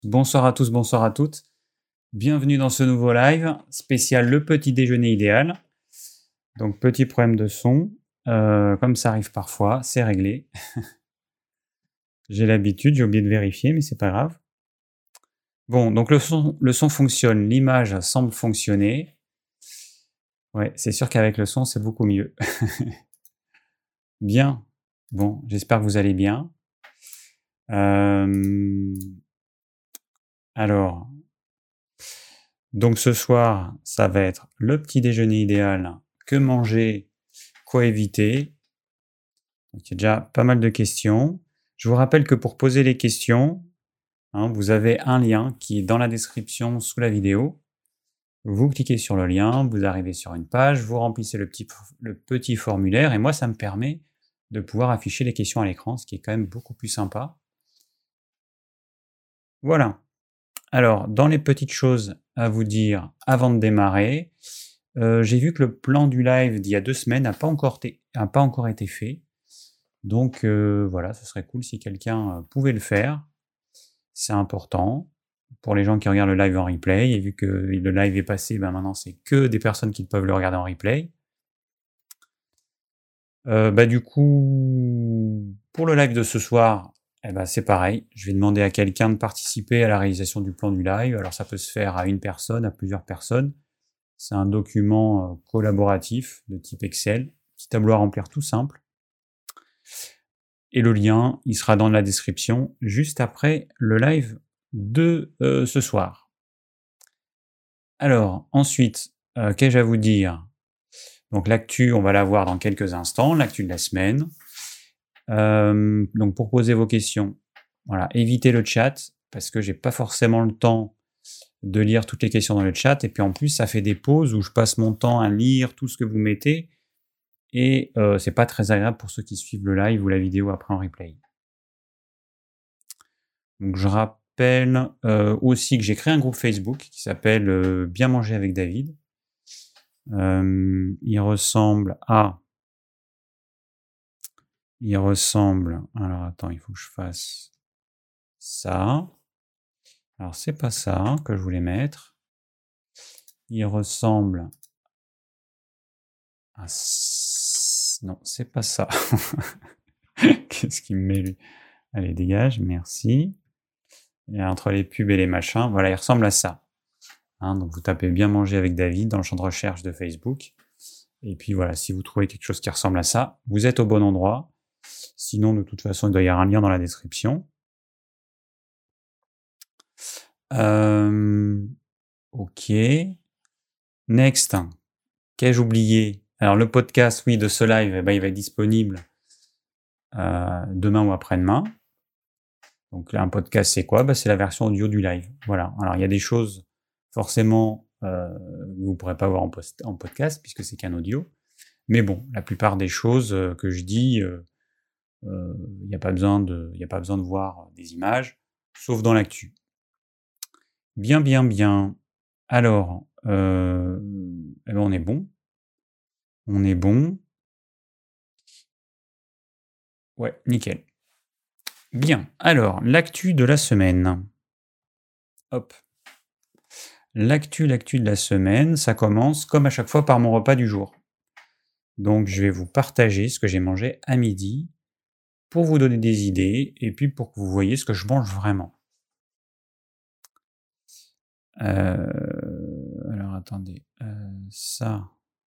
Bonsoir à tous, bonsoir à toutes. Bienvenue dans ce nouveau live spécial le petit déjeuner idéal. Donc petit problème de son, comme ça arrive parfois, c'est réglé. J'ai l'habitude, j'ai oublié de vérifier, mais c'est pas grave. Bon, donc le son fonctionne, l'image semble fonctionner. Ouais, c'est sûr qu'avec le son, c'est beaucoup mieux. Bien. Bon, j'espère que vous allez bien. Alors, donc ce soir, ça va être le petit déjeuner idéal. Que manger, quoi éviter. Donc, il y a déjà pas mal de questions. Je vous rappelle que pour poser les questions, vous avez un lien qui est dans la description sous la vidéo. Vous cliquez sur le lien, vous arrivez sur une page, vous remplissez le petit formulaire et moi, ça me permet de pouvoir afficher les questions à l'écran, ce qui est quand même beaucoup plus sympa. Voilà. Alors, dans les petites choses à vous dire avant de démarrer, j'ai vu que le plan du live d'il y a 2 semaines n'a pas encore été fait. Donc voilà, ce serait cool si quelqu'un pouvait le faire. C'est important pour les gens qui regardent le live en replay. Et vu que le live est passé, maintenant c'est que des personnes qui peuvent le regarder en replay. Du coup, pour le live de ce soir, c'est pareil. Je vais demander à quelqu'un de participer à la réalisation du plan du live. Alors ça peut se faire à une personne, à plusieurs personnes. C'est un document collaboratif de type Excel, petit tableau à remplir tout simple. Et le lien, il sera dans la description juste après le live de ce soir. Alors, ensuite, qu'ai-je à vous dire? Donc l'actu, on va la voir dans quelques instants, l'actu de la semaine. Donc pour poser vos questions, voilà, évitez le chat, parce que j'ai pas forcément le temps de lire toutes les questions dans le chat, et puis en plus, ça fait des pauses où je passe mon temps à lire tout ce que vous mettez, et c'est pas très agréable pour ceux qui suivent le live ou la vidéo après en replay. Donc je rappelle aussi que j'ai créé un groupe Facebook qui s'appelle Bien manger avec David. Il ressemble. Alors attends, il faut que je fasse ça. Alors c'est pas ça que je voulais mettre. Il ressemble à. Non, c'est pas ça. Qu'est-ce qu'il me met lui? Allez, dégage, merci. Et entre les pubs et les machins, voilà, il ressemble à ça. Donc vous tapez Bien manger avec David dans le champ de recherche de Facebook. Et puis voilà, si vous trouvez quelque chose qui ressemble à ça, vous êtes au bon endroit. Sinon, de toute façon, il doit y avoir un lien dans la description. Ok. Next. Qu'ai-je oublié? Alors le podcast, oui, de ce live, il va être disponible demain ou après-demain. Donc là, un podcast, c'est quoi? C'est la version audio du live. Voilà. Alors il y a des choses, forcément, que vous ne pourrez pas voir en podcast, puisque c'est qu'un audio. Mais bon, la plupart des choses que je dis, il n'y a pas besoin de voir des images, sauf dans l'actu. Bien. Alors, on est bon. On est bon. Ouais, nickel. Bien. Alors, l'actu de la semaine. Hop. L'actu de la semaine, ça commence comme à chaque fois par mon repas du jour. Donc, je vais vous partager ce que j'ai mangé à midi pour vous donner des idées et puis pour que vous voyez ce que je mange vraiment. Alors, attendez. Ça.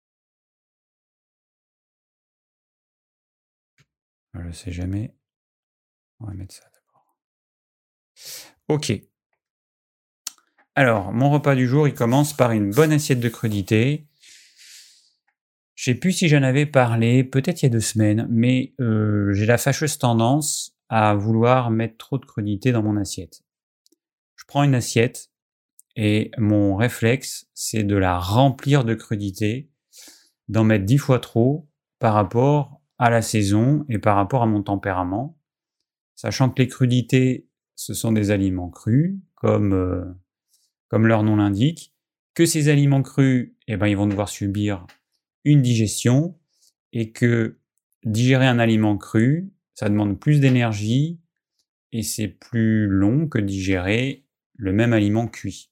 Je ne sais jamais. On va mettre ça d'abord. Ok. Alors, mon repas du jour, il commence par une bonne assiette de crudités. Je ne sais plus si j'en avais parlé, peut-être il y a 2 semaines, mais j'ai la fâcheuse tendance à vouloir mettre trop de crudités dans mon assiette. Je prends une assiette et mon réflexe, c'est de la remplir de crudités, d'en mettre 10 fois trop par rapport à la saison et par rapport à mon tempérament, sachant que les crudités, ce sont des aliments crus, comme leur nom l'indique, que ces aliments crus, ils vont devoir subir une digestion, et que digérer un aliment cru, ça demande plus d'énergie, et c'est plus long que digérer le même aliment cuit.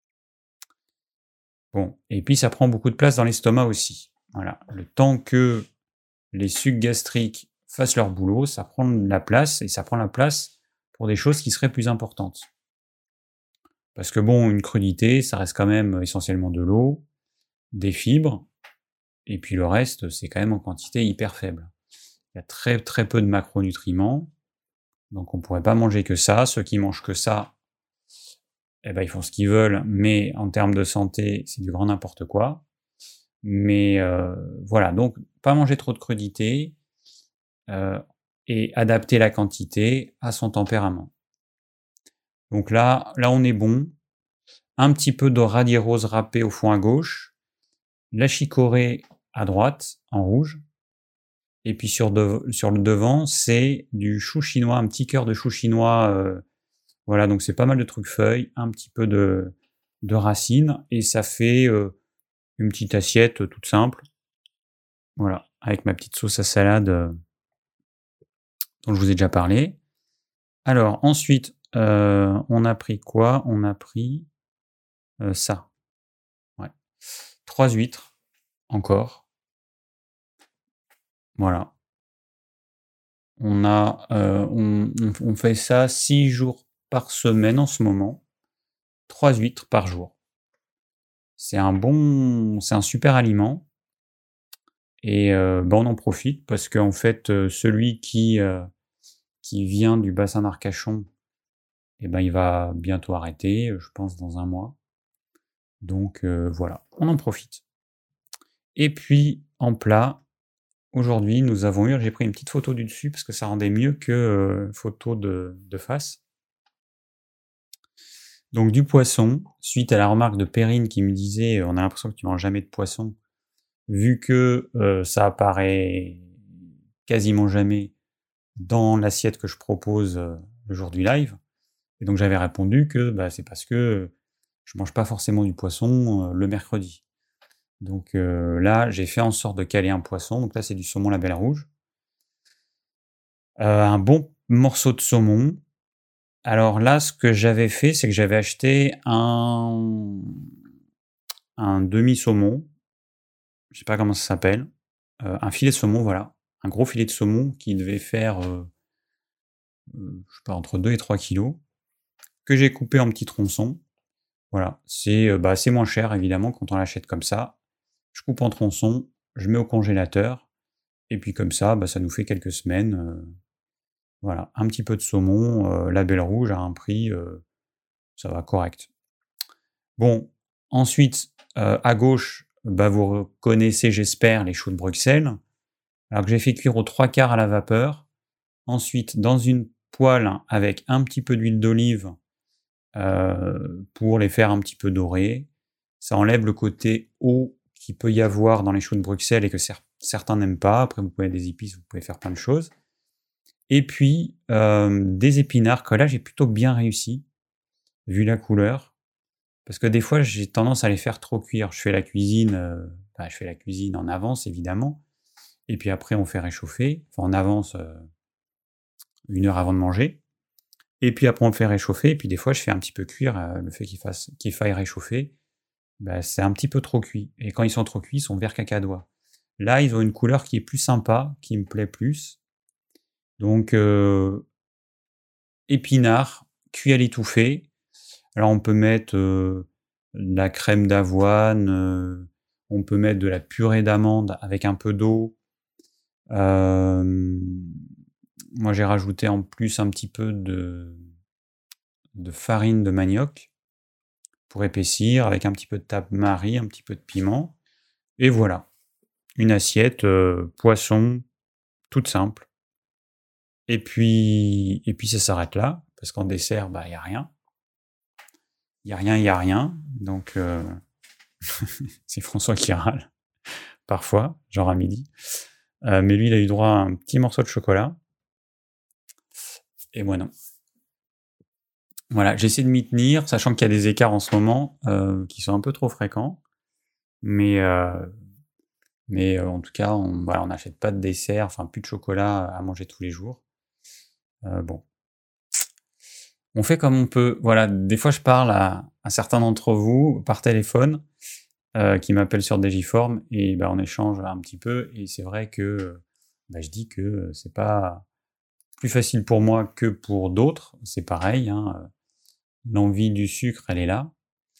Bon, et puis ça prend beaucoup de place dans l'estomac aussi. Voilà, le temps que les sucs gastriques fassent leur boulot, ça prend de la place, et ça prend la place pour des choses qui seraient plus importantes. Parce que bon, une crudité, ça reste quand même essentiellement de l'eau, des fibres, et puis le reste, c'est quand même en quantité hyper faible. Il y a très très peu de macronutriments, donc on pourrait pas manger que ça. Ceux qui mangent que ça, eh ben, ils font ce qu'ils veulent, mais en termes de santé, c'est du grand n'importe quoi. Mais voilà, donc pas manger trop de crudités, et adapter la quantité à son tempérament. Donc là on est bon. Un petit peu de radis rose râpé au fond à gauche, la chicorée à droite, en rouge, et puis sur le devant, c'est du chou chinois, un petit cœur de chou chinois, voilà, donc c'est pas mal de trucs feuilles, un petit peu de racines, et ça fait une petite assiette toute simple, voilà, avec ma petite sauce à salade dont je vous ai déjà parlé. Alors ensuite, on a pris quoi? On a pris ça, ouais, 3 huîtres, encore. Voilà. On fait ça 6 jours par semaine en ce moment, 3 huîtres par jour. C'est un super aliment, et on en profite parce qu'en fait, celui qui vient du bassin d'Arcachon, eh ben, il va bientôt arrêter, je pense dans 1 mois. Donc voilà, on en profite. Et puis en plat, aujourd'hui, j'ai pris une petite photo du dessus parce que ça rendait mieux que photo de face. Donc du poisson, suite à la remarque de Perrine qui me disait on a l'impression que tu manges jamais de poisson, vu que ça apparaît quasiment jamais dans l'assiette que je propose le jour du live. Et donc j'avais répondu que c'est parce que je mange pas forcément du poisson le mercredi. Donc là, j'ai fait en sorte de caler un poisson. Donc là, c'est du saumon label rouge. Un bon morceau de saumon. Alors là, ce que j'avais fait, c'est que j'avais acheté un demi-saumon. Je sais pas comment ça s'appelle. Un filet de saumon, voilà. Un gros filet de saumon qui devait faire, je sais pas, entre 2 et 3 kilos, que j'ai coupé en petits tronçons. Voilà, c'est moins cher évidemment quand on l'achète comme ça. Je coupe en tronçons, je mets au congélateur, et puis comme ça, ça nous fait quelques semaines. Voilà, un petit peu de saumon, label rouge à un prix, ça va correct. Bon, ensuite, à gauche, vous reconnaissez, j'espère, les choux de Bruxelles, alors que j'ai fait cuire aux 3/4 à la vapeur. Ensuite, dans une poêle avec un petit peu d'huile d'olive, pour les faire un petit peu dorer. Ça enlève le côté eau qu'il peut y avoir dans les choux de Bruxelles et que certains n'aiment pas. Après, vous pouvez mettre des épices, vous pouvez faire plein de choses. Et puis, des épinards que là, j'ai plutôt bien réussi, vu la couleur. Parce que des fois, j'ai tendance à les faire trop cuire. Je fais la cuisine en avance, évidemment. Et puis après, on fait réchauffer. Enfin, en avance, 1 heure avant de manger. Et puis après, on le fait réchauffer. Et puis des fois, je fais un petit peu cuire. Le fait qu'il faille réchauffer, c'est un petit peu trop cuit. Et quand ils sont trop cuits, ils sont vert cacadois. Là, ils ont une couleur qui est plus sympa, qui me plaît plus. Donc, épinards, cuits à l'étouffée. Alors, on peut mettre de la crème d'avoine, on peut mettre de la purée d'amande avec un peu d'eau. Moi, j'ai rajouté en plus un petit peu de farine de manioc pour épaissir, avec un petit peu de tape-marie, un petit peu de piment. Et voilà, une assiette poisson, toute simple. Et puis ça s'arrête là, parce qu'en dessert, il n'y a rien. Il n'y a rien. Donc, c'est François qui râle, parfois, genre à midi. Mais lui, il a eu droit à un petit morceau de chocolat. Et moi, non. Voilà, j'essaie de m'y tenir, sachant qu'il y a des écarts en ce moment qui sont un peu trop fréquents. Mais en tout cas, on n'achète pas de dessert, enfin plus de chocolat à manger tous les jours. Bon. on fait comme on peut. Voilà, des fois, je parle à certains d'entre vous par téléphone, qui m'appellent sur Digiform et bah, on échange un petit peu et c'est vrai que, bah, je dis que, c'est pas plus facile pour moi que pour d'autres. C'est pareil, hein, l'envie du sucre, elle est là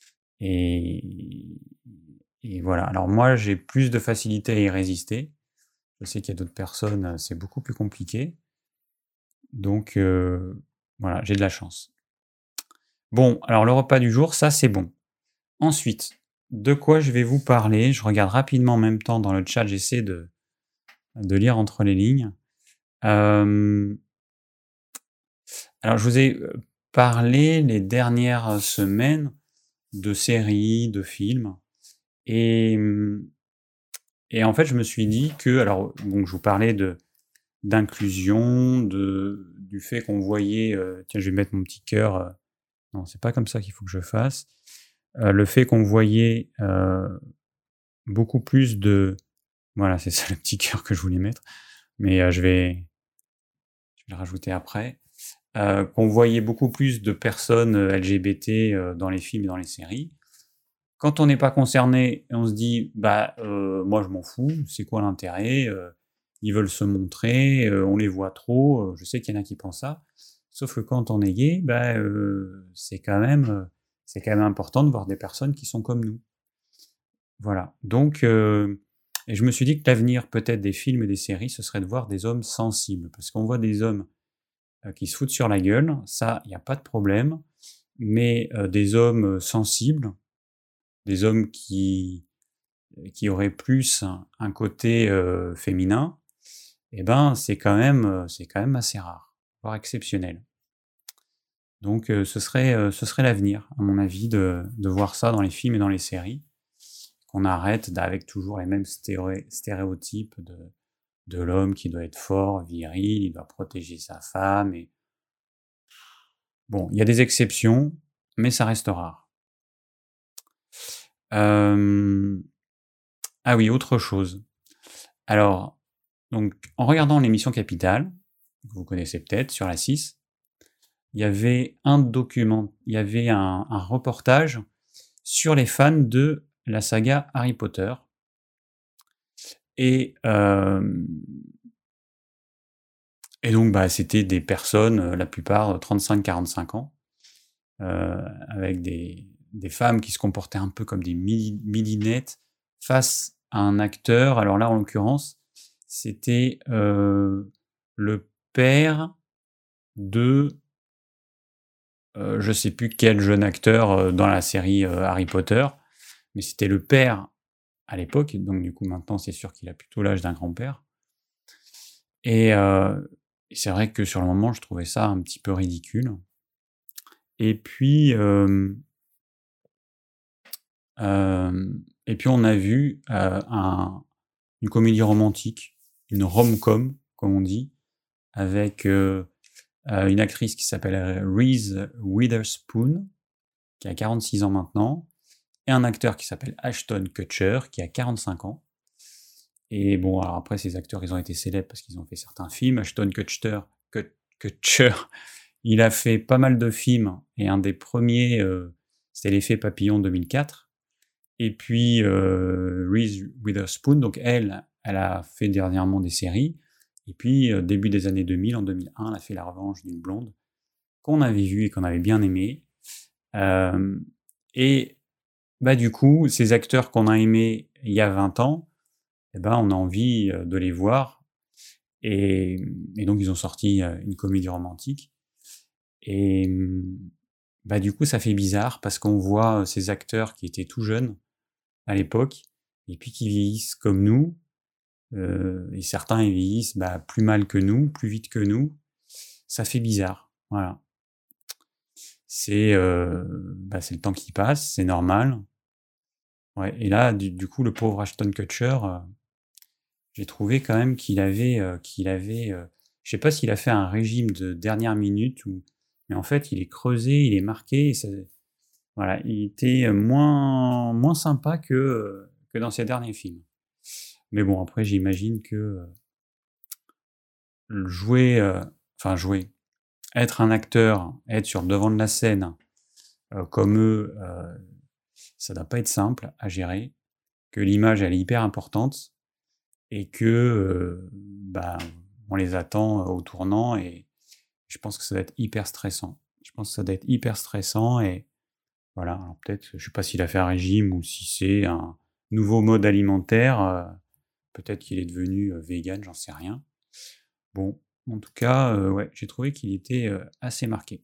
et et voilà. Alors moi, j'ai plus de facilité à y résister. Je sais qu'il y a d'autres personnes, c'est beaucoup plus compliqué. Donc voilà, j'ai de la chance. Bon, alors le repas du jour, ça c'est bon. Ensuite, de quoi je vais vous parler? Je regarde rapidement en même temps dans le chat, j'essaie de lire entre les lignes. Hem, alors je vous ai, parlé les dernières semaines de séries, de films et et en fait, je me suis dit que alors donc je vous parlais d'inclusion, du fait qu'on voyait, tiens, je vais mettre mon petit cœur, non, c'est pas comme ça qu'il faut que je fasse. Le fait qu'on voyait, beaucoup plus de voilà, c'est ça le petit cœur que je voulais mettre, mais je vais le rajouter après. Qu'on voyait beaucoup plus de personnes, LGBT, dans les films et dans les séries. Quand on n'est pas concerné, on se dit: «Bah, moi je m'en fous, c'est quoi l'intérêt? Ils veulent se montrer, on les voit trop», je sais qu'il y en a qui pensent ça. Sauf que quand on est gay, bah, c'est quand même important de voir des personnes qui sont comme nous. Voilà, donc et je me suis dit que l'avenir peut-être des films et des séries, ce serait de voir des hommes sensibles. Parce qu'on voit des hommes, qui se foutent sur la gueule, ça, il y a pas de problème, mais des hommes, sensibles, des hommes qui auraient plus un côté, féminin et ben, c'est quand même assez rare, voire exceptionnel. Donc ce serait l'avenir, à mon avis, de voir ça dans les films et dans les séries. Qu'on arrête avec toujours les mêmes stéréotypes de l'homme qui doit être fort, viril, il doit protéger sa femme et bon, il y a des exceptions, mais ça reste rare. Hem, ah oui, autre chose. Alors, donc en regardant l'émission Capital, que vous connaissez peut-être sur la 6, il y avait un reportage sur les fans de la saga Harry Potter et et donc bah, c'était des personnes, la plupart, 35-45 ans, avec des femmes qui se comportaient un peu comme des midinettes face à un acteur. Alors là, en l'occurrence, c'était, le père de, je sais plus quel jeune acteur, dans la série, Harry Potter, mais c'était le père à l'époque, donc du coup maintenant c'est sûr qu'il a plutôt l'âge d'un grand-père et c'est vrai que sur le moment je trouvais ça un petit peu ridicule et puis, et puis on a vu, une comédie romantique, une rom-com comme on dit, avec, une actrice qui s'appelle, Reese Witherspoon, qui a 46 ans maintenant, et un acteur qui s'appelle Ashton Kutcher, qui a 45 ans. Et bon, alors après ces acteurs, ils ont été célèbres parce qu'ils ont fait certains films. Ashton Kutcher, il a fait pas mal de films et un des premiers, c'était L'Effet Papillon 2004. Et puis, Reese Witherspoon, donc elle a fait dernièrement des séries. Et puis, début des années 2000, en 2001, elle a fait La Revanche d'une blonde, qu'on avait vu et qu'on avait bien aimé. Et bah, du coup, ces acteurs qu'on a aimés il y a 20 ans, eh ben, on a envie, de les voir et donc ils ont sorti, une comédie romantique et bah, du coup, ça fait bizarre parce qu'on voit, ces acteurs qui étaient tout jeunes à l'époque et puis qui vieillissent comme nous, et certains ils vieillissent, bah, plus mal que nous, plus vite que nous. Ça fait bizarre, voilà. C'est, bah, c'est le temps qui passe, c'est normal. Ouais et là, du coup, le pauvre Ashton Kutcher, j'ai trouvé quand même je sais pas s'il a fait un régime de dernière minute ou mais en fait, il est creusé, il est marqué et ça voilà, il était, moins sympa que dans ses derniers films. Mais bon, après j'imagine que, jouer, enfin jouer. être un acteur, être sur le devant de la scène, comme eux, ça doit pas être simple à gérer, que l'image, elle est hyper importante et que, on les attend, au tournant et je pense que ça doit être hyper stressant. Je pense que ça doit être hyper stressant et voilà, alors peut-être, je sais pas s'il a fait un régime ou si c'est un nouveau mode alimentaire, peut-être qu'il est devenu, végan, j'en sais rien. Bon, en tout cas, ouais, j'ai trouvé qu'il était, assez marqué.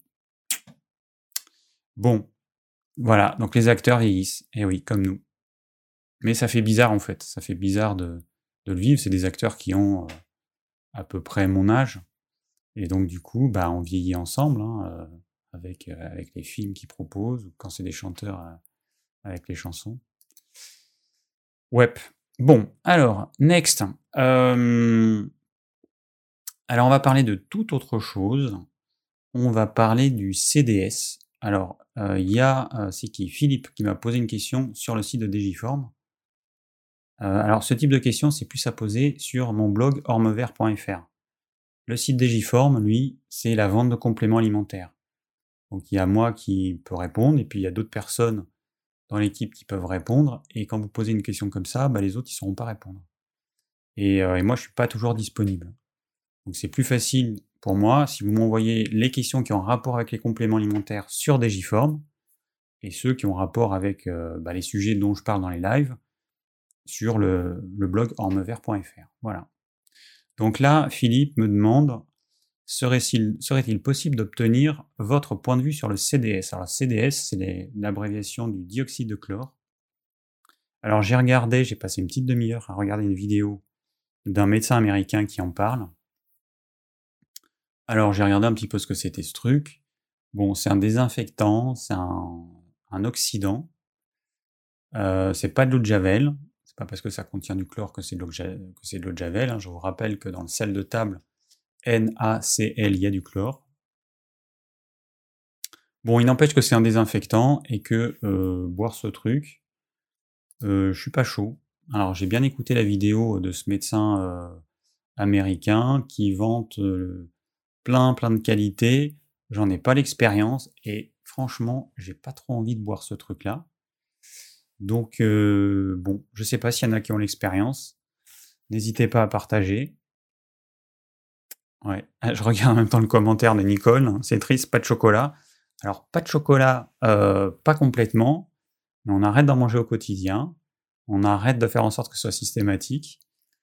Bon, voilà, donc les acteurs vieillissent, et oui, comme nous. Mais ça fait bizarre, en fait, ça fait bizarre de le vivre. C'est des acteurs qui ont, à peu près mon âge et donc du coup, on vieillit ensemble, hein, avec les films qu'ils proposent ou quand c'est des chanteurs, avec les chansons. Ouais. Bon, alors, next. Alors on va parler de toute autre chose. On va parler du CDS. Alors, il y a, c'est qui? Philippe qui m'a posé une question sur le site de Digiform. Alors ce type de question, c'est plus à poser sur mon blog ormevert.fr. Le site Digiform, lui, c'est la vente de compléments alimentaires. Donc il y a moi qui peux répondre, et puis il y a d'autres personnes dans l'équipe qui peuvent répondre, et quand vous posez une question comme ça, les autres, ils ne sauront pas répondre. Et moi, je suis pas toujours disponible. Donc c'est plus facile pour moi si vous m'envoyez les questions qui ont rapport avec les compléments alimentaires sur Digiform, et ceux qui ont rapport avec les sujets dont je parle dans les lives, sur le blog ormevert.fr. Voilà. Donc là, Philippe me demande, serait-il possible d'obtenir votre point de vue sur le CDS? Alors, le CDS, c'est l'abréviation du dioxyde de chlore. Alors, j'ai passé une petite demi-heure à regarder une vidéo d'un médecin américain qui en parle. Alors, j'ai regardé un petit peu ce que c'était ce truc. Bon, c'est un désinfectant, c'est un oxydant. C'est pas de l'eau de Javel. C'est pas parce que ça contient du chlore que c'est de l'eau de Javel, hein. Je vous rappelle que dans le sel de table, NaCl, il y a du chlore. Bon, il n'empêche que c'est un désinfectant et que boire ce truc, je suis pas chaud. Alors, j'ai bien écouté la vidéo de ce médecin américain qui vante plein de qualités. J'en ai pas l'expérience et franchement, j'ai pas trop envie de boire ce truc-là. Donc, bon, je sais pas s'il y en a qui ont l'expérience. N'hésitez pas à partager. Ouais, je regarde en même temps le commentaire de Nicole. C'est triste, pas de chocolat. Alors, pas de chocolat, pas complètement, mais on arrête d'en manger au quotidien. On arrête de faire en sorte que ce soit systématique.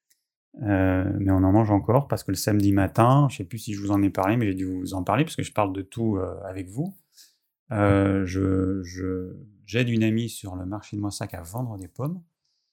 Mais on en mange encore parce que le samedi matin, je sais plus si je vous en ai parlé, mais j'ai dû vous en parler parce que je parle de tout avec vous. J'aide une amie sur le marché de Moissac à vendre des pommes.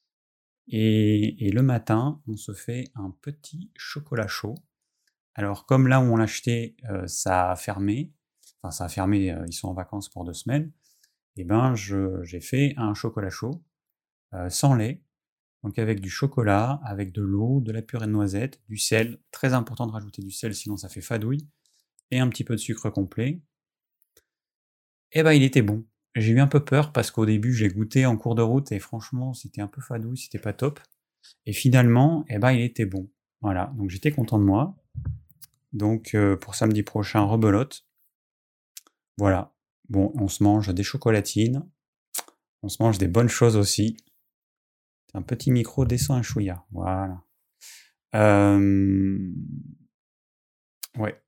Et le matin, on se fait un petit chocolat chaud. Alors, comme là où on l'achetait, ça a fermé, ils sont en vacances pour 2 semaines, et j'ai fait un chocolat chaud, sans lait, donc avec du chocolat, avec de l'eau, de la purée de noisettes, du sel, très important de rajouter du sel sinon ça fait fadouille, et un petit peu de sucre complet. Et il était bon. J'ai eu un peu peur parce qu'au début, j'ai goûté en cours de route et franchement, c'était un peu fadouille, c'était pas top. Et finalement, il était bon. Voilà, donc j'étais content de moi. Donc pour samedi prochain, rebelote. Voilà. Bon, on se mange des chocolatines, on se mange des bonnes choses aussi. Un petit micro descend un chouïa. Voilà. Ouais.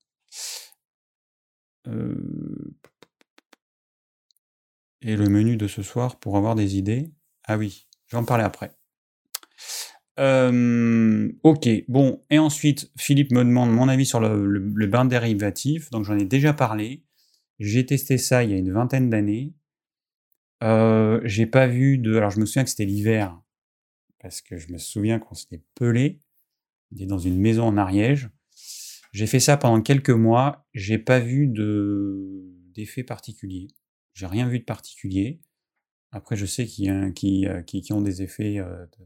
Et le menu de ce soir pour avoir des idées. Ah oui, je vais en parler après. Ok, bon, et ensuite, Philippe me demande mon avis sur le bain dérivatif, donc j'en ai déjà parlé. J'ai testé ça il y a une vingtaine d'années. J'ai pas vu de... Alors je me souviens que c'était l'hiver, parce que je me souviens qu'on s'était pelé. On était dans une maison en Ariège. J'ai fait ça pendant quelques mois, j'ai pas vu d'effet particulier. J'ai rien vu de particulier. Après, je sais qu'il y en a qui ont des effets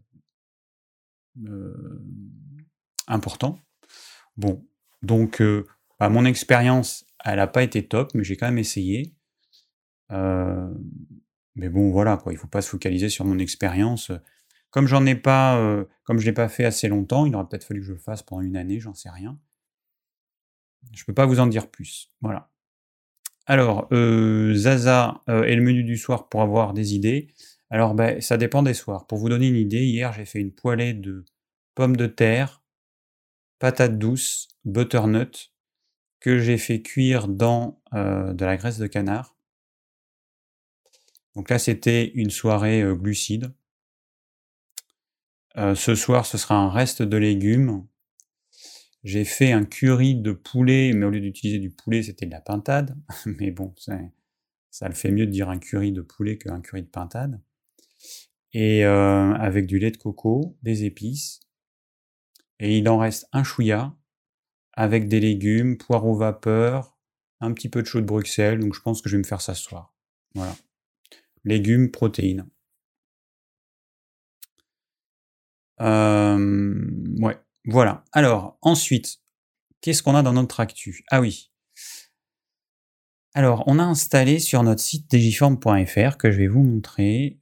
importants. Bon, donc mon expérience, elle n'a pas été top, mais j'ai quand même essayé. Mais bon, voilà, quoi, il faut pas se focaliser sur mon expérience. Comme j'en ai pas, comme je l'ai pas fait assez longtemps, il aurait peut-être fallu que je le fasse pendant une année, j'en sais rien. Je peux pas vous en dire plus. Voilà. Alors, Zaza et le menu du soir pour avoir des idées. Alors, ça dépend des soirs. Pour vous donner une idée, hier, j'ai fait une poêlée de pommes de terre, patates douces, butternut, que j'ai fait cuire dans de la graisse de canard. Donc là, c'était une soirée glucides. Ce soir, ce sera un reste de légumes. J'ai fait un curry de poulet, mais au lieu d'utiliser du poulet, c'était de la pintade. Mais bon, ça le fait mieux de dire un curry de poulet qu'un curry de pintade. Et avec du lait de coco, des épices. Et il en reste un chouïa avec des légumes, poireaux vapeur, un petit peu de chaud de Bruxelles. Donc je pense que je vais me faire ça ce soir. Voilà. Légumes, protéines. Ouais, voilà. Alors, ensuite, qu'est-ce qu'on a dans notre actu? Ah oui. Alors, on a installé sur notre site digiform.fr, que je vais vous montrer,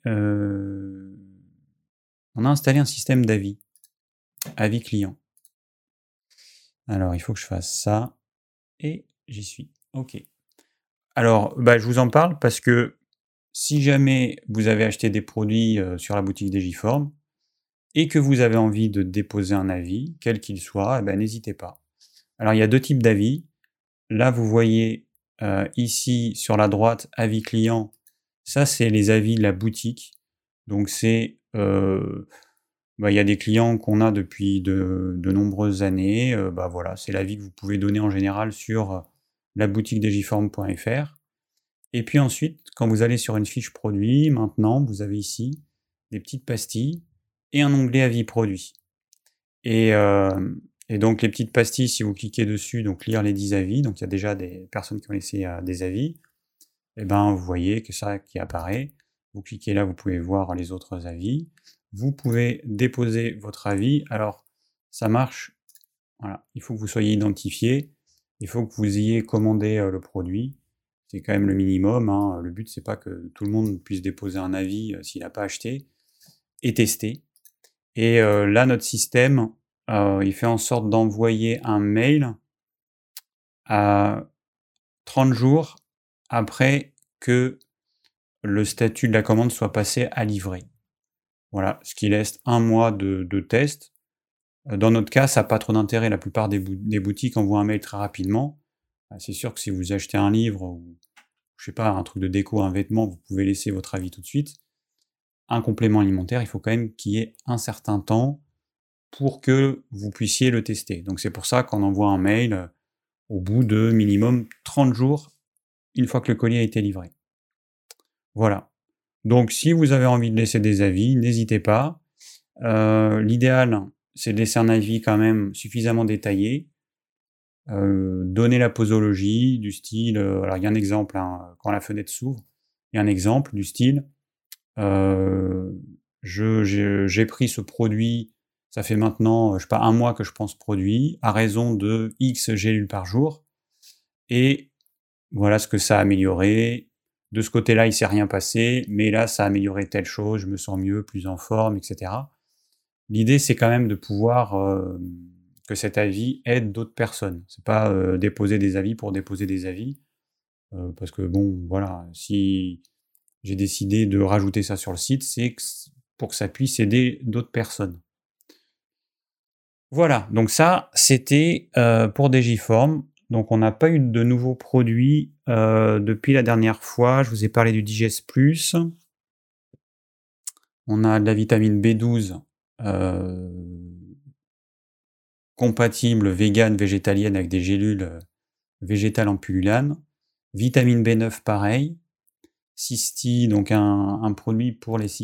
on a installé un système d'avis, avis client. Alors, il faut que je fasse ça, et j'y suis. OK. Alors, je vous en parle parce que si jamais vous avez acheté des produits sur la boutique Digiform et que vous avez envie de déposer un avis, quel qu'il soit, n'hésitez pas. Alors, il y a deux types d'avis. Là, vous voyez ici sur la droite, avis client. Ça, c'est les avis de la boutique. Donc, c'est il y a des clients qu'on a depuis de nombreuses années. Voilà, c'est l'avis que vous pouvez donner en général sur la boutique digiform.fr. Et puis ensuite, quand vous allez sur une fiche produit, maintenant, vous avez ici des petites pastilles et un onglet avis produit. Et donc les petites pastilles, si vous cliquez dessus, donc lire les 10 avis, donc il y a déjà des personnes qui ont laissé des avis, et vous voyez que ça qui apparaît. Vous cliquez là, vous pouvez voir les autres avis. Vous pouvez déposer votre avis. Alors, ça marche. Voilà, il faut que vous soyez identifié. Il faut que vous ayez commandé le produit. C'est quand même le minimum. Hein. Le but, c'est pas que tout le monde puisse déposer un avis s'il n'a pas acheté et tester. Et là, notre système, il fait en sorte d'envoyer un mail à 30 jours après que le statut de la commande soit passé à livrer. Voilà, ce qui laisse un mois de test. Dans notre cas, ça n'a pas trop d'intérêt. La plupart des boutiques envoient un mail très rapidement. C'est sûr que si vous achetez un livre ou, je sais pas, un truc de déco, un vêtement, vous pouvez laisser votre avis tout de suite. Un complément alimentaire, il faut quand même qu'il y ait un certain temps pour que vous puissiez le tester. Donc c'est pour ça qu'on envoie un mail au bout de minimum 30 jours, une fois que le colis a été livré. Voilà. Donc si vous avez envie de laisser des avis, n'hésitez pas. L'idéal, c'est de laisser un avis quand même suffisamment détaillé. Donner la posologie du style, alors il y a un exemple, hein, quand la fenêtre s'ouvre, il y a un exemple du style, j'ai pris ce produit, ça fait maintenant, je sais pas, un mois que je prends ce produit, à raison de X gélules par jour, et voilà ce que ça a amélioré. De ce côté-là, il s'est rien passé, mais là, ça a amélioré telle chose, je me sens mieux, plus en forme, etc. L'idée, c'est quand même de pouvoir que cet avis aide d'autres personnes. C'est pas déposer des avis pour déposer des avis, parce que bon, voilà, si j'ai décidé de rajouter ça sur le site, c'est pour que ça puisse aider d'autres personnes. Voilà, donc ça, c'était pour Digiform. Donc on n'a pas eu de nouveaux produits depuis la dernière fois. Je vous ai parlé du Digest Plus. On a de la vitamine B12 compatible vegan, végétalienne avec des gélules végétales en pullulane. Vitamine B9 pareil. Cysti, donc un produit pour les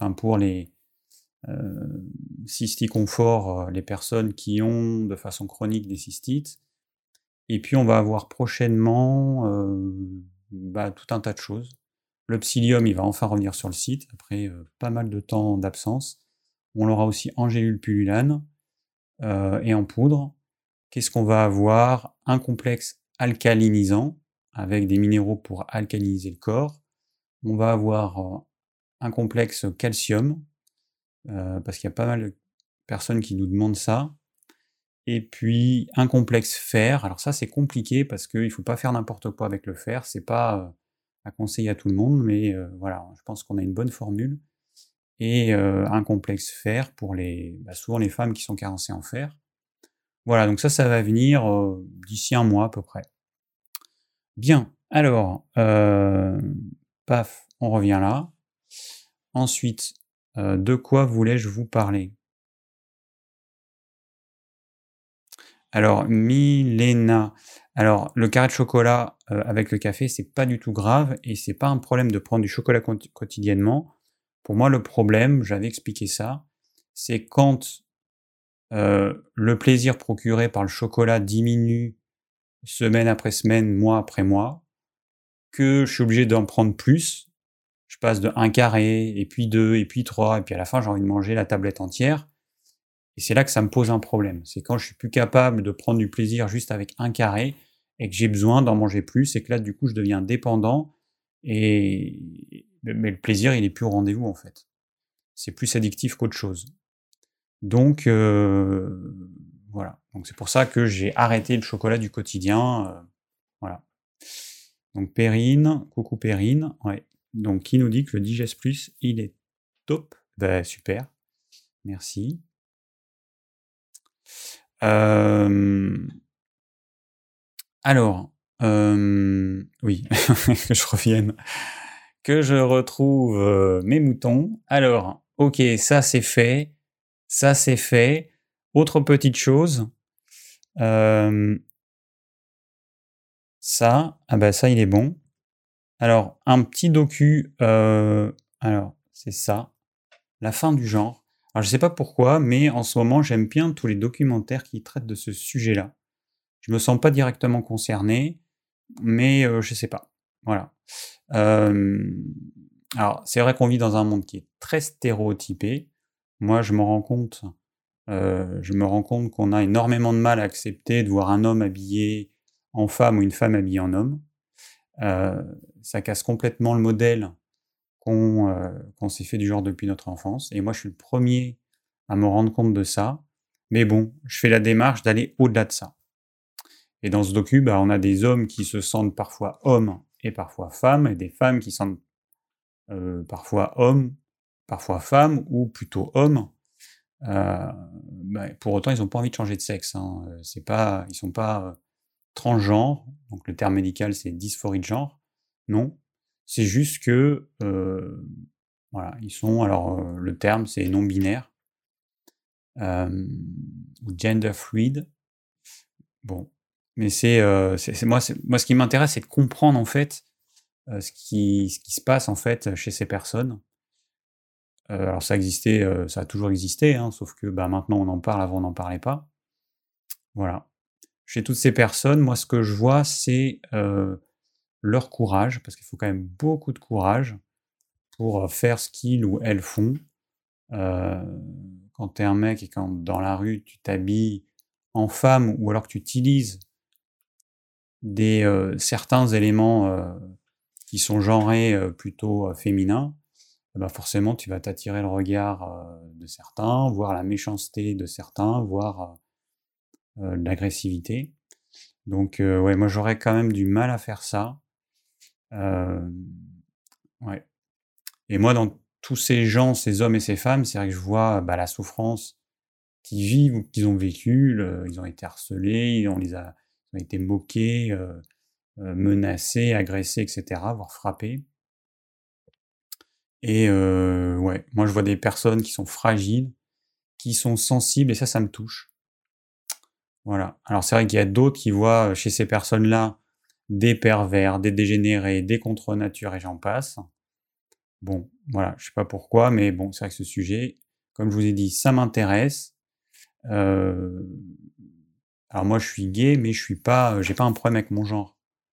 cysticonfort, les personnes qui ont de façon chronique des cystites. Et puis on va avoir prochainement tout un tas de choses. Le psyllium, il va enfin revenir sur le site après pas mal de temps d'absence. On l'aura aussi en gélule pullulane et en poudre. Qu'est-ce qu'on va avoir? Un complexe alcalinisant avec des minéraux pour alcaliniser le corps. On va avoir un complexe calcium parce qu'il y a pas mal de personnes qui nous demandent ça. Et puis un complexe fer. Alors ça, c'est compliqué parce qu'il ne faut pas faire n'importe quoi avec le fer. C'est pas à conseiller à tout le monde, mais voilà, je pense qu'on a une bonne formule. Et un complexe fer pour souvent les femmes qui sont carencées en fer. Voilà, donc ça va venir d'ici un mois à peu près. Bien, alors, paf, on revient là. Ensuite, de quoi voulais-je vous parler? Alors, Milena, alors le carré de chocolat avec le café, c'est pas du tout grave et c'est pas un problème de prendre du chocolat quotidiennement. Pour moi, le problème, j'avais expliqué ça, c'est quand le plaisir procuré par le chocolat diminue semaine après semaine, mois après mois, que je suis obligé d'en prendre plus. Je passe de 1 carré, et puis 2, et puis 3, et puis à la fin, j'ai envie de manger la tablette entière. Et c'est là que ça me pose un problème. C'est quand je suis plus capable de prendre du plaisir juste avec 1 carré, et que j'ai besoin d'en manger plus, et que là, du coup, je deviens dépendant, mais le plaisir, il est plus au rendez-vous, en fait. C'est plus addictif qu'autre chose. Donc, voilà. Donc c'est pour ça que j'ai arrêté le chocolat du quotidien, voilà. Donc Perrine, coucou Perrine, ouais. Donc qui nous dit que le Digest Plus, il est top? Ben super, merci. Alors, oui, que je revienne, que je retrouve mes moutons. Alors, ok, ça c'est fait, ça c'est fait. Autre petite chose, ça, ah bah ça il est bon. Alors, un petit docu, alors c'est ça, La fin du genre. Alors je sais pas pourquoi, mais en ce moment j'aime bien tous les documentaires qui traitent de ce sujet-là. Je me sens pas directement concerné, mais je sais pas. Voilà. Alors c'est vrai qu'on vit dans un monde qui est très stéréotypé. Moi je me rends compte qu'on a énormément de mal à accepter de voir un homme habillé en femme ou une femme habillée en homme. Ça casse complètement le modèle qu'on s'est fait du genre depuis notre enfance. Et moi, je suis le premier à me rendre compte de ça. Mais bon, je fais la démarche d'aller au-delà de ça. Et dans ce docu, on a des hommes qui se sentent parfois hommes et parfois femmes, et des femmes qui se sentent parfois hommes, parfois femmes, ou plutôt hommes. Pour autant, ils n'ont pas envie de changer de sexe. Hein. Ils sont pas transgenres. Donc le terme médical, c'est dysphorie de genre. Non, c'est juste que voilà, ils sont, alors le terme c'est non-binaire ou gender fluid. Bon, mais moi ce qui m'intéresse, c'est de comprendre en fait ce qui se passe en fait chez ces personnes. Alors ça existait, ça a toujours existé, hein, sauf que maintenant on en parle, avant on n'en parlait pas. Voilà. Chez toutes ces personnes, moi ce que je vois, c'est leur courage, parce qu'il faut quand même beaucoup de courage pour faire ce qu'ils ou elles font. Quand tu es un mec et quand dans la rue tu t'habilles en femme ou alors que tu utilises certains éléments qui sont genrés plutôt féminins, forcément tu vas t'attirer le regard de certains, voire la méchanceté de certains, voire de l'agressivité. Donc ouais, moi j'aurais quand même du mal à faire ça. Ouais. Et moi, dans tous ces gens, ces hommes et ces femmes, c'est vrai que je vois la souffrance qu'ils vivent ou qu'ils ont vécu. Ils ont été harcelés, ils ont été moqués, menacés, agressés, etc., voire frappés. Et ouais, moi je vois des personnes qui sont fragiles, qui sont sensibles, et ça me touche. Voilà. Alors c'est vrai qu'il y a d'autres qui voient chez ces personnes-là des pervers, des dégénérés, des contre-nature, et j'en passe. Bon, voilà, je sais pas pourquoi, mais bon, c'est vrai que ce sujet, comme je vous ai dit, ça m'intéresse. Alors moi, je suis gay, mais j'ai pas un problème avec mon genre.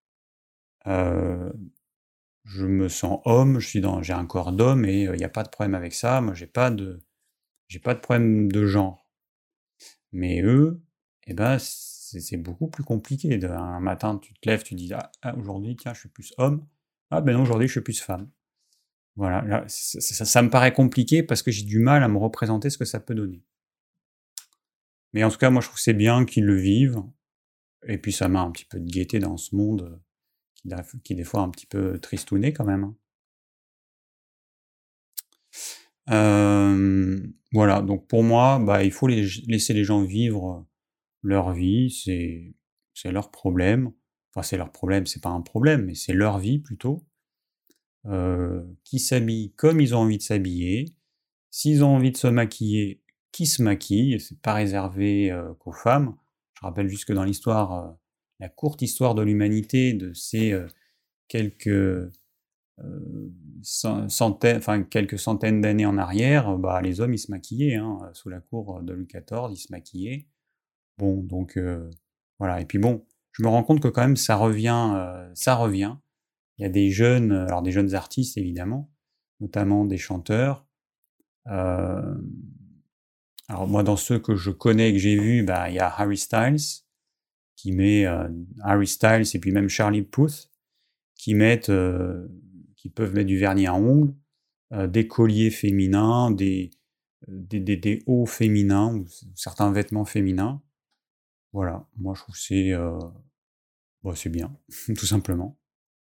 Je me sens homme, j'ai un corps d'homme et il n'y a pas de problème avec ça. Moi, j'ai pas de problème de genre. Mais eux, c'est beaucoup plus compliqué. Un matin, tu te lèves, tu dis aujourd'hui, tiens, je suis plus homme. Ah ben non, aujourd'hui, je suis plus femme. Voilà, là, ça me paraît compliqué parce que j'ai du mal à me représenter ce que ça peut donner. Mais en tout cas, moi, je trouve que c'est bien qu'ils le vivent. Et puis, ça met un petit peu de gaieté dans ce monde qui est des fois un petit peu tristouné quand même, hein. Voilà, donc pour moi, bah, il faut laisser les gens vivre leur vie, c'est leur problème. Enfin, c'est leur problème, c'est pas un problème, mais c'est leur vie plutôt. Qui s'habillent comme ils ont envie de s'habiller. S'ils ont envie de se maquiller, qu'ils se maquillent, c'est pas réservé, qu'aux femmes. Je rappelle juste que dans l'histoire, la courte histoire de l'humanité, de ces, quelques, quelques centaines d'années en arrière, bah, les hommes, ils se maquillaient, hein, sous la cour de Louis XIV, ils se maquillaient. Bon, donc voilà. Et puis bon, je me rends compte que quand même ça revient, ça revient. Il y a des jeunes, alors des jeunes artistes évidemment, notamment des chanteurs. Alors moi, dans ceux que je connais et que j'ai vus, bah, il y a Harry Styles, qui met Harry Styles et puis même Charlie Puth, qui peuvent mettre du vernis à ongles, des colliers féminins, des hauts féminins ou certains vêtements féminins. Voilà, moi je trouve que c'est bien, tout simplement.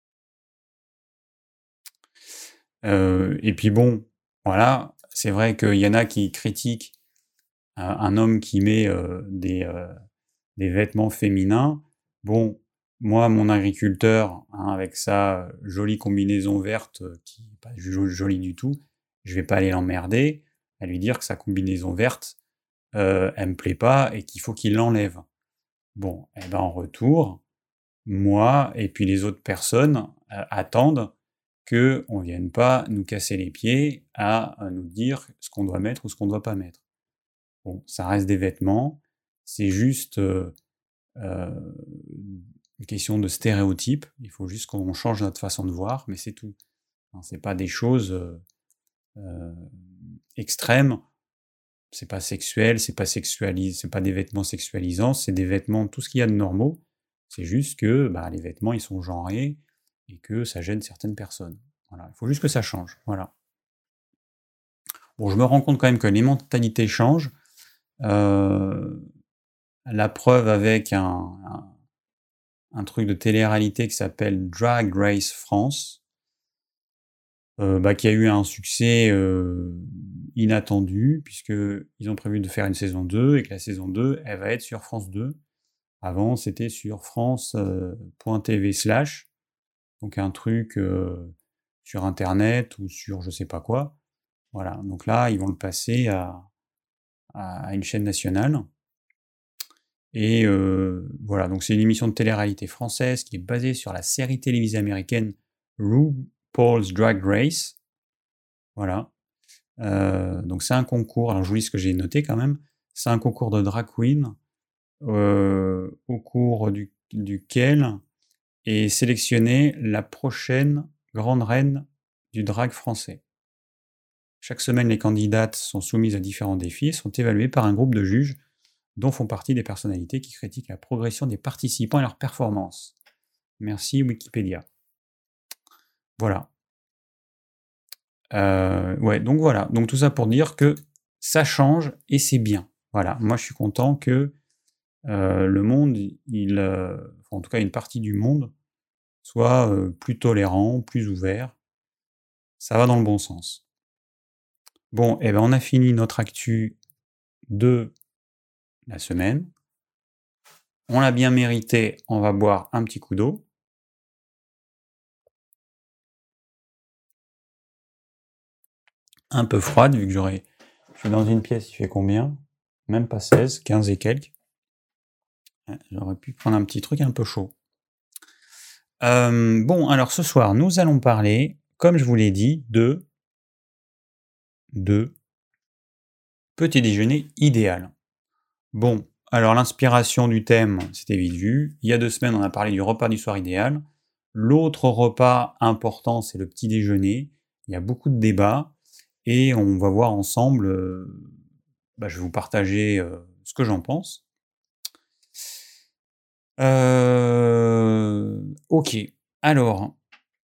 Et puis bon, voilà, c'est vrai qu'il y en a qui critiquent un homme qui met des vêtements féminins. Bon, moi, mon agriculteur, hein, avec sa jolie combinaison verte, qui n'est pas jolie du tout, je vais pas aller l'emmerder à lui dire que sa combinaison verte, elle me plaît pas et qu'il faut qu'il l'enlève. Bon, et ben en retour, moi et puis les autres personnes attendent qu'on ne vienne pas nous casser les pieds à nous dire ce qu'on doit mettre ou ce qu'on ne doit pas mettre. Bon, ça reste des vêtements, c'est juste une question de stéréotype, il faut juste qu'on change notre façon de voir, mais c'est tout. Hein, c'est pas des choses extrêmes, c'est pas sexuel, c'est pas c'est pas des vêtements sexualisants, c'est des vêtements, tout ce qu'il y a de normaux, c'est juste que bah, les vêtements ils sont genrés et que ça gêne certaines personnes. Voilà, il faut juste que ça change. Voilà. Bon, je me rends compte quand même que les mentalités changent. La preuve avec un truc de télé-réalité qui s'appelle Drag Race France, bah, qui a eu un succès inattendu, puisqu'ils ont prévu de faire une saison 2 et que la saison 2, elle va être sur France 2. Avant, c'était sur France.tv/, donc un truc sur Internet ou sur je sais pas quoi. Voilà, donc là, ils vont le passer à une chaîne nationale. Et voilà, donc c'est une émission de télé-réalité française qui est basée sur la série télévisée américaine RuPaul's Drag Race. Voilà. Donc c'est un concours, alors je vous lis ce que j'ai noté quand même. C'est un concours de drag queen au cours duquel est sélectionnée la prochaine grande reine du drag français. Chaque semaine, les candidates sont soumises à différents défis et sont évaluées par un groupe de juges dont font partie des personnalités qui critiquent la progression des participants et leur performance. Merci Wikipédia. Voilà. Ouais, donc voilà. Donc tout ça pour dire que ça change et c'est bien. Voilà. Moi, je suis content que le monde, en tout cas une partie du monde, soit plus tolérant, plus ouvert. Ça va dans le bon sens. Bon, et ben on a fini notre actu de la semaine. On l'a bien mérité, on va boire un petit coup d'eau. Un peu froide, vu que je suis dans une pièce, il fait combien? Même pas 16, 15 et quelques. J'aurais pu prendre un petit truc un peu chaud. Bon, alors ce soir, nous allons parler, comme je vous l'ai dit, de petit déjeuner idéal. Bon, alors l'inspiration du thème, c'était vite vu. Il y a 2 semaines, on a parlé du repas du soir idéal. L'autre repas important, c'est le petit déjeuner. Il y a beaucoup de débats et on va voir ensemble, je vais vous partager ce que j'en pense. Ok, alors,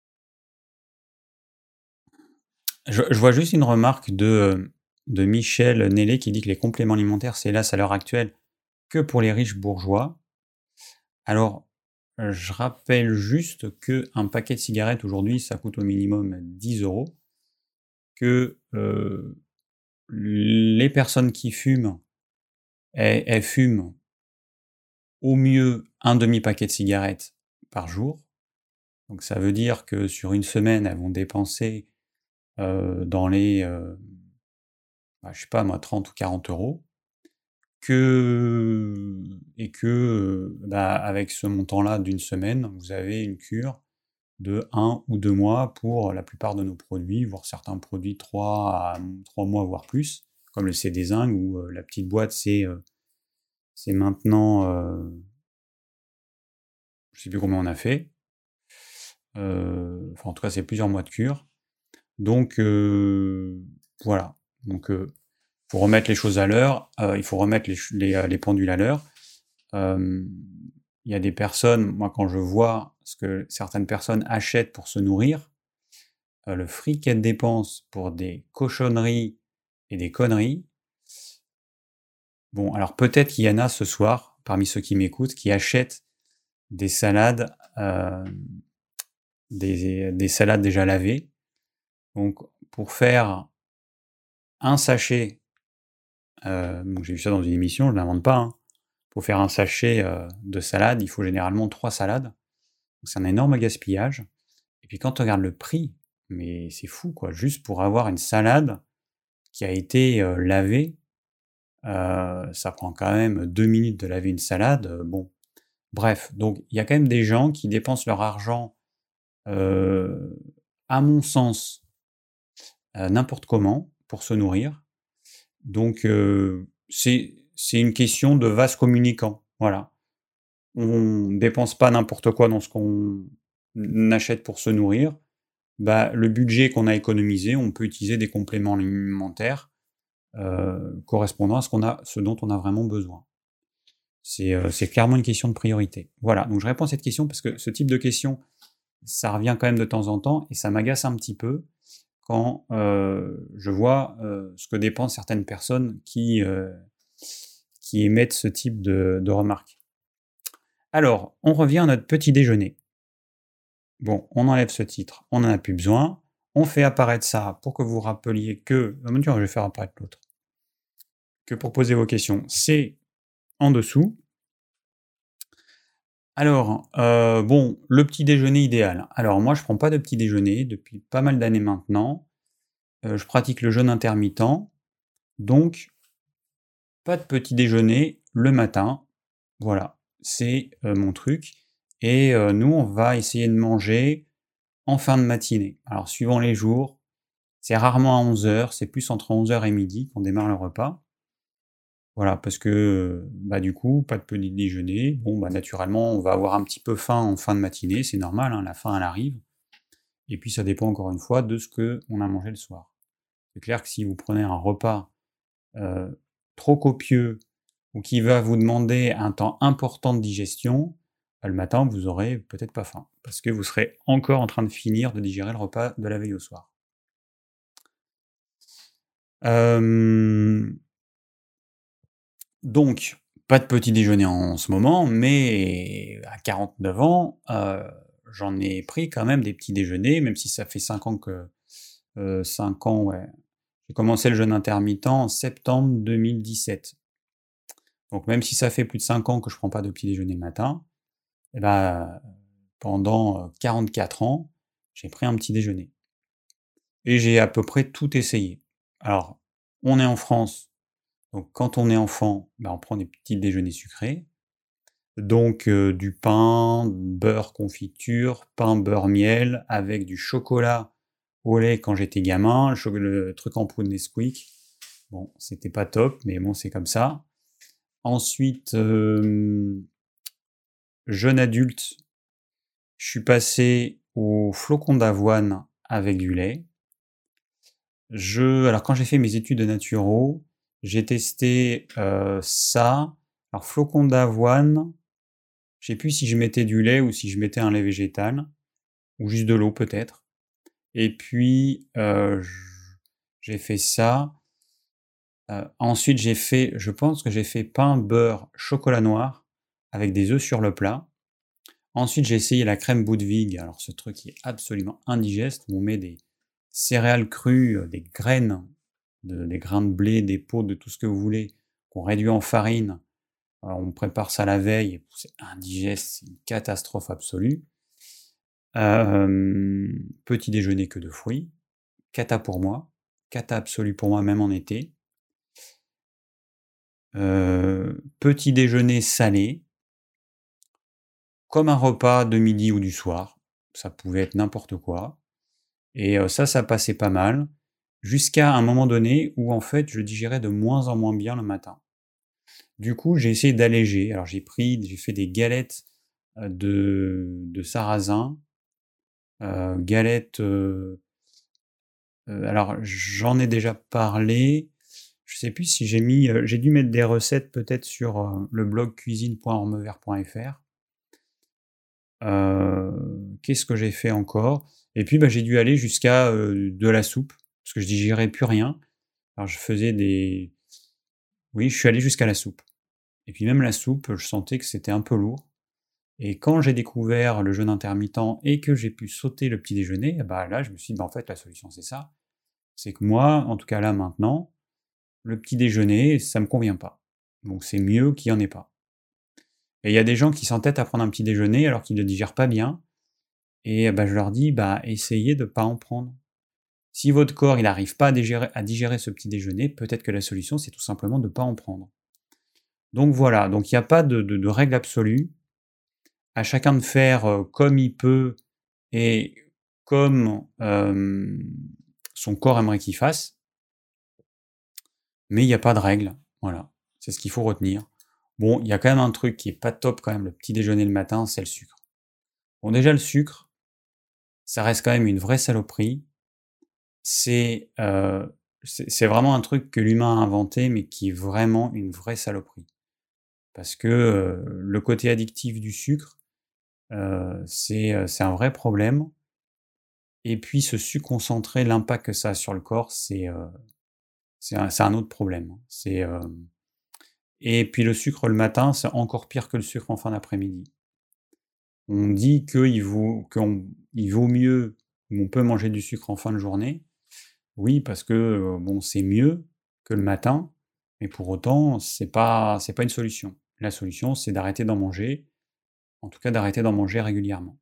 je vois juste une remarque de Michel Nellet qui dit que les compléments alimentaires, c'est hélas à l'heure actuelle que pour les riches bourgeois. Alors, je rappelle juste qu'un paquet de cigarettes aujourd'hui, ça coûte au minimum 10 €, que les personnes qui fument, elles fument au mieux un demi-paquet de cigarettes par jour. Donc ça veut dire que sur une semaine, elles vont dépenser dans les, je sais pas moi, 30 ou 40 €. Et que, avec ce montant-là d'une semaine, vous avez une cure de 1 ou 2 mois pour la plupart de nos produits, voire certains produits 3 mois, voire plus, comme le CD-Zinc où la petite boîte c'est maintenant, je sais plus combien on a fait, en tout cas c'est plusieurs mois de cure. Donc voilà, donc faut remettre les choses à l'heure, il faut remettre les pendules à l'heure. Il y a des personnes, moi quand je vois ce que certaines personnes achètent pour se nourrir, le fric qu'elles dépensent pour des cochonneries et des conneries. Bon, alors peut-être qu'il y en a ce soir, parmi ceux qui m'écoutent, qui achètent des salades, des salades déjà lavées. Donc pour faire un sachet, donc j'ai vu ça dans une émission, je ne l'invente pas, hein. Pour faire un sachet de salade, il faut généralement 3 salades. Donc c'est un énorme gaspillage. Et puis quand on regarde le prix, mais c'est fou quoi, juste pour avoir une salade qui a été lavée, ça prend quand même 2 minutes de laver une salade. Bon, bref, donc il y a quand même des gens qui dépensent leur argent, à mon sens, n'importe comment pour se nourrir. Donc c'est une question de vase communicant, voilà. On dépense pas n'importe quoi dans ce qu'on achète pour se nourrir. Le budget qu'on a économisé, on peut utiliser des compléments alimentaires correspondant à ce dont on a vraiment besoin. C'est clairement une question de priorité. Voilà, donc je réponds à cette question parce que ce type de question, ça revient quand même de temps en temps et ça m'agace un petit peu quand je vois ce que dépensent certaines personnes qui émettent ce type de remarques. Alors, on revient à notre petit déjeuner. Bon, on enlève ce titre, on n'en a plus besoin. On fait apparaître ça pour que vous rappeliez que... je vais faire apparaître l'autre. Que pour poser vos questions, c'est en dessous. Alors, le petit déjeuner idéal. Alors moi, je prends pas de petit déjeuner depuis pas mal d'années maintenant. Je pratique le jeûne intermittent, donc pas de petit déjeuner le matin. Voilà, c'est mon truc. Et nous, on va essayer de manger en fin de matinée. Alors, suivant les jours, c'est rarement à 11 h, c'est plus entre 11 h et midi qu'on démarre le repas. Voilà, parce que du coup, pas de petit déjeuner. Bon, naturellement, on va avoir un petit peu faim en fin de matinée, c'est normal, hein, la faim, elle arrive. Et puis, ça dépend encore une fois de ce qu'on a mangé le soir. C'est clair que si vous prenez un repas trop copieux ou qui va vous demander un temps important de digestion, le matin, vous aurez peut-être pas faim, parce que vous serez encore en train de finir de digérer le repas de la veille au soir. Donc, pas de petit déjeuner en ce moment, mais à 49 ans, j'en ai pris quand même des petits déjeuners, même si ça fait 5 ans que... 5 ans, ouais. J'ai commencé le jeûne intermittent en septembre 2017. Donc même si ça fait plus de 5 ans que je prends pas de petit déjeuner le matin, pendant 44 ans, j'ai pris un petit déjeuner. Et j'ai à peu près tout essayé. Alors, on est en France, donc quand on est enfant, on prend des petits déjeuners sucrés. Donc du pain, beurre, confiture, pain, beurre, miel, avec du chocolat au lait quand j'étais gamin, le truc en poudre Nesquik. Bon, c'était pas top, mais bon, c'est comme ça. Ensuite, jeune adulte, je suis passé au flocon d'avoine avec du lait. Alors quand j'ai fait mes études de naturo, j'ai testé ça. Alors flocon d'avoine, je sais plus si je mettais du lait ou si je mettais un lait végétal, ou juste de l'eau peut-être. Et puis j'ai fait ça. Ensuite, je pense que j'ai fait pain, beurre, chocolat noir avec des œufs sur le plat. Ensuite, j'ai essayé la crème Boudwig. Alors, ce truc est absolument indigeste. On met des céréales crues, des graines, des grains de blé, des pots, de tout ce que vous voulez, qu'on réduit en farine. On prépare ça la veille. C'est indigeste, c'est une catastrophe absolue. Petit déjeuner que de fruits. Cata pour moi. Cata absolue pour moi, même en été. Petit déjeuner salé. Comme un repas de midi ou du soir. Ça pouvait être n'importe quoi. Et ça passait pas mal. Jusqu'à un moment donné où en fait je digérais de moins en moins bien le matin. Du coup, j'ai essayé d'alléger. Alors j'ai fait des galettes de sarrasin. Galettes. Alors j'en ai déjà parlé. Je sais plus si j'ai dû mettre des recettes peut-être sur le blog cuisine.ormevert.fr. Qu'est-ce que j'ai fait encore? Et puis j'ai dû aller jusqu'à de la soupe, parce que je digérais plus rien. Alors oui, je suis allé jusqu'à la soupe. Et puis même la soupe, je sentais que c'était un peu lourd. Et quand j'ai découvert le jeûne intermittent et que j'ai pu sauter le petit déjeuner, là je me suis dit, en fait la solution c'est ça. C'est que moi, en tout cas là maintenant, le petit déjeuner, ça me convient pas. Donc c'est mieux qu'il n'y en ait pas. Et il y a des gens qui s'entêtent à prendre un petit déjeuner alors qu'ils ne digèrent pas bien. Et je leur dis, essayez de ne pas en prendre. Si votre corps il n'arrive pas à digérer ce petit déjeuner, peut-être que la solution c'est tout simplement de ne pas en prendre. Donc voilà, donc il n'y a pas de règle absolue. À chacun de faire comme il peut et comme son corps aimerait qu'il fasse. Mais il n'y a pas de règle. Voilà, c'est ce qu'il faut retenir. Bon, il y a quand même un truc qui est pas top quand même, le petit déjeuner le matin, c'est le sucre. Bon, déjà le sucre, ça reste quand même une vraie saloperie. C'est vraiment un truc que l'humain a inventé, mais qui est vraiment une vraie saloperie. Parce que le côté addictif du sucre, c'est un vrai problème. Et puis ce sucre concentré, l'impact que ça a sur le corps, c'est un autre problème. Et puis le sucre le matin, c'est encore pire que le sucre en fin d'après-midi. On dit qu'il vaut mieux, ou on peut manger du sucre en fin de journée. Oui, parce que c'est mieux que le matin, mais pour autant, c'est pas une solution. La solution, c'est d'arrêter d'en manger, en tout cas d'arrêter d'en manger régulièrement.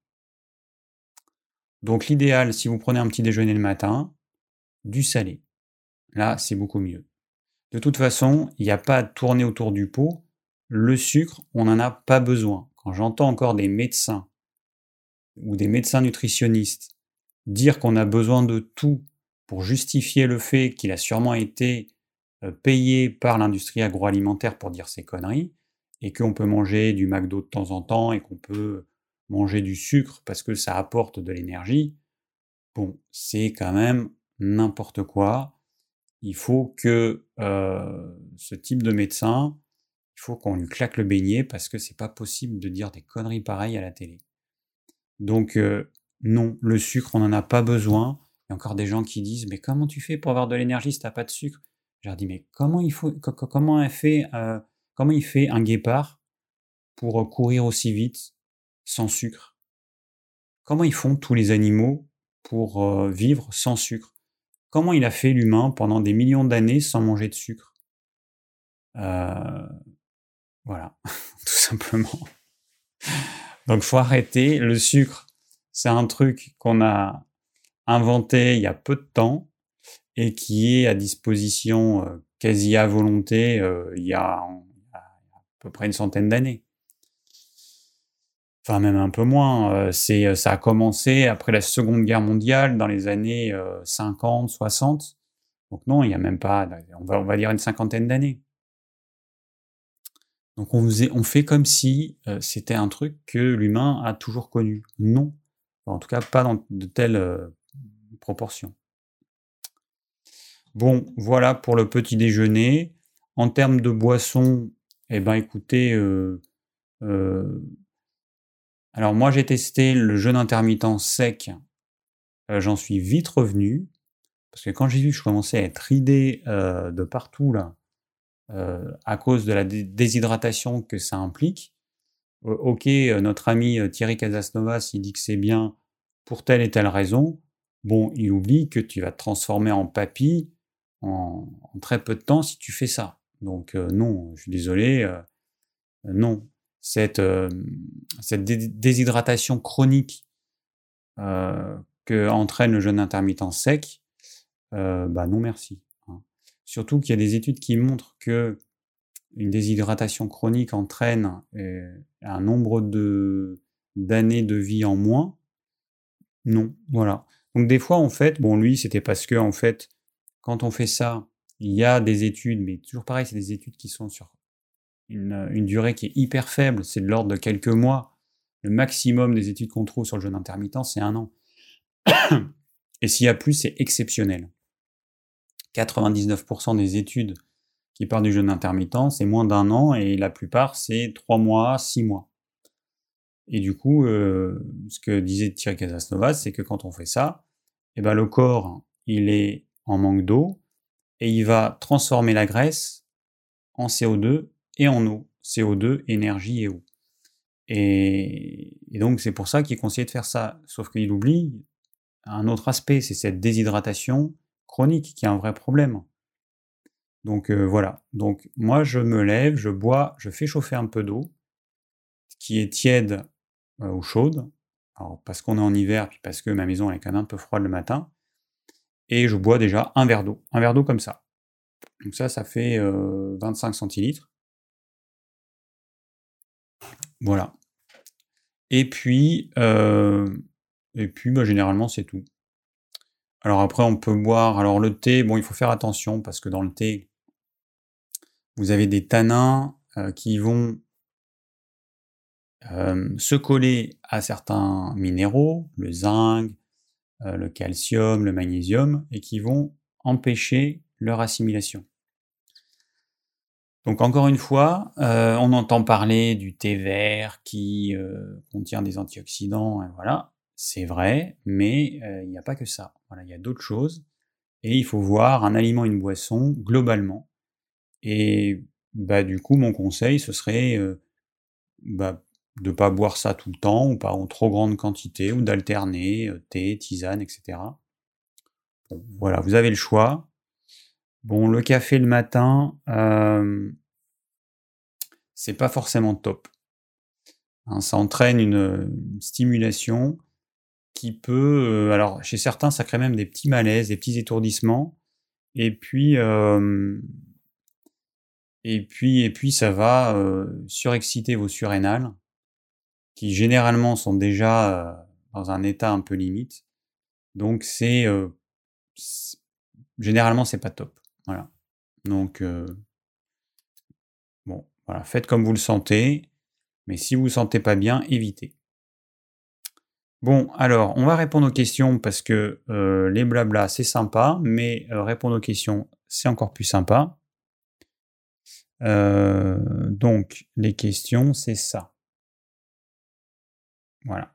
Donc l'idéal, si vous prenez un petit déjeuner le matin, du salé. Là, c'est beaucoup mieux. De toute façon, il n'y a pas à tourner autour du pot. Le sucre, on n'en a pas besoin. Quand j'entends encore des médecins ou des médecins nutritionnistes dire qu'on a besoin de tout pour justifier le fait qu'il a sûrement été payé par l'industrie agroalimentaire pour dire ces conneries, et qu'on peut manger du McDo de temps en temps, et qu'on peut manger du sucre parce que ça apporte de l'énergie, bon, c'est quand même n'importe quoi. Il faut que ce type de médecin, il faut qu'on lui claque le beignet, parce que c'est pas possible de dire des conneries pareilles à la télé. Donc non, le sucre, on n'en a pas besoin. Il y a encore des gens qui disent, mais comment tu fais pour avoir de l'énergie si t'as pas de sucre? Je leur dis, mais comment il fait un guépard pour courir aussi vite sans sucre? Comment ils font tous les animaux pour vivre sans sucre? Comment il a fait l'humain pendant des millions d'années sans manger de sucre? Voilà, tout simplement. Donc faut arrêter. Le sucre, c'est un truc qu'on a inventé il y a peu de temps et qui est à disposition quasi à volonté il y a à peu près une centaine d'années. Enfin même un peu moins. Ça a commencé après la Seconde Guerre mondiale dans les années 50, 60. Donc non, il n'y a même pas, on va dire une cinquantaine d'années. Donc on fait comme si c'était un truc que l'humain a toujours connu. Non. En tout cas, pas dans de telles proportions. Bon, voilà pour le petit déjeuner. En termes de boisson, écoutez, alors moi j'ai testé le jeûne intermittent sec. J'en suis vite revenu, Parce que quand j'ai vu que je commençais à être ridé de partout, là, à cause de la déshydratation que ça implique, ok, notre ami Thierry Casasnovas, il dit que c'est bien pour telle et telle raison. Bon, il oublie que tu vas te transformer en papy en très peu de temps si tu fais ça. Donc non, je suis désolé, non. Cette déshydratation chronique que entraîne le jeûne intermittent sec, bah non merci, hein. Surtout qu'il y a des études qui montrent que une déshydratation chronique entraîne un nombre d'années de vie en moins. Non, voilà. Donc des fois, en fait, bon, lui, c'était parce que, en fait, quand on fait ça, il y a des études, mais toujours pareil, c'est des études qui sont sur une durée qui est hyper faible, c'est de l'ordre de quelques mois. Le maximum des études qu'on trouve sur le jeûne intermittent, c'est 1 an. Et s'il y a plus, c'est exceptionnel. 99% des études qui parlent du jeûne intermittent, c'est moins d'1 an, et la plupart, c'est 3 mois, 6 mois. Et du coup, ce que disait Thierry Casasnovas, c'est que quand on fait ça, eh ben, le corps, il est en manque d'eau, et il va transformer la graisse en CO2 et en eau. CO2, énergie et eau. Et donc, c'est pour ça qu'il est conseillé de faire ça. Sauf qu'il oublie un autre aspect, c'est cette déshydratation chronique qui est un vrai problème. Donc voilà. Donc moi, je me lève, je bois, je fais chauffer un peu d'eau, qui est tiède ou chaude. Alors, parce qu'on est en hiver, puis parce que ma maison elle est quand même un peu froide le matin. Et je bois déjà un verre d'eau. Un verre d'eau comme ça. Donc ça fait 25 centilitres. Voilà. Et puis bah, généralement, c'est tout. Alors après, on peut boire... Alors le thé, bon, il faut faire attention, parce que dans le thé, vous avez des tanins qui vont se coller à certains minéraux, le zinc, le calcium, le magnésium, et qui vont empêcher leur assimilation. Donc encore une fois, on entend parler du thé vert qui contient des antioxydants, et voilà, c'est vrai, mais il n'y a pas que ça. Voilà, il y a d'autres choses, et il faut voir un aliment, une boisson, globalement. Et bah, du coup, mon conseil, ce serait bah, de ne pas boire ça tout le temps, ou pas en trop grande quantité, ou d'alterner thé, tisane, etc. Bon, voilà, vous avez le choix. Bon, le café le matin, c'est pas forcément top. Hein, ça entraîne une stimulation qui peut... alors, chez certains, ça crée même des petits malaises, des petits étourdissements, et puis ça va surexciter vos surrénales, qui généralement sont déjà dans un état un peu limite. Donc généralement c'est pas top. Voilà. Donc bon, voilà, faites comme vous le sentez, mais si vous vous sentez pas bien, évitez. Bon, alors, on va répondre aux questions, parce que les blablas, c'est sympa, mais répondre aux questions, c'est encore plus sympa. Donc, les questions, c'est ça. Voilà.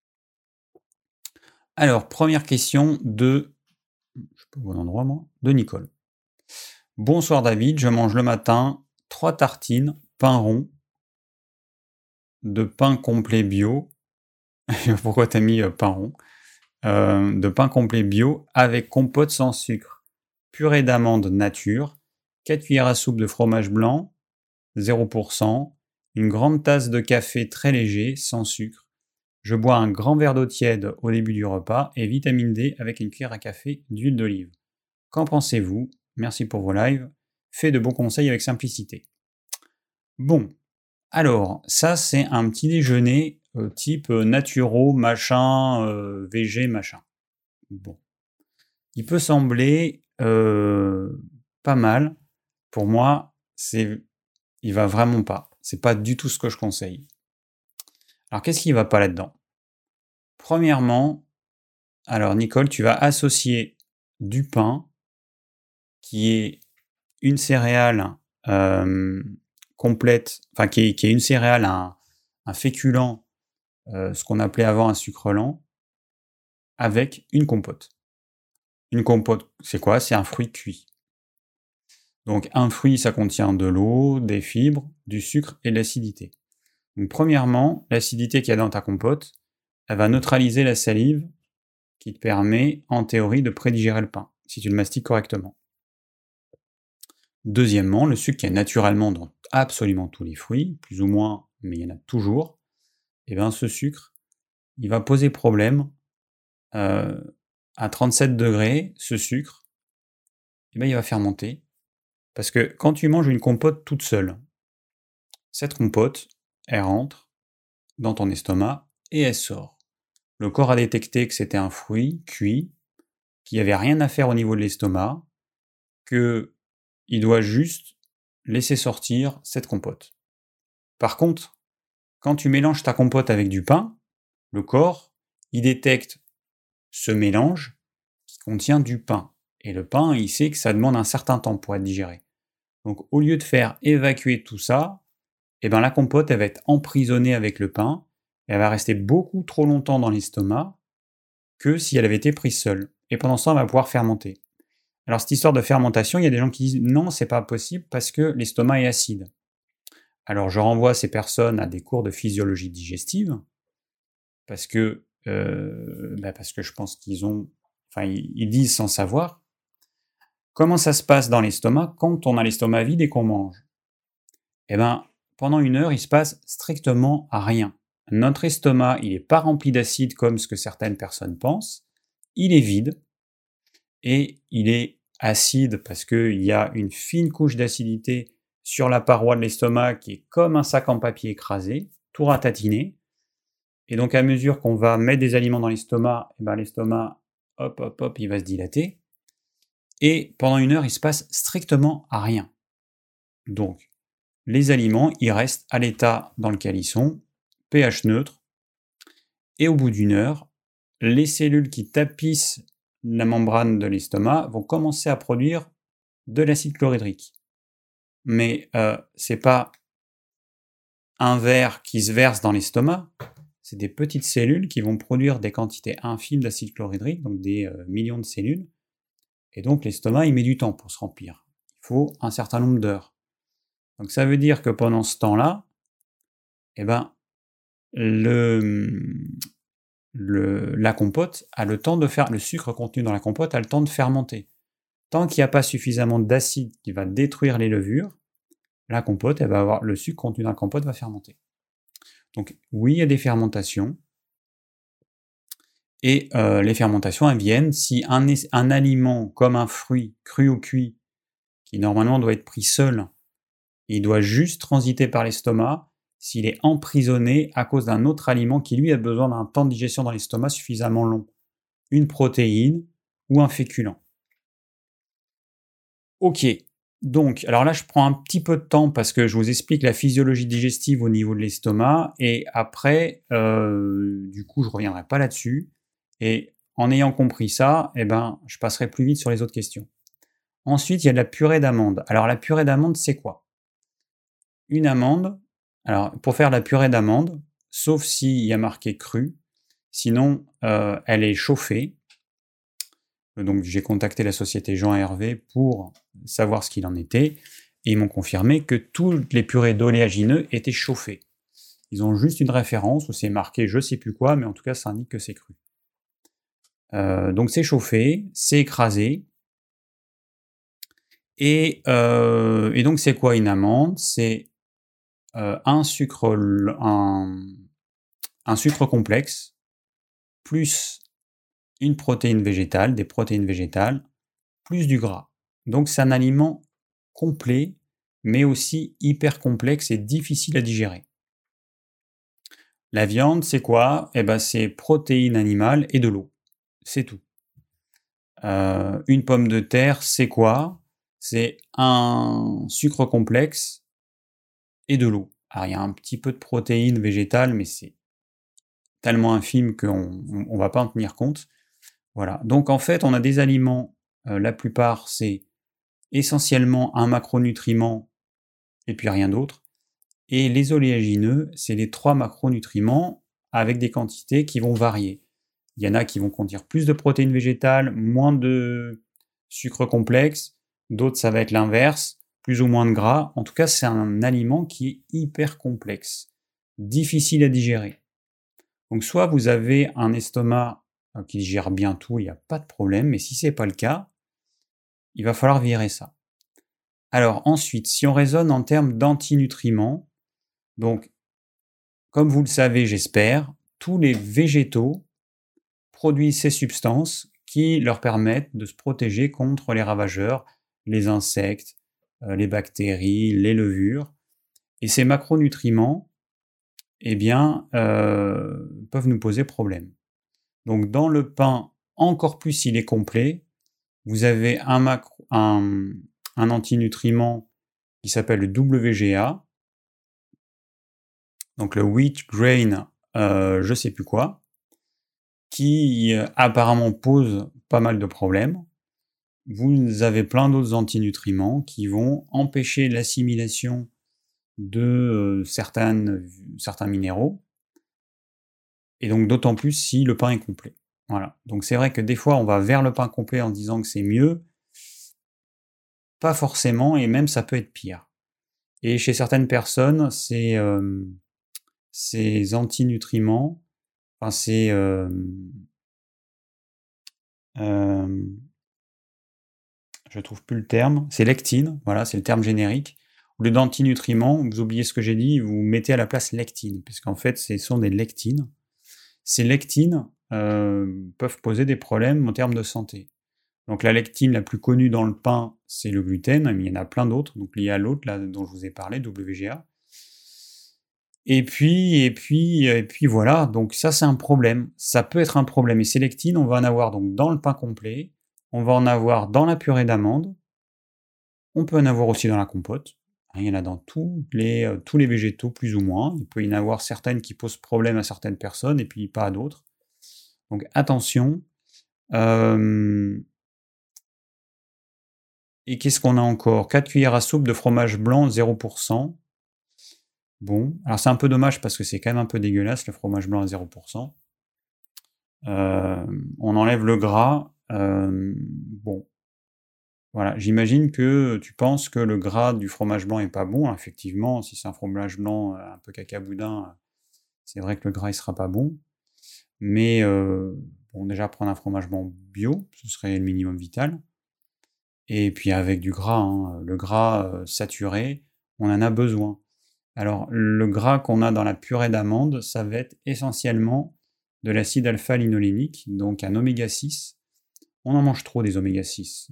Alors, première question de... Je suis pas au bon endroit, moi. De Nicole. Bonsoir David, je mange le matin 3 tartines, pain rond, de pain complet bio. Pourquoi t'as mis pain rond? De pain complet bio avec compote sans sucre, purée d'amande nature, 4 cuillères à soupe de fromage blanc, 0%, une grande tasse de café très léger, sans sucre. Je bois un grand verre d'eau tiède au début du repas et vitamine D avec une cuillère à café d'huile d'olive. Qu'en pensez-vous? Merci pour vos lives. Fait de bons conseils avec simplicité. Bon, alors, ça c'est un petit déjeuner type naturo, machin, VG, machin. Bon. Il peut sembler pas mal. Pour moi, il va vraiment pas. C'est pas du tout ce que je conseille. Alors, qu'est-ce qui va pas là-dedans? Premièrement, alors Nicole, tu vas associer du pain, qui est une céréale complète, enfin qui est une céréale, un féculent, ce qu'on appelait avant un sucre lent, avec une compote. Une compote, c'est quoi? C'est un fruit cuit. Donc un fruit, ça contient de l'eau, des fibres, du sucre et de l'acidité. Donc premièrement, l'acidité qu'il y a dans ta compote, elle va neutraliser la salive qui te permet, en théorie, de prédigérer le pain, si tu le mastiques correctement. Deuxièmement, le sucre qui est naturellement dans absolument tous les fruits, plus ou moins, mais il y en a toujours, et bien ce sucre, il va poser problème à 37 degrés, ce sucre, et bien il va fermenter. Parce que quand tu manges une compote toute seule, cette compote, elle rentre dans ton estomac et elle sort. Le corps a détecté que c'était un fruit cuit, qu'il n'y avait rien à faire au niveau de l'estomac, qu'il doit juste laisser sortir cette compote. Par contre, quand tu mélanges ta compote avec du pain, le corps, il détecte ce mélange qui contient du pain. Et le pain, il sait que ça demande un certain temps pour être digéré. Donc au lieu de faire évacuer tout ça, eh ben, la compote elle va être emprisonnée avec le pain, et elle va rester beaucoup trop longtemps dans l'estomac que si elle avait été prise seule. Et pendant ce temps, elle va pouvoir fermenter. Alors cette histoire de fermentation, il y a des gens qui disent non, c'est pas possible parce que l'estomac est acide. Alors je renvoie ces personnes à des cours de physiologie digestive, parce que je pense ils disent sans savoir. Comment ça se passe dans l'estomac quand on a l'estomac vide et qu'on mange? Eh bien, pendant 1 heure, il se passe strictement rien. Notre estomac, il n'est pas rempli d'acide comme ce que certaines personnes pensent. Il est vide et il est acide parce qu'il y a une fine couche d'acidité sur la paroi de l'estomac qui est comme un sac en papier écrasé, tout ratatiné. Et donc à mesure qu'on va mettre des aliments dans l'estomac, l'estomac, hop, il va se dilater. Et pendant 1 heure, il se passe strictement rien. Donc, les aliments, ils restent à l'état dans lequel ils sont, pH neutre, et au bout d'1 heure, les cellules qui tapissent la membrane de l'estomac vont commencer à produire de l'acide chlorhydrique. Mais c'est pas un verre qui se verse dans l'estomac, c'est des petites cellules qui vont produire des quantités infimes d'acide chlorhydrique, donc des millions de cellules, et donc l'estomac, il met du temps pour se remplir. Il faut un certain nombre d'heures. Donc ça veut dire que pendant ce temps-là, la compote a le temps de faire, le sucre contenu dans la compote a le temps de fermenter. Tant qu'il n'y a pas suffisamment d'acide qui va détruire les levures, le sucre contenu dans la compote va fermenter. Donc oui, il y a des fermentations. Et les fermentations, elles viennent si un aliment comme un fruit, cru ou cuit, qui normalement doit être pris seul, il doit juste transiter par l'estomac s'il est emprisonné à cause d'un autre aliment qui lui a besoin d'un temps de digestion dans l'estomac suffisamment long. Une protéine ou un féculent. Ok, donc, alors là je prends un petit peu de temps parce que je vous explique la physiologie digestive au niveau de l'estomac et après, du coup je ne reviendrai pas là-dessus. Et en ayant compris ça, je passerai plus vite sur les autres questions. Ensuite, il y a de la purée d'amande. Alors la purée d'amande, c'est quoi? Une amande, alors pour faire la purée d'amande, sauf s'il y a marqué cru, sinon elle est chauffée. Donc j'ai contacté la société Jean Hervé pour savoir ce qu'il en était, et ils m'ont confirmé que toutes les purées d'oléagineux étaient chauffées. Ils ont juste une référence où c'est marqué je sais plus quoi, mais en tout cas ça indique que c'est cru. Donc c'est chauffé, c'est écrasé, et donc c'est quoi une amande? C'est un sucre complexe, plus une protéine végétale, des protéines végétales, plus du gras. Donc c'est un aliment complet, mais aussi hyper complexe et difficile à digérer. La viande, c'est quoi? C'est protéines animales et de l'eau. C'est tout. Une pomme de terre, c'est quoi? C'est un sucre complexe et de l'eau. Alors il y a un petit peu de protéines végétales, mais c'est tellement infime qu'on ne va pas en tenir compte. Voilà. Donc en fait, on a des aliments, la plupart, c'est essentiellement un macronutriment et puis rien d'autre. Et les oléagineux, c'est les 3 macronutriments avec des quantités qui vont varier. Il y en a qui vont contenir plus de protéines végétales, moins de sucre complexe, d'autres ça va être l'inverse, plus ou moins de gras. En tout cas, c'est un aliment qui est hyper complexe, difficile à digérer. Donc soit vous avez un estomac qui digère bien tout, il n'y a pas de problème, mais si ce n'est pas le cas, il va falloir virer ça. Alors ensuite, si on raisonne en termes d'antinutriments, donc comme vous le savez, j'espère, tous les végétaux produisent ces substances qui leur permettent de se protéger contre les ravageurs, les insectes, les bactéries, les levures. Et ces macronutriments, eh bien, peuvent nous poser problème. Donc dans le pain, encore plus s'il est complet, vous avez un antinutriment qui s'appelle le WGA, donc le wheat grain, je sais plus quoi, qui apparemment pose pas mal de problèmes. Vous avez plein d'autres antinutriments qui vont empêcher l'assimilation de certains minéraux, et donc d'autant plus si le pain est complet. Voilà. Donc c'est vrai que des fois on va vers le pain complet en disant que c'est mieux, pas forcément, et même ça peut être pire. Et chez certaines personnes, ces antinutriments, enfin je trouve plus le terme, c'est lectine, voilà, c'est le terme générique. Au lieu d'antinutriments, vous oubliez ce que j'ai dit, vous mettez à la place lectine, puisqu'en fait, ce sont des lectines. Ces lectines peuvent poser des problèmes en termes de santé. Donc la lectine la plus connue dans le pain, c'est le gluten, mais il y en a plein d'autres, donc liées à l'autre, là, dont je vous ai parlé, WGA. Et puis voilà, donc ça c'est un problème. Ça peut être un problème. Et ces lectines, on va en avoir donc dans le pain complet, on va en avoir dans la purée d'amande, on peut en avoir aussi dans la compote. Il y en a dans tous les végétaux, plus ou moins. Il peut y en avoir certaines qui posent problème à certaines personnes et puis pas à d'autres. Donc attention. Et qu'est-ce qu'on a encore? 4 cuillères à soupe de fromage blanc 0%. Bon, alors c'est un peu dommage parce que c'est quand même un peu dégueulasse le fromage blanc à 0%. On enlève le gras. Bon, voilà, j'imagine que tu penses que le gras du fromage blanc est pas bon. Alors, effectivement, si c'est un fromage blanc un peu cacaboudin, c'est vrai que le gras il sera pas bon. Mais bon, déjà prendre un fromage blanc bio, ce serait le minimum vital. Et puis avec du gras, hein, le gras saturé, on en a besoin. Alors le gras qu'on a dans la purée d'amande, ça va être essentiellement de l'acide alpha-linolénique, donc un oméga 6. On en mange trop des oméga 6.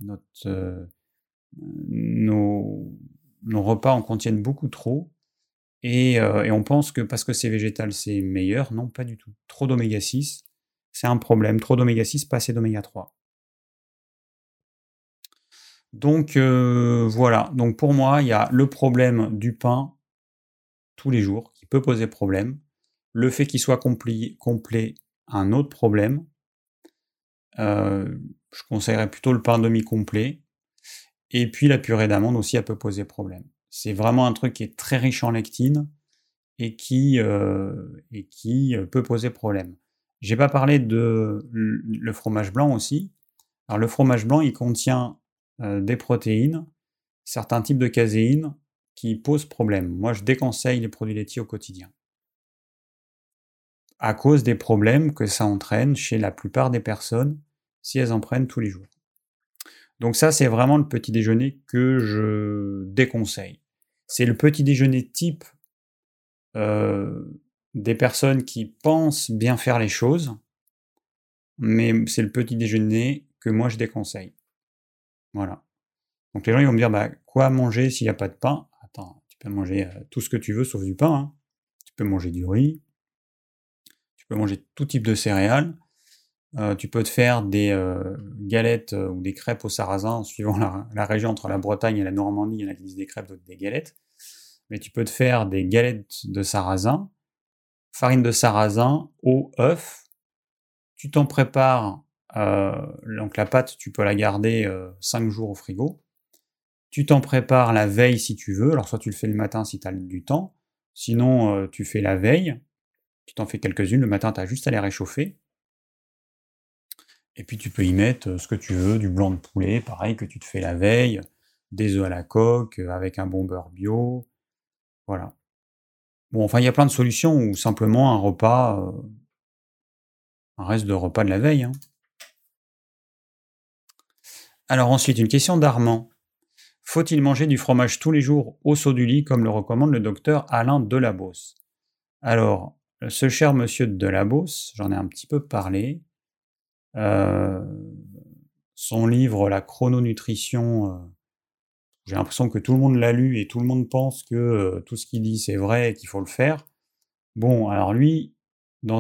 Nos repas en contiennent beaucoup trop. Et on pense que parce que c'est végétal, c'est meilleur. Non, pas du tout. Trop d'oméga 6, c'est un problème. Trop d'oméga 6, pas assez d'oméga 3. Donc voilà. Donc pour moi, il y a le problème du pain tous les jours qui peut poser problème. Le fait qu'il soit complet, un autre problème. Je conseillerais plutôt le pain demi-complet. Et puis la purée d'amande aussi, elle peut poser problème. C'est vraiment un truc qui est très riche en lectine et qui peut poser problème. J'ai pas parlé de le fromage blanc aussi. Alors le fromage blanc, il contient des protéines, certains types de caséine qui posent problème. Moi, je déconseille les produits laitiers au quotidien, à cause des problèmes que ça entraîne chez la plupart des personnes si elles en prennent tous les jours. Donc ça, c'est vraiment le petit déjeuner que je déconseille. C'est le petit déjeuner type des personnes qui pensent bien faire les choses, mais c'est le petit déjeuner que moi je déconseille. Voilà. Donc les gens ils vont me dire, bah, quoi manger s'il n'y a pas de pain? Attends, tu peux manger tout ce que tu veux sauf du pain, hein. Tu peux manger du riz, tu peux manger tout type de céréales, tu peux te faire des galettes ou des crêpes au sarrasin, suivant la région entre la Bretagne et la Normandie, il y en a qui disent des crêpes, d'autres des galettes. Mais tu peux te faire des galettes de sarrasin, farine de sarrasin, eau, œuf. Tu t'en prépares, donc la pâte, tu peux la garder 5 jours au frigo. Tu t'en prépares la veille si tu veux, alors soit tu le fais le matin si tu as du temps, sinon tu fais la veille, tu t'en fais quelques-unes, le matin tu as juste à les réchauffer. Et puis tu peux y mettre ce que tu veux, du blanc de poulet, pareil, que tu te fais la veille, des œufs à la coque, avec un bon beurre bio, voilà. Bon, enfin, il y a plein de solutions ou simplement un repas, un reste de repas de la veille, hein. Alors ensuite, une question d'Armand. Faut-il manger du fromage tous les jours au saut du lit, comme le recommande le docteur Alain Delabos? Alors, ce cher monsieur Delabos, j'en ai un petit peu parlé. Son livre La chrononutrition, j'ai l'impression que tout le monde l'a lu et tout le monde pense que tout ce qu'il dit c'est vrai et qu'il faut le faire. Bon, alors lui, dans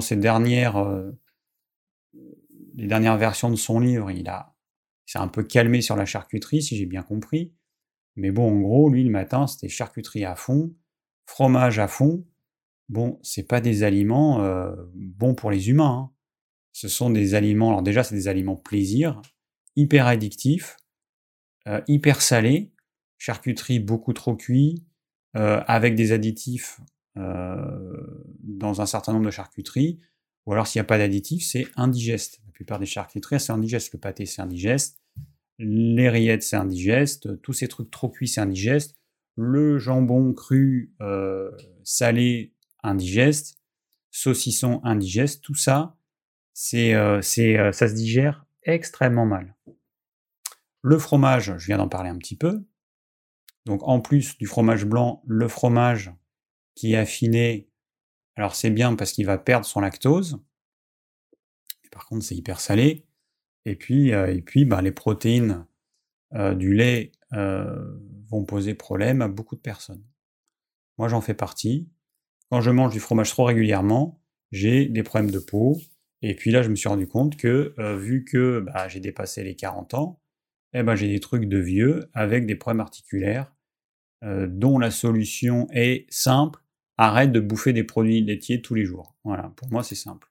les dernières versions de son livre, il s'est un peu calmé sur la charcuterie, si j'ai bien compris. Mais bon, en gros, lui, le matin, c'était charcuterie à fond, fromage à fond. Bon, c'est pas des aliments bons pour les humains, hein. Ce sont des aliments, alors déjà, c'est des aliments plaisir, hyper addictifs, hyper salés, charcuterie beaucoup trop cuit, avec des additifs dans un certain nombre de charcuteries, ou alors s'il n'y a pas d'additifs, c'est indigeste. La plupart des charcuteries, c'est indigeste. Le pâté, c'est indigeste. Les rillettes, c'est indigeste. Tous ces trucs trop cuits, c'est indigeste. Le jambon cru, salé, indigeste. Saucisson, indigeste. Tout ça, ça se digère extrêmement mal. Le fromage, je viens d'en parler un petit peu. Donc en plus du fromage blanc, le fromage qui est affiné, alors c'est bien parce qu'il va perdre son lactose. Mais par contre, c'est hyper salé. Et puis, les protéines du lait vont poser problème à beaucoup de personnes. Moi, j'en fais partie. Quand je mange du fromage trop régulièrement, j'ai des problèmes de peau. Et puis là, je me suis rendu compte que, vu que j'ai dépassé les 40 ans, j'ai des trucs de vieux avec des problèmes articulaires, dont la solution est simple, arrête de bouffer des produits laitiers tous les jours. Voilà, pour moi, c'est simple.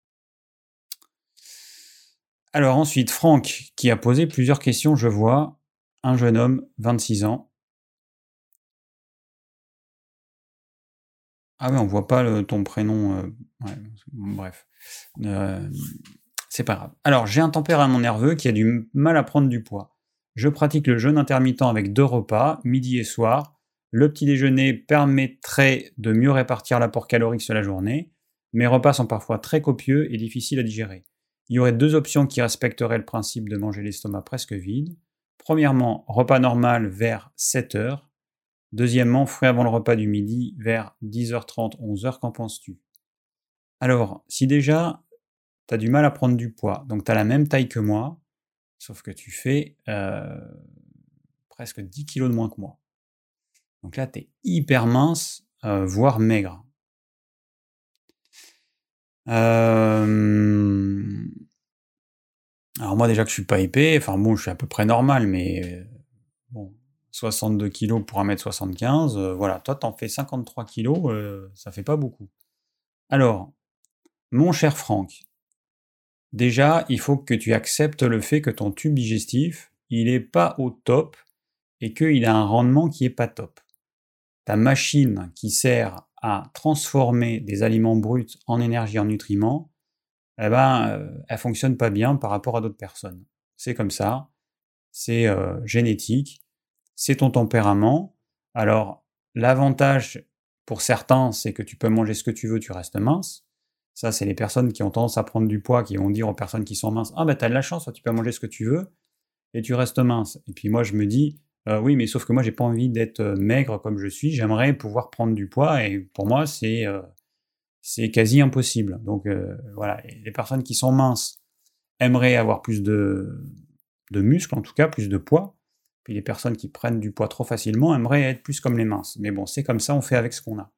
Alors ensuite, Franck, qui a posé plusieurs questions, je vois, un jeune homme, 26 ans. Ah oui, on voit pas ton prénom. Ouais, bref. C'est pas grave. Alors, j'ai un tempérament nerveux qui a du mal à prendre du poids. Je pratique le jeûne intermittent avec 2 repas, midi et soir. Le petit déjeuner permettrait de mieux répartir l'apport calorique sur la journée. Mes repas sont parfois très copieux et difficiles à digérer. Il y aurait 2 options qui respecteraient le principe de manger l'estomac presque vide. Premièrement, repas normal vers 7 heures. Deuxièmement, fruits avant le repas du midi vers 10h30, 11h, qu'en penses-tu? Alors, si déjà, tu as du mal à prendre du poids, donc tu as la même taille que moi, sauf que tu fais presque 10 kilos de moins que moi. Donc là, tu es hyper mince, voire maigre. Alors moi déjà que je suis pas épais, enfin bon, je suis à peu près normal, mais bon, 62 kilos pour 1m75, voilà, toi t'en fais 53 kilos, ça fait pas beaucoup. Alors, mon cher Franck, déjà, il faut que tu acceptes le fait que ton tube digestif, il est pas au top et qu'il a un rendement qui est pas top. Ta machine qui sert à transformer des aliments bruts en énergie, en nutriments, elle fonctionne pas bien par rapport à d'autres personnes. C'est comme ça, c'est génétique, c'est ton tempérament. Alors, l'avantage pour certains, c'est que tu peux manger ce que tu veux, tu restes mince. Ça, c'est les personnes qui ont tendance à prendre du poids, qui vont dire aux personnes qui sont minces, « Ah t'as de la chance, tu peux manger ce que tu veux, et tu restes mince. » Et puis moi, je me dis, oui, mais sauf que moi, j'ai pas envie d'être maigre comme je suis, j'aimerais pouvoir prendre du poids, et pour moi, c'est quasi impossible. Donc voilà, et les personnes qui sont minces aimeraient avoir plus de muscles, en tout cas, plus de poids. Puis les personnes qui prennent du poids trop facilement aimeraient être plus comme les minces. Mais bon, c'est comme ça, on fait avec ce qu'on a.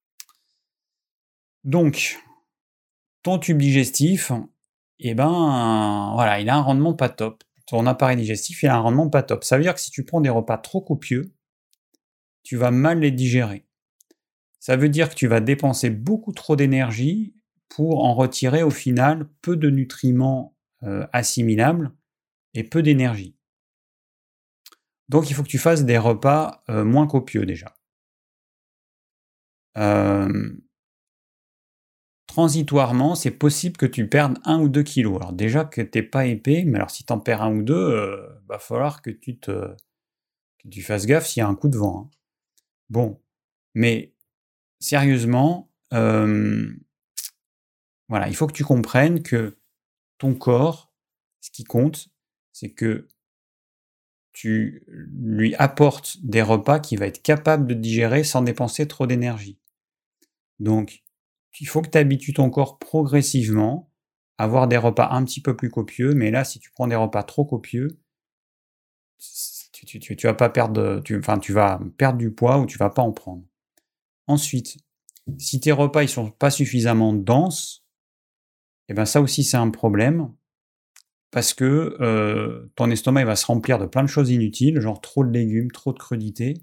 Donc, ton tube digestif, voilà, il a un rendement pas top. Ton appareil digestif, il a un rendement pas top. Ça veut dire que si tu prends des repas trop copieux, tu vas mal les digérer. Ça veut dire que tu vas dépenser beaucoup trop d'énergie pour en retirer au final peu de nutriments assimilables et peu d'énergie. Donc il faut que tu fasses des repas moins copieux déjà. transitoirement, c'est possible que tu perdes 1 ou 2 kilos. Alors déjà que t'es pas épais, mais alors si t'en perds 1 ou 2, va falloir que tu fasses gaffe s'il y a un coup de vent, hein. Bon, mais sérieusement, voilà, il faut que tu comprennes que ton corps, ce qui compte, c'est que tu lui apportes des repas qu'il va être capable de digérer sans dépenser trop d'énergie. Donc, il faut que tu habitues ton corps progressivement à avoir des repas un petit peu plus copieux, mais là, si tu prends des repas trop copieux, tu vas pas perdre, tu vas perdre du poids ou tu vas pas en prendre. Ensuite, si tes repas ils sont pas suffisamment denses, et ben ça aussi c'est un problème parce que ton estomac il va se remplir de plein de choses inutiles, genre trop de légumes, trop de crudités,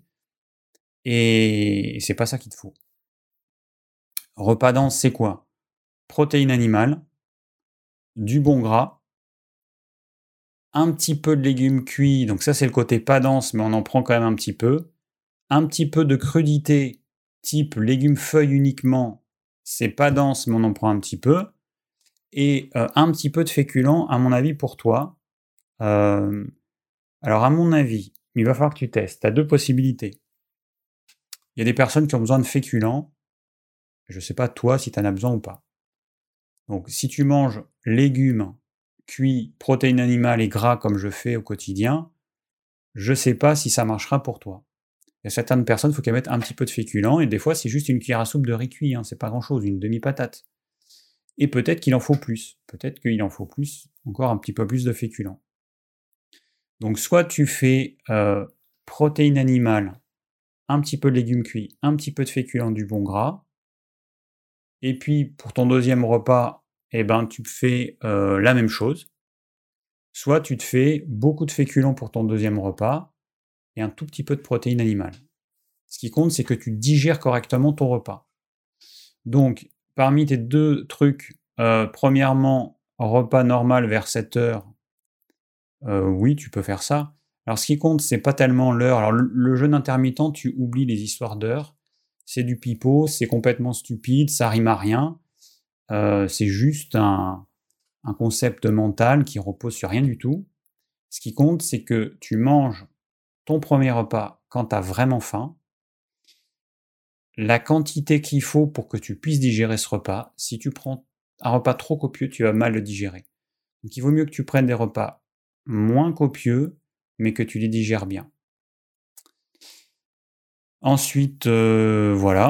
et c'est pas ça qu'il te faut. Repas dense, c'est quoi? Protéines animales, du bon gras, un petit peu de légumes cuits, donc ça c'est le côté pas dense, mais on en prend quand même un petit peu de crudité, type légumes feuilles uniquement, c'est pas dense, mais on en prend un petit peu, et un petit peu de féculents, à mon avis, pour toi. Euh, alors, à mon avis, il va falloir que tu testes. Tu as deux possibilités. Il y a des personnes qui ont besoin de féculents. Je ne sais pas, toi, si tu en as besoin ou pas. Donc, si tu manges légumes, cuits, protéines animales et gras comme je fais au quotidien, je ne sais pas si ça marchera pour toi. Il y a certaines personnes, il faut qu'elles mettent un petit peu de féculents, et des fois, c'est juste une cuillère à soupe de riz cuit, hein, c'est pas grand-chose, une demi-patate. Et peut-être qu'il en faut plus. Peut-être qu'il en faut plus, encore un petit peu plus de féculents. Donc, soit tu fais protéines animales, un petit peu de légumes cuits, un petit peu de féculents, du bon gras. Et puis, pour ton deuxième repas, eh ben, tu fais la même chose. Soit tu te fais beaucoup de féculents pour ton deuxième repas et un tout petit peu de protéines animales. Ce qui compte, c'est que tu digères correctement ton repas. Donc, parmi tes deux trucs, premièrement, repas normal vers 7 heures, oui, tu peux faire ça. Alors, ce qui compte, c'est pas tellement l'heure. Alors, le jeûne intermittent, tu oublies les histoires d'heures. C'est du pipeau, c'est complètement stupide, ça rime à rien. C'est juste un concept mental qui repose sur rien du tout. Ce qui compte, c'est que tu manges ton premier repas quand tu as vraiment faim, la quantité qu'il faut pour que tu puisses digérer ce repas. Si tu prends un repas trop copieux, tu vas mal le digérer. Donc il vaut mieux que tu prennes des repas moins copieux, mais que tu les digères bien. Ensuite, voilà.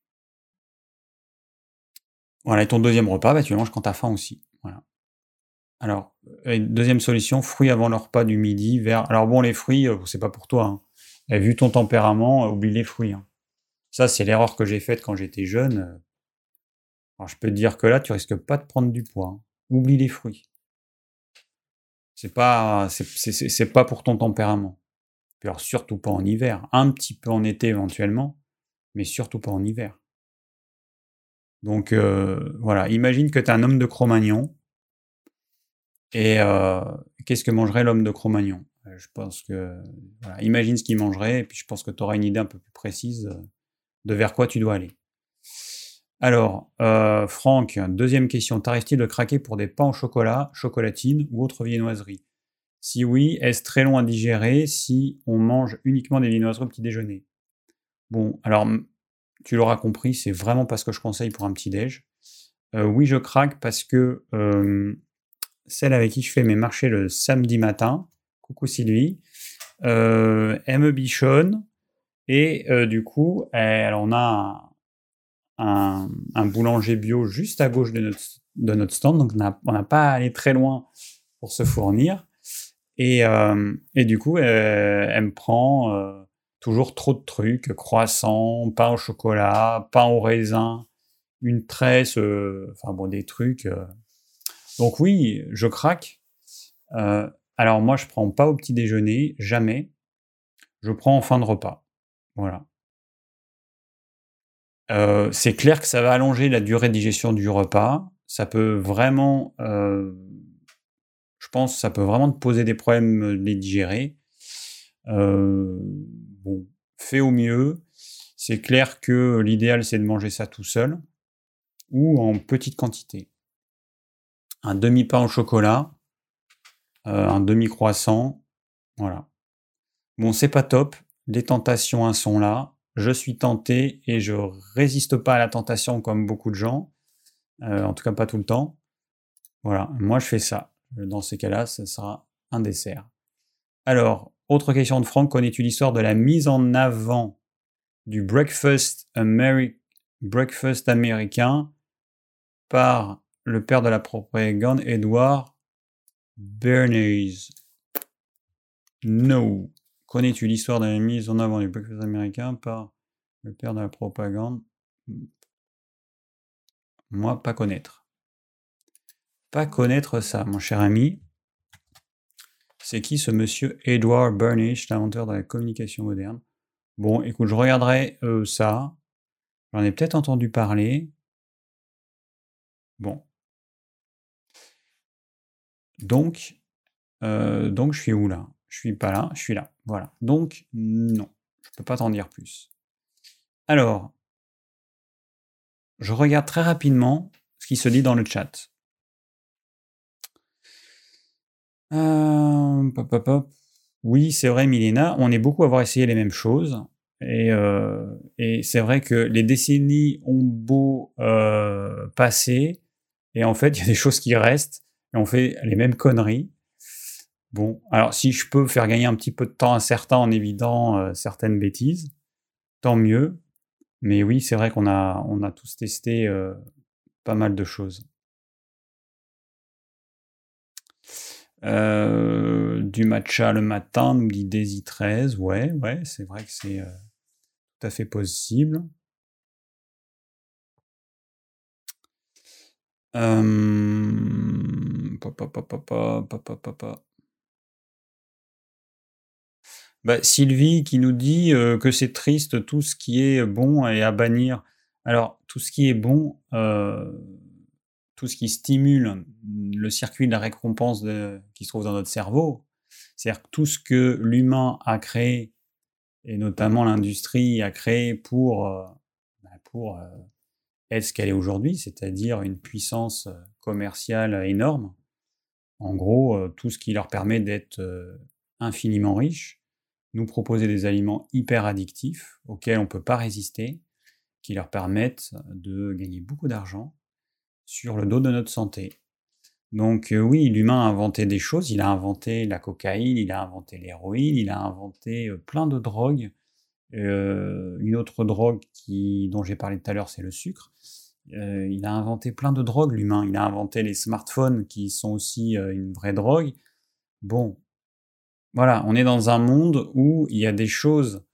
Voilà, et ton deuxième repas, bah, tu le manges quand tu as faim aussi. Voilà. Alors, deuxième solution, fruits avant le repas du midi. Alors bon, les fruits, c'est pas pour toi, hein. Et vu ton tempérament, oublie les fruits, hein. Ça, c'est l'erreur que j'ai faite quand j'étais jeune. Alors, je peux te dire que là, tu risques pas de prendre du poids, hein. Oublie les fruits. C'est pas pour ton tempérament. Puis alors, surtout pas en hiver. Un petit peu en été éventuellement, mais surtout pas en hiver. Donc voilà, imagine que tu es un homme de Cro-Magnon. Et qu'est-ce que mangerait l'homme de Cro-Magnon? Je pense que voilà, imagine ce qu'il mangerait, et puis je pense que tu auras une idée un peu plus précise de vers quoi tu dois aller. Alors, Franck, deuxième question. T'arrive-t-il de craquer pour des pains au chocolat, chocolatine ou autre viennoiserie? Si oui, est-ce très long à digérer si on mange uniquement des viennoiseries au petit déjeuner? Bon, alors, tu l'auras compris, c'est vraiment pas ce que je conseille pour un petit déj. Oui, je craque parce que celle avec qui je fais mes marchés le samedi matin, coucou Sylvie, elle me bichonne, et du coup, on a un boulanger bio juste à gauche de notre stand, donc on n'a pas à aller très loin pour se fournir. Et du coup, elle me prend toujours trop de trucs, croissants, pain au chocolat, pain au raisin, une tresse, enfin bon, des trucs. Donc oui, je craque. Alors moi, je prends pas au petit déjeuner, jamais. Je prends en fin de repas. Voilà. C'est clair que ça va allonger la durée de digestion du repas. Ça peut vraiment, je pense, ça peut vraiment te poser des problèmes de les digérer. Bon, fais au mieux. C'est clair que l'idéal, c'est de manger ça tout seul. ou en petite quantité. Un demi-pain au chocolat, un demi-croissant, voilà. Bon, c'est pas top, les tentations sont là, je suis tenté et je résiste pas à la tentation comme beaucoup de gens, en tout cas pas tout le temps. Voilà, moi je fais ça. Dans ces cas-là, ce sera un dessert. Alors, autre question de Franck, connais-tu l'histoire de la mise en avant du breakfast américain par le père de la propagande, Edward Bernays? No. Connais-tu l'histoire de la mise en avant du breakfast américain par le père de la propagande? Moi, pas connaître. Pas connaître ça, mon cher ami. C'est qui ce monsieur Edward Bernays, l'inventeur de la communication moderne? Bon, écoute, je regarderai ça. J'en ai peut-être entendu parler. Bon. Donc, je suis où là? Je suis pas là, je suis là. Voilà. Donc, non. Je peux pas t'en dire plus. Alors, je regarde très rapidement ce qui se dit dans le chat. Oui, c'est vrai, Milena, on est beaucoup à avoir essayé les mêmes choses. Et c'est vrai que les décennies ont beau passer, et en fait, il y a des choses qui restent, et on fait les mêmes conneries. Bon, alors si je peux faire gagner un petit peu de temps à certains en évitant certaines bêtises, tant mieux. Mais oui, c'est vrai qu'on a tous testé pas mal de choses. Du matcha le matin, nous dit Daisy 13. Ouais, c'est vrai que c'est tout à fait possible. Sylvie qui nous dit que c'est triste tout ce qui est bon et à bannir. Alors, tout ce qui est bon, tout ce qui stimule le circuit de la récompense qui se trouve dans notre cerveau, c'est-à-dire que tout ce que l'humain a créé, et notamment l'industrie a créé pour être ce qu'elle est aujourd'hui, c'est-à-dire une puissance commerciale énorme. En gros, tout ce qui leur permet d'être infiniment riches, nous proposer des aliments hyper addictifs auxquels on ne peut pas résister, qui leur permettent de gagner beaucoup d'argent sur le dos de notre santé. Donc oui, l'humain a inventé des choses, il a inventé la cocaïne, il a inventé l'héroïne, il a inventé plein de drogues. Une autre drogue dont j'ai parlé tout à l'heure, c'est le sucre. Il a inventé plein de drogues, l'humain. Il a inventé les smartphones qui sont aussi une vraie drogue. Bon, voilà, on est dans un monde où il y a des choses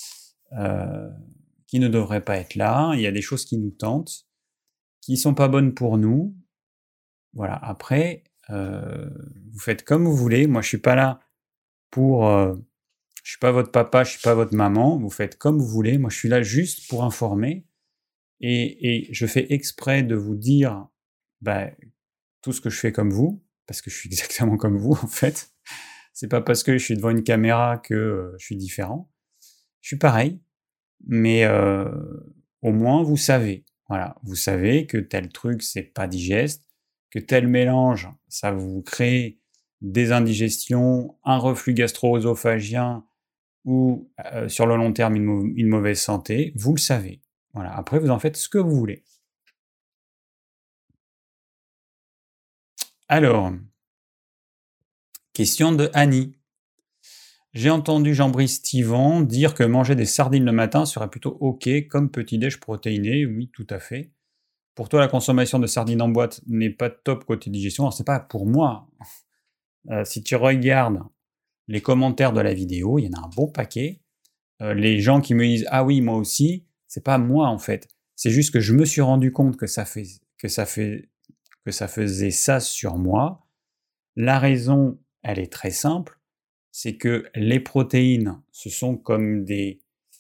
qui ne devraient pas être là, il y a des choses qui nous tentent, qui sont pas bonnes pour nous. Voilà, après, vous faites comme vous voulez. Moi, je suis pas là pour... je suis pas votre papa, je suis pas votre maman. Vous faites comme vous voulez. Moi, je suis là juste pour informer. Et je fais exprès de vous dire tout ce que je fais comme vous, parce que je suis exactement comme vous, en fait. C'est pas parce que je suis devant une caméra que je suis différent. Je suis pareil, mais au moins vous savez. Voilà, vous savez que tel truc c'est pas digeste, que tel mélange ça vous crée des indigestions, un reflux gastro-œsophagien ou sur le long terme une mauvaise santé. Vous le savez. Voilà. Après vous en faites ce que vous voulez. Alors, question de Annie. J'ai entendu Jean-Brice Stivan dire que manger des sardines le matin serait plutôt ok comme petit-déj protéiné. Oui, tout à fait. Pour toi, la consommation de sardines en boîte n'est pas top côté digestion. Alors, c'est pas pour moi. Si tu regardes les commentaires de la vidéo, il y en a un bon paquet. Les gens qui me disent ah oui, moi aussi, c'est pas moi en fait. C'est juste que je me suis rendu compte que ça faisait ça sur moi. La raison, elle est très simple, c'est que les protéines, ce sont comme des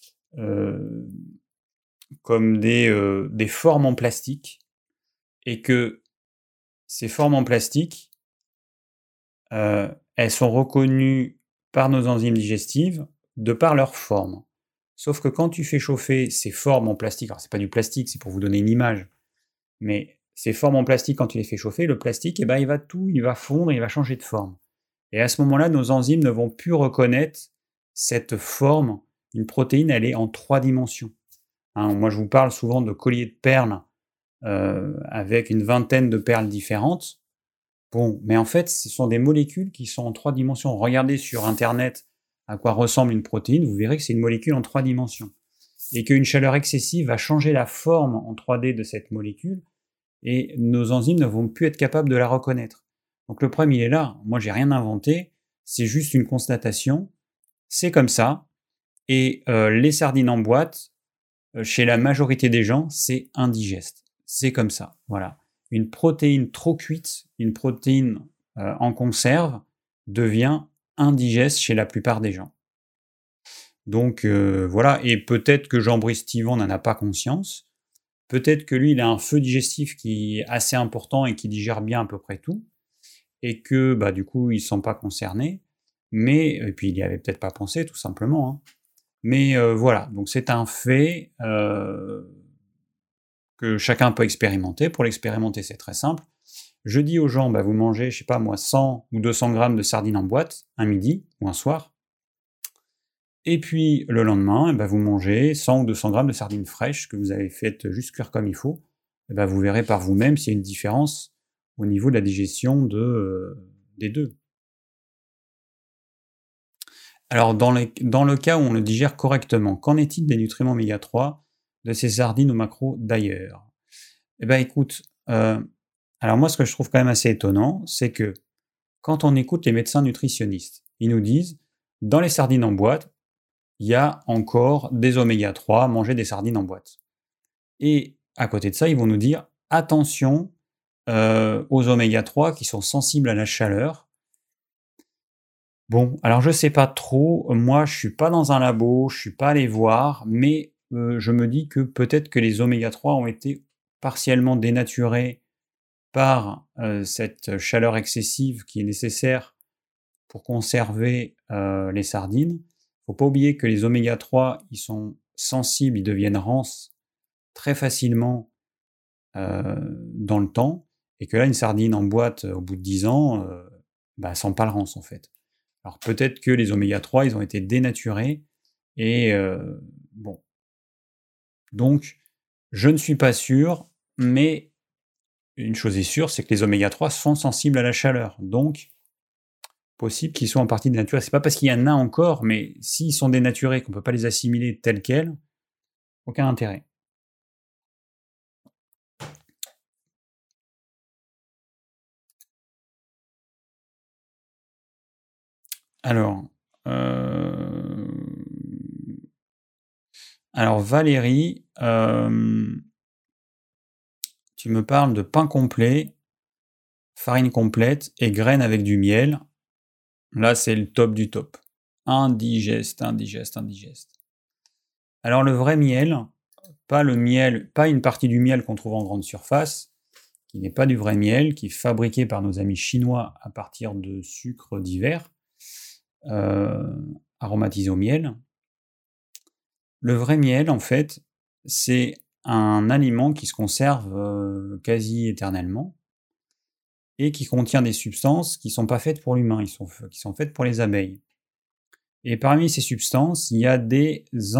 formes en plastique, et que ces formes en plastique, elles sont reconnues par nos enzymes digestives de par leur forme. Sauf que quand tu fais chauffer ces formes en plastique, alors c'est pas du plastique, c'est pour vous donner une image, Mais ces formes en plastique, quand tu les fais chauffer, le plastique, il va fondre, il va changer de forme. Et à ce moment-là, nos enzymes ne vont plus reconnaître cette forme. Une protéine, elle est en 3 dimensions. Moi, je vous parle souvent de colliers de perles avec une vingtaine de perles différentes. Bon, mais en fait, ce sont des molécules qui sont en 3 dimensions. Regardez sur Internet à quoi ressemble une protéine, vous verrez que c'est une molécule en 3 dimensions. Et qu'une chaleur excessive va changer la forme en 3D de cette molécule, et nos enzymes ne vont plus être capables de la reconnaître. Donc le problème, il est là. Moi, j'ai rien inventé, c'est juste une constatation. C'est comme ça. Et les sardines en boîte, chez la majorité des gens, c'est indigeste. C'est comme ça, voilà. Une protéine trop cuite, une protéine en conserve, devient indigeste chez la plupart des gens. Donc voilà, et peut-être que Jean-Brice Tivon n'en a pas conscience, peut-être que lui, il a un feu digestif qui est assez important et qui digère bien à peu près tout, et que du coup, il ne se sent pas concerné, et puis il n'y avait peut-être pas pensé, tout simplement. Mais voilà, donc c'est un fait que chacun peut expérimenter. Pour l'expérimenter, c'est très simple. Je dis aux gens, vous mangez, je sais pas moi, 100 ou 200 grammes de sardines en boîte, un midi ou un soir. Et puis le lendemain, vous mangez 100 ou 200 grammes de sardines fraîches que vous avez faites juste cuire comme il faut. Vous verrez par vous-même s'il y a une différence au niveau de la digestion des deux. Alors dans le cas où on le digère correctement, qu'en est-il des nutriments oméga 3 de ces sardines au maquereau d'ailleurs? Écoute, alors moi ce que je trouve quand même assez étonnant, c'est que quand on écoute les médecins nutritionnistes, ils nous disent, dans les sardines en boîte, il y a encore des oméga 3, mangez des sardines en boîte. Et à côté de ça, ils vont nous dire, attention aux oméga 3 qui sont sensibles à la chaleur. Bon, alors je sais pas trop, moi je suis pas dans un labo, je suis pas allé voir, mais je me dis que peut-être que les oméga 3 ont été partiellement dénaturés par cette chaleur excessive qui est nécessaire pour conserver les sardines. Faut pas oublier que les oméga 3, ils sont sensibles, ils deviennent rances très facilement dans le temps, et que là, une sardine en boîte au bout de 10 ans, sent pas le rance en fait. Alors peut-être que les oméga 3, ils ont été dénaturés, et bon. Donc, je ne suis pas sûr, mais une chose est sûre, c'est que les oméga 3 sont sensibles à la chaleur. Donc, possible qu'ils soient en partie dénaturés. C'est pas parce qu'il y en a encore, mais s'ils sont dénaturés, qu'on ne peut pas les assimiler tels quels, aucun intérêt. Alors, Valérie, tu me parles de pain complet, farine complète et graines avec du miel. Là, c'est le top du top. Indigeste. Alors le vrai miel, pas une partie du miel qu'on trouve en grande surface, qui n'est pas du vrai miel, qui est fabriqué par nos amis chinois à partir de sucres divers, aromatisés au miel. Le vrai miel, en fait, c'est un aliment qui se conserve quasi éternellement et qui contient des substances qui ne sont pas faites pour l'humain, qui sont faites pour les abeilles. Et parmi ces substances, il y a des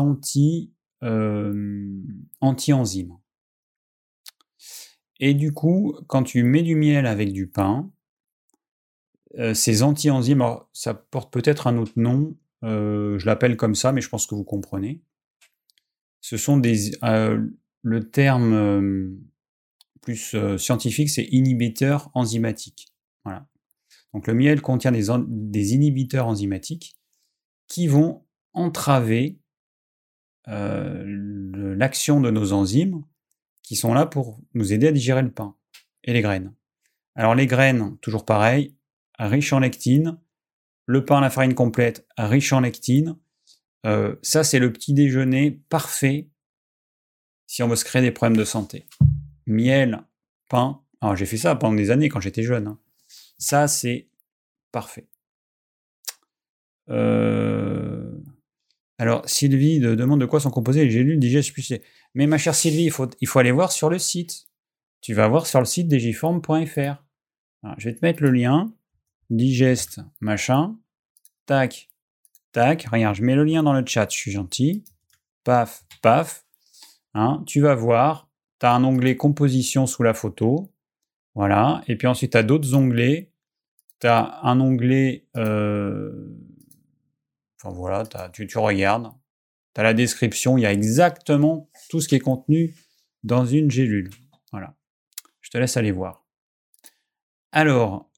anti-enzymes. Et du coup, quand tu mets du miel avec du pain, ces anti-enzymes, alors ça porte peut-être un autre nom, je l'appelle comme ça, mais je pense que vous comprenez. Ce sont le terme plus scientifique, c'est inhibiteurs enzymatiques. Voilà. Donc le miel contient des inhibiteurs enzymatiques qui vont entraver l'action de nos enzymes qui sont là pour nous aider à digérer le pain et les graines. Alors les graines, toujours pareil, riches en lectine. Le pain, la farine complète, riche en lectine. Ça, c'est le petit déjeuner parfait si on veut se créer des problèmes de santé. Miel, pain. Alors j'ai fait ça pendant des années quand j'étais jeune. Ça, c'est parfait. Alors Sylvie demande de quoi sont composés les gélules digestes. Mais ma chère Sylvie, il faut aller voir sur le site. tu vas voir sur le site digiform.fr. Alors, je vais te mettre le lien, digest, machin, tac, tac, regarde, je mets le lien dans le chat, je suis gentil, paf, paf, hein, tu vas voir, tu as un onglet composition sous la photo, voilà, et puis ensuite tu as d'autres onglets, tu as un onglet, enfin voilà, tu regardes, tu as la description, il y a exactement tout ce qui est contenu dans une gélule, voilà, je te laisse aller voir. Alors,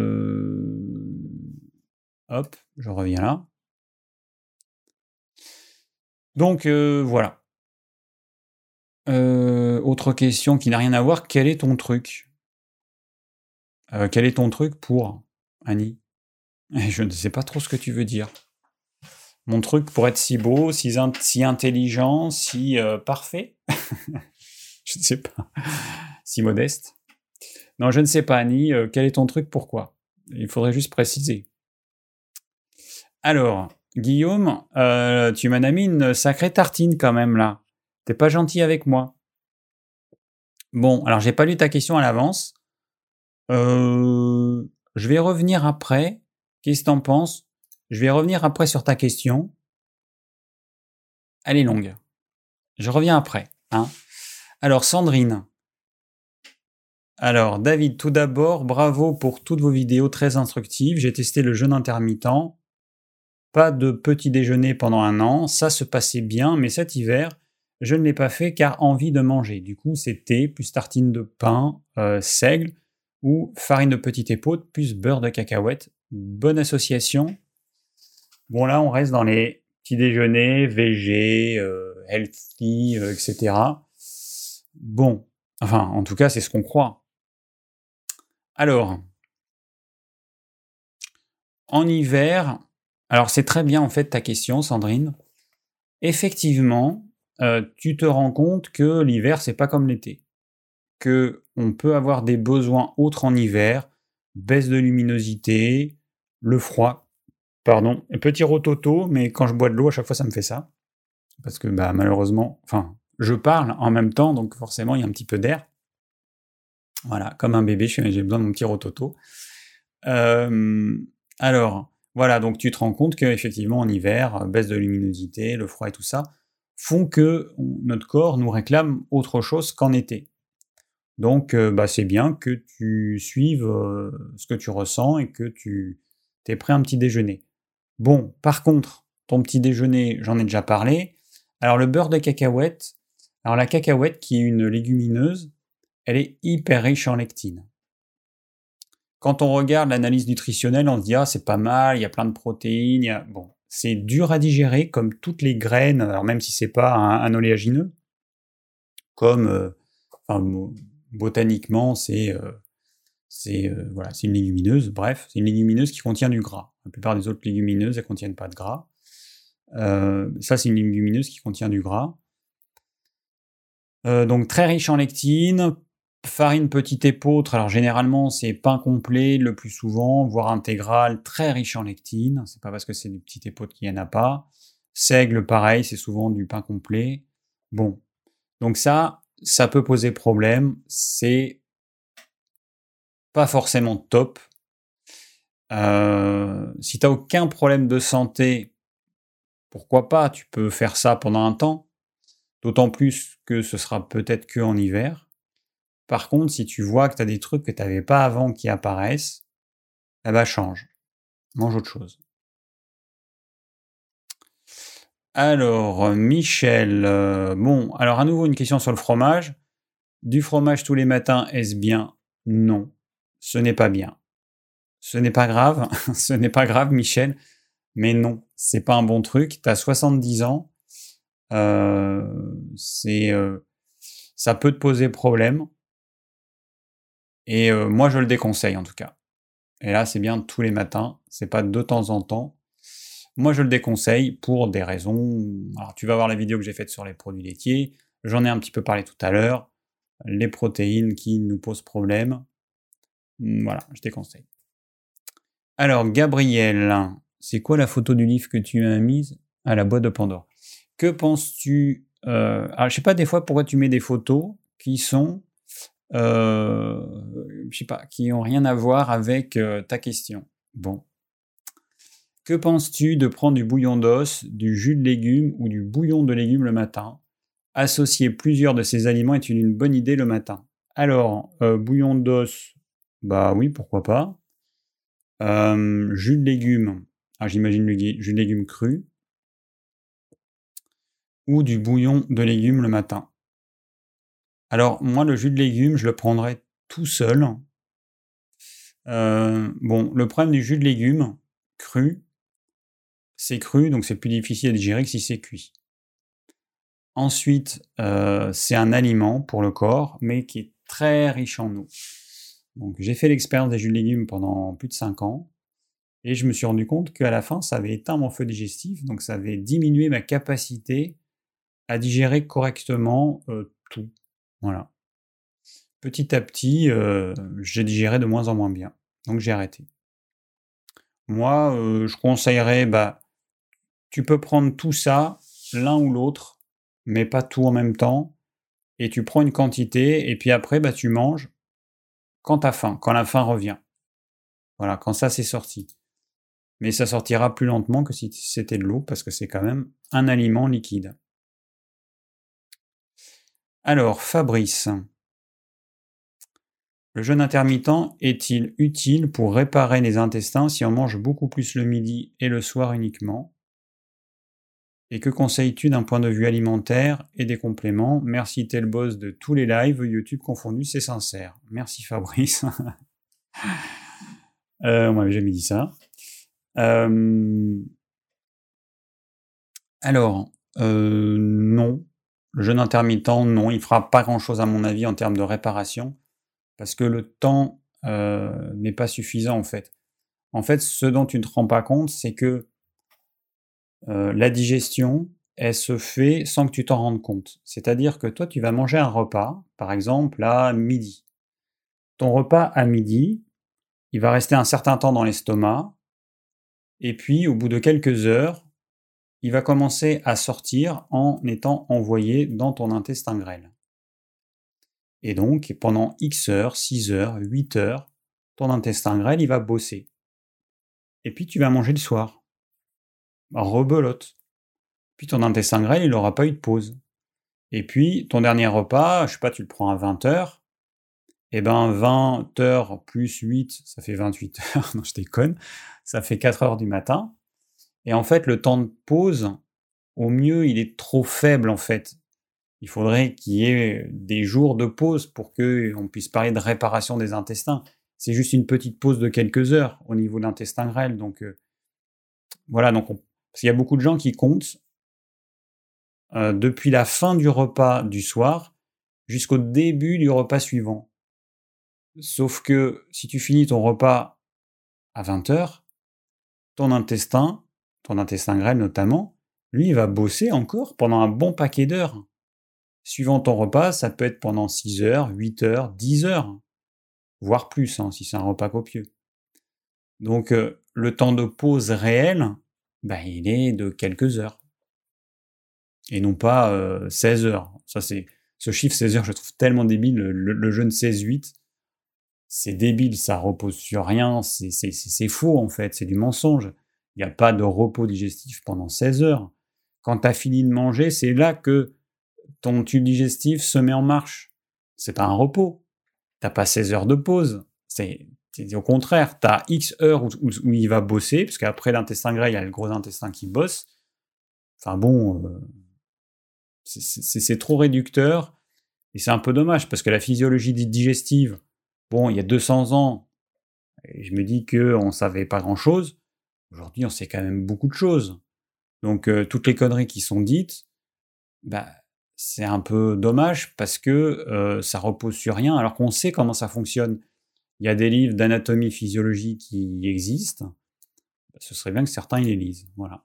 hop, je reviens là. Donc, voilà. Autre question qui n'a rien à voir, quel est ton truc? Quel est ton truc pour Annie? Je ne sais pas trop ce que tu veux dire. Mon truc pour être si beau, si intelligent, si parfait? Je ne sais pas. Si modeste? Non, je ne sais pas, Annie. Quel est ton truc, pourquoi? Il faudrait juste préciser. Alors, Guillaume, tu m'as mis une sacrée tartine quand même là. T'es pas gentil avec moi. Bon, alors j'ai pas lu ta question à l'avance. Je vais revenir après. Qu'est-ce que t'en penses? Je vais revenir après sur ta question. Elle est longue. Je reviens après. Hein. Alors, Sandrine. Alors, David, tout d'abord, bravo pour toutes vos vidéos très instructives. J'ai testé le jeûne intermittent. Pas de petit déjeuner pendant 1 an. Ça se passait bien, mais cet hiver, je ne l'ai pas fait car envie de manger. Du coup, c'était plus tartine de pain, seigle ou farine de petite épaule plus beurre de cacahuète. Bonne association. Bon, là, on reste dans les petits déjeuners, végé, healthy, etc. Bon, enfin, en tout cas, c'est ce qu'on croit. Alors, en hiver, alors c'est très bien en fait ta question, Sandrine. Effectivement, tu te rends compte que l'hiver, c'est pas comme l'été. Que on peut avoir des besoins autres en hiver, baisse de luminosité, le froid, pardon, un petit rototo, mais quand je bois de l'eau, à chaque fois, ça me fait ça. Parce que, bah, malheureusement, enfin, je parle en même temps, donc forcément, il y a un petit peu d'air. Voilà, comme un bébé, j'ai besoin de mon petit rototo. Alors, voilà, donc tu te rends compte qu'effectivement, en hiver, baisse de luminosité, le froid et tout ça, font que notre corps nous réclame autre chose qu'en été. Donc, bah, c'est bien que tu suives ce que tu ressens et que tu t'aies pris un petit déjeuner. Bon, par contre, ton petit déjeuner, j'en ai déjà parlé. Alors, le beurre de cacahuète, alors la cacahuète, qui est une légumineuse, elle est hyper riche en lectine. Quand on regarde l'analyse nutritionnelle, on se dit « Ah, c'est pas mal, il y a plein de protéines. » Bon, c'est dur à digérer, comme toutes les graines, alors même si c'est pas un oléagineux, comme... botaniquement, c'est voilà, c'est une légumineuse. Bref, c'est une légumineuse qui contient du gras. La plupart des autres légumineuses, elles contiennent pas de gras. Ça, c'est une légumineuse qui contient du gras. Donc très riche en lectine, farine petite épeautre. Alors généralement, c'est pain complet le plus souvent, voire intégral, très riche en lectine. C'est pas parce que c'est des petites épeautres qu'il y en a pas. Seigle, pareil, c'est souvent du pain complet. Bon, donc ça peut poser problème. C'est pas forcément top. Si t'as aucun problème de santé, pourquoi pas, tu peux faire ça pendant un temps. D'autant plus que ce sera peut-être que en hiver. Par contre, si tu vois que t'as des trucs que t'avais pas avant qui apparaissent, eh ben change. Mange autre chose. Alors, Michel, bon, alors à nouveau une question sur le fromage. Du fromage tous les matins, est-ce bien? Non, ce n'est pas bien. Ce n'est pas grave, ce n'est pas grave, Michel, mais non, c'est pas un bon truc. T'as 70 ans, ça peut te poser problème, et moi je le déconseille en tout cas. Et là, c'est bien tous les matins, c'est pas de temps en temps. Moi, je le déconseille pour des raisons. Alors, tu vas voir la vidéo que j'ai faite sur les produits laitiers. J'en ai un petit peu parlé tout à l'heure. Les protéines qui nous posent problème. Voilà, je déconseille. Alors, Gabriel, c'est quoi la photo du livre que tu as mise à la boîte de Pandore? Que penses-tu alors, je sais pas des fois pourquoi tu mets des photos qui sont je sais pas, qui ont rien à voir avec ta question. Bon. Que penses-tu de prendre du bouillon d'os, du jus de légumes ou du bouillon de légumes le matin? Associer plusieurs de ces aliments est une bonne idée le matin. Alors, bouillon d'os, bah oui, pourquoi pas. Jus de légumes, j'imagine le jus de légumes cru, ou du bouillon de légumes le matin. Alors, moi, le jus de légumes, je le prendrais tout seul. Bon, le problème du jus de légumes cru, c'est cru, donc c'est plus difficile à digérer que si c'est cuit. Ensuite, c'est un aliment pour le corps, mais qui est très riche en eau. Donc j'ai fait l'expérience des jus de légumes pendant plus de 5 ans, et je me suis rendu compte qu'à la fin, ça avait éteint mon feu digestif, donc ça avait diminué ma capacité à digérer correctement tout. Voilà. Petit à petit, j'ai digéré de moins en moins bien, donc j'ai arrêté. Moi, je conseillerais, tu peux prendre tout ça, l'un ou l'autre, mais pas tout en même temps, et tu prends une quantité, et puis après, tu manges quand t'as faim, quand la faim revient. Voilà, quand ça c'est sorti. Mais ça sortira plus lentement que si c'était de l'eau, parce que c'est quand même un aliment liquide. Alors, Fabrice, le jeûne intermittent est-il utile pour réparer les intestins si on mange beaucoup plus le midi et le soir uniquement? Et que conseilles-tu d'un point de vue alimentaire et des compléments? Merci, t'es le boss de tous les lives, YouTube confondus, c'est sincère. Merci Fabrice. On m'avait jamais dit ça. Alors, non. Le jeûne intermittent, non. Il fera pas grand-chose à mon avis en termes de réparation, parce que le temps n'est pas suffisant en fait. En fait, ce dont tu ne te rends pas compte, c'est que la digestion, elle se fait sans que tu t'en rendes compte. C'est-à-dire que toi, tu vas manger un repas, par exemple à midi. Ton repas à midi, il va rester un certain temps dans l'estomac, et puis au bout de quelques heures, il va commencer à sortir en étant envoyé dans ton intestin grêle. Et donc, pendant X heures, 6 heures, 8 heures, ton intestin grêle, il va bosser. Et puis tu vas manger le soir. Rebelote. Puis ton intestin grêle, il n'aura pas eu de pause. Et puis, ton dernier repas, je sais pas, tu le prends à 20 heures, et 20 heures plus 8, ça fait 28 heures, non je déconne, ça fait 4 heures du matin. Et en fait, le temps de pause, au mieux, il est trop faible en fait. Il faudrait qu'il y ait des jours de pause pour qu'on puisse parler de réparation des intestins. C'est juste une petite pause de quelques heures au niveau de l'intestin grêle. Donc voilà, parce qu'il y a beaucoup de gens qui comptent depuis la fin du repas du soir jusqu'au début du repas suivant. Sauf que si tu finis ton repas à 20 heures, ton intestin grêle notamment, lui, il va bosser encore pendant un bon paquet d'heures. Suivant ton repas, ça peut être pendant 6 heures, 8 heures, 10 heures, voire plus, si c'est un repas copieux. Donc, le temps de pause réel, il est de quelques heures. Et non pas 16 heures. Ce chiffre 16 heures, je le trouve tellement débile, le jeûne 16-8, c'est débile, ça repose sur rien, c'est faux en fait, c'est du mensonge. Il n'y a pas de repos digestif pendant 16 heures. Quand tu as fini de manger, c'est là que ton tube digestif se met en marche. C'est pas un repos. T'as pas 16 heures de pause. C'est au contraire, tu as X heures où il va bosser, parce qu'après l'intestin grêle, il y a le gros intestin qui bosse. Enfin bon, c'est trop réducteur, et c'est un peu dommage, parce que la physiologie digestive, bon, il y a 200 ans, je me dis qu'on savait pas grand-chose. Aujourd'hui, on sait quand même beaucoup de choses. Donc, toutes les conneries qui sont dites, c'est un peu dommage parce que ça repose sur rien, alors qu'on sait comment ça fonctionne. Il y a des livres d'anatomie physiologie qui existent. Ce serait bien que certains les lisent. Voilà.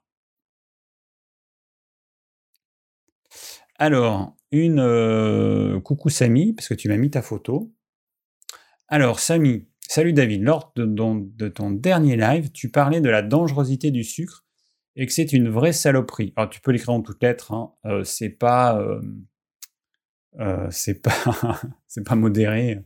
Alors, coucou Samy, parce que tu m'as mis ta photo. Alors, Samy, salut David. Lors de ton dernier live, tu parlais de la dangerosité du sucre et que c'est une vraie saloperie. Alors, tu peux l'écrire en toutes lettres, c'est pas c'est pas c'est pas modéré.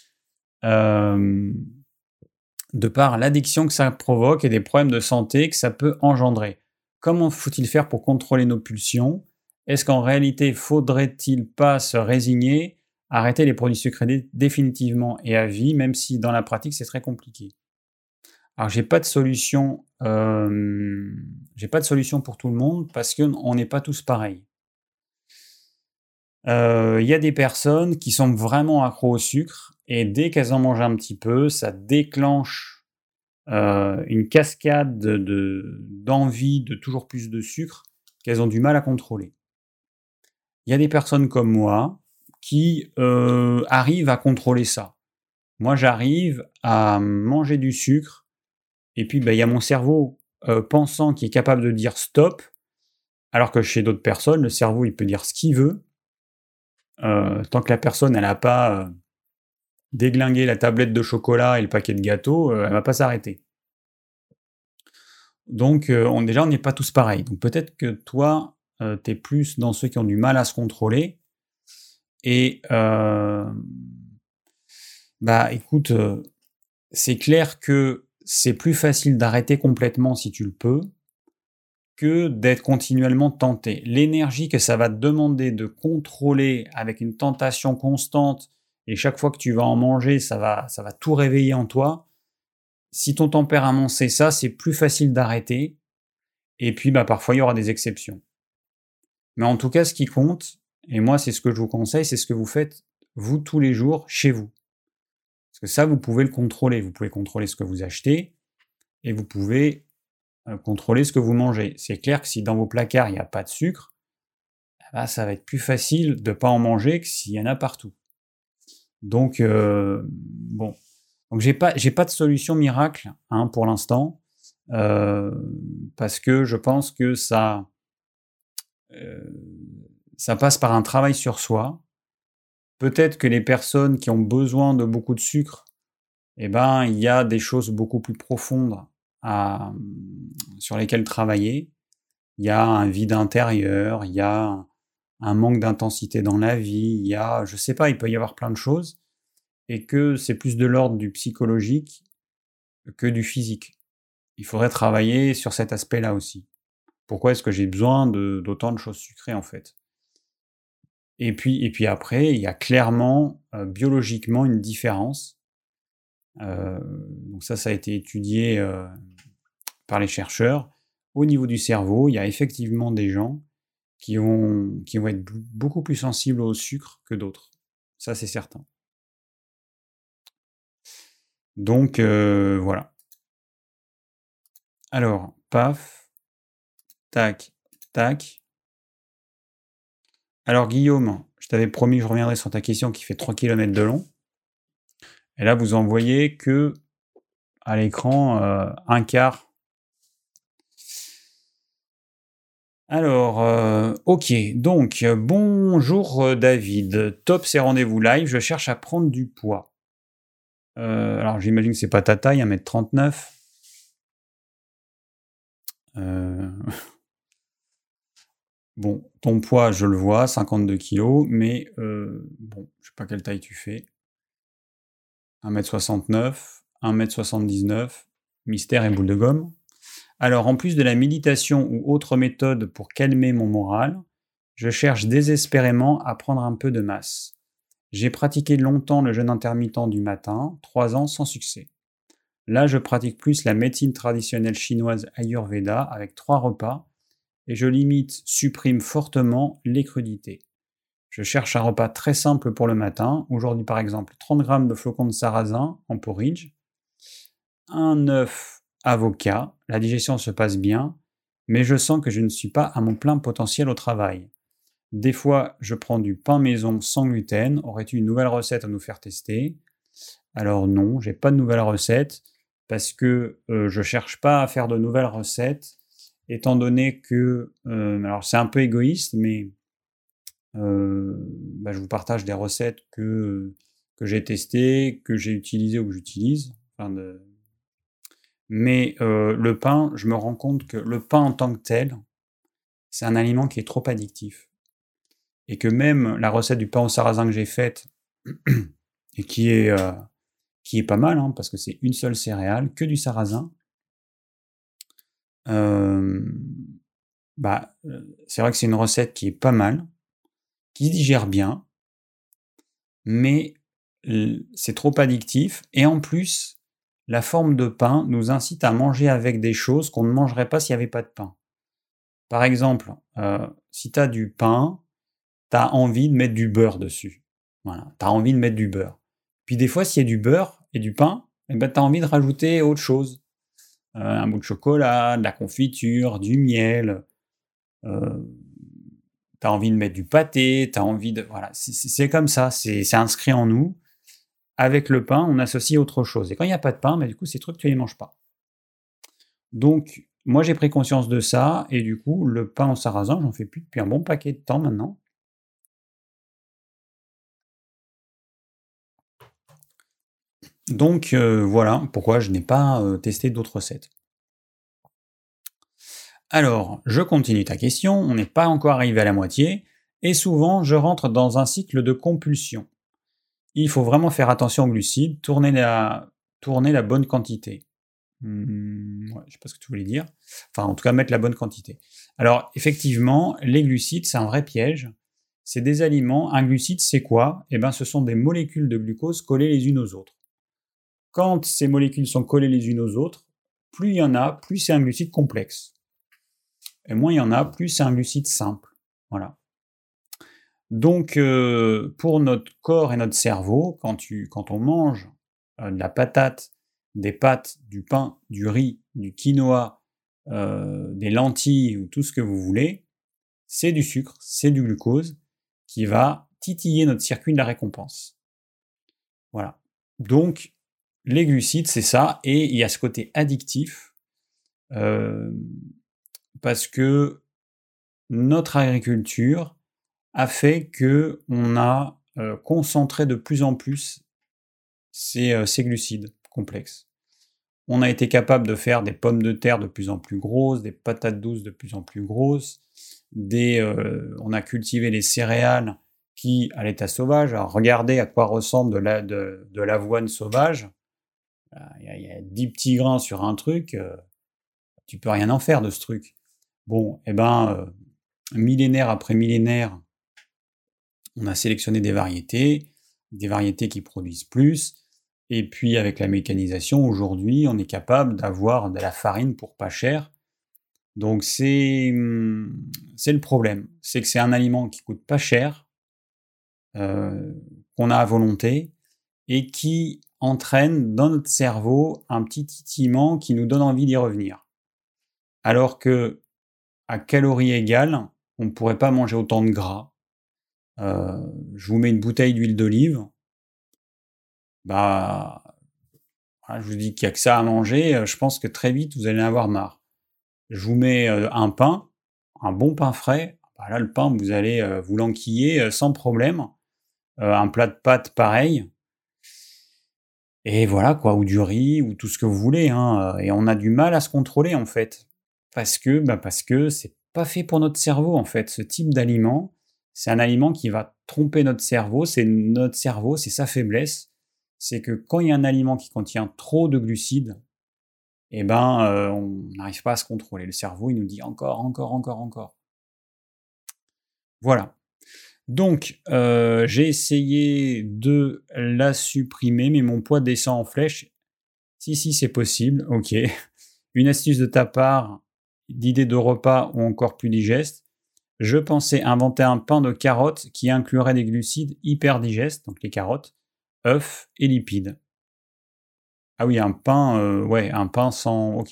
De par l'addiction que ça provoque et des problèmes de santé que ça peut engendrer. Comment faut-il faire pour contrôler nos pulsions? Est-ce qu'en réalité, faudrait-il pas se résigner, arrêter les produits sucrés définitivement et à vie, même si dans la pratique c'est très compliqué? Alors j'ai pas de solution pour tout le monde parce qu'on n'est pas tous pareils. Il y a des personnes qui sont vraiment accros au sucre et dès qu'elles en mangent un petit peu, ça déclenche, une cascade d'envie de toujours plus de sucre qu'elles ont du mal à contrôler. Il y a des personnes comme moi qui, arrivent à contrôler ça. Moi, j'arrive à manger du sucre et puis, bah, il y a mon cerveau, pensant qui est capable de dire: «Stop», alors que chez d'autres personnes, le cerveau, il peut dire ce qu'il veut, tant que la personne, elle a pas, déglingué la tablette de chocolat et le paquet de gâteaux, elle va pas s'arrêter. Donc, on n'est pas tous pareils. Donc peut-être que toi, tu es plus dans ceux qui ont du mal à se contrôler et bah, écoute, c'est clair que c'est plus facile d'arrêter complètement si tu le peux, que d'être continuellement tenté. L'énergie que ça va te demander de contrôler avec une tentation constante et chaque fois que tu vas en manger, ça va tout réveiller en toi. Si ton tempérament c'est ça, c'est plus facile d'arrêter et puis, bah, parfois il y aura des exceptions. Mais en tout cas, ce qui compte et moi c'est ce que je vous conseille, c'est ce que vous faites vous tous les jours chez vous. Parce que ça, vous pouvez le contrôler. Vous pouvez contrôler ce que vous achetez et vous pouvez, contrôler ce que vous mangez. C'est clair que si dans vos placards, il y a pas de sucre, bah, ça va être plus facile de pas en manger que s'il y en a partout. Donc bon, donc j'ai pas de solution miracle, hein, pour l'instant, heu, parce que je pense que ça passe par un travail sur soi. Peut-être que les personnes qui ont besoin de beaucoup de sucre, eh ben, il y a des choses beaucoup plus profondes sur lesquelles travailler. Il y a un vide intérieur, il y a un manque d'intensité dans la vie, il y a je sais pas, il peut y avoir plein de choses et que c'est plus de l'ordre du psychologique que du physique. Il faudrait travailler sur cet aspect-là aussi. Pourquoi est-ce que j'ai besoin d'autant de choses sucrées, en fait? Et puis après, il y a clairement, biologiquement une différence. Donc ça a été étudié, par les chercheurs. Au niveau du cerveau, il y a effectivement des gens qui vont être beaucoup plus sensibles au sucre que d'autres. Ça, c'est certain. Donc voilà. Alors, paf, tac, tac. Alors Guillaume, je t'avais promis que je reviendrais sur ta question qui fait 3 kilomètres de long. Et là, vous en voyez que à l'écran, un quart. Alors, OK, donc bonjour, David. Top ces rendez-vous live, je cherche à prendre du poids. Alors j'imagine que c'est pas ta taille, 1,39 m. Heu, bon, ton poids, je le vois, 52 kilos, mais bon, je sais pas quelle taille tu fais. 1,69 m, 1,79 m, mystère et boule de gomme. Alors, en plus de la méditation ou autre méthode pour calmer mon moral, je cherche désespérément à prendre un peu de masse. J'ai pratiqué longtemps le jeûne intermittent du matin, 3 ans sans succès. Là, je pratique plus la médecine traditionnelle chinoise Ayurveda avec 3 repas et je limite, supprime fortement les crudités. Je cherche un repas très simple pour le matin. Aujourd'hui, par exemple, 30 grammes de flocons de sarrasin en porridge, un œuf avocat. La digestion se passe bien, mais je sens que je ne suis pas à mon plein potentiel au travail. Des fois, je prends du pain maison sans gluten. Aurais-tu une nouvelle recette à nous faire tester? Alors non, j'ai pas de nouvelle recette parce que je cherche pas à faire de nouvelles recettes, étant donné que, alors c'est un peu égoïste, mais bah, je vous partage des recettes que j'ai testées, que j'ai utilisées ou que j'utilise. Mais le pain, je me rends compte que le pain en tant que tel, c'est un aliment qui est trop addictif. et que même la recette du pain au sarrasin que j'ai faite, et qui est pas mal, hein, parce que c'est une seule céréale, que du sarrasin, c'est vrai que c'est une recette qui est pas mal, qui se digère bien, mais c'est trop addictif, et en plus, la forme de pain nous incite à manger avec des choses qu'on ne mangerait pas s'il n'y avait pas de pain. Par exemple, si tu as du pain, tu as envie de mettre du beurre dessus. Voilà, tu as envie de mettre du beurre. Puis des fois, s'il y a du beurre et du pain, tu as envie de rajouter autre chose. Un bout de chocolat, de la confiture, du miel. Tu as envie de mettre du pâté, tu as envie de... Voilà, c'est comme ça, c'est inscrit en nous. Avec le pain, on associe autre chose. Et quand il n'y a pas de pain, du coup, ces trucs, tu ne les manges pas. Donc, moi, j'ai pris conscience de ça, et du coup, le pain au sarrasin, j'en fais plus depuis un bon paquet de temps maintenant. Donc, voilà pourquoi je n'ai pas testé d'autres recettes. Alors, je continue ta question, on n'est pas encore arrivé à la moitié, et souvent, je rentre dans un cycle de compulsion. Il faut vraiment faire attention aux glucides, tourner la bonne quantité. Je ne sais pas ce que tu voulais dire. Enfin, en tout cas, mettre la bonne quantité. Alors, effectivement, les glucides, c'est un vrai piège. C'est des aliments. Un glucide, c'est quoi? Ce sont des molécules de glucose collées les unes aux autres. Quand ces molécules sont collées les unes aux autres, plus il y en a, plus c'est un glucide complexe. Et moins il y en a, plus c'est un glucide simple. Voilà. Donc, pour notre corps et notre cerveau, quand on mange de la patate, des pâtes, du pain, du riz, du quinoa, des lentilles ou tout ce que vous voulez, c'est du sucre, c'est du glucose qui va titiller notre circuit de la récompense. Voilà. Donc, les glucides, c'est ça, et il y a ce côté addictif, parce que notre agriculture a fait que on a concentré de plus en plus ces glucides complexes. On a été capable de faire des pommes de terre de plus en plus grosses, des patates douces de plus en plus grosses, on a cultivé les céréales qui, à l'état sauvage, alors regardez à quoi ressemble de l'avoine sauvage. Il y a 10 petits grains sur un truc, tu peux rien en faire de ce truc. Bon, millénaire après millénaire, on a sélectionné des variétés qui produisent plus, et puis avec la mécanisation, aujourd'hui, on est capable d'avoir de la farine pour pas cher. Donc c'est le problème, c'est que c'est un aliment qui coûte pas cher, qu'on a à volonté, et qui entraîne dans notre cerveau un petit titillement qui nous donne envie d'y revenir. Alors que, à calories égales, on ne pourrait pas manger autant de gras. Je vous mets une bouteille d'huile d'olive, je vous dis qu'il n'y a que ça à manger, je pense que très vite vous allez en avoir marre. Je vous mets un pain, un bon pain frais, là le pain vous allez vous l'enquiller sans problème, un plat de pâtes pareil, et voilà quoi, ou du riz, ou tout ce que vous voulez, hein, et on a du mal à se contrôler en fait, parce que c'est pas fait pour notre cerveau en fait, ce type d'aliment. C'est un aliment qui va tromper notre cerveau, c'est sa faiblesse. C'est que quand il y a un aliment qui contient trop de glucides, on n'arrive pas à se contrôler. Le cerveau, il nous dit encore. Voilà. Donc, j'ai essayé de la supprimer, mais mon poids descend en flèche. Si, c'est possible, ok. Une astuce de ta part, d'idée de repas ou encore plus digeste. Je pensais inventer un pain de carottes qui inclurait des glucides hyper digestes, donc les carottes, œufs et lipides. Ah oui, un pain sans... Ok.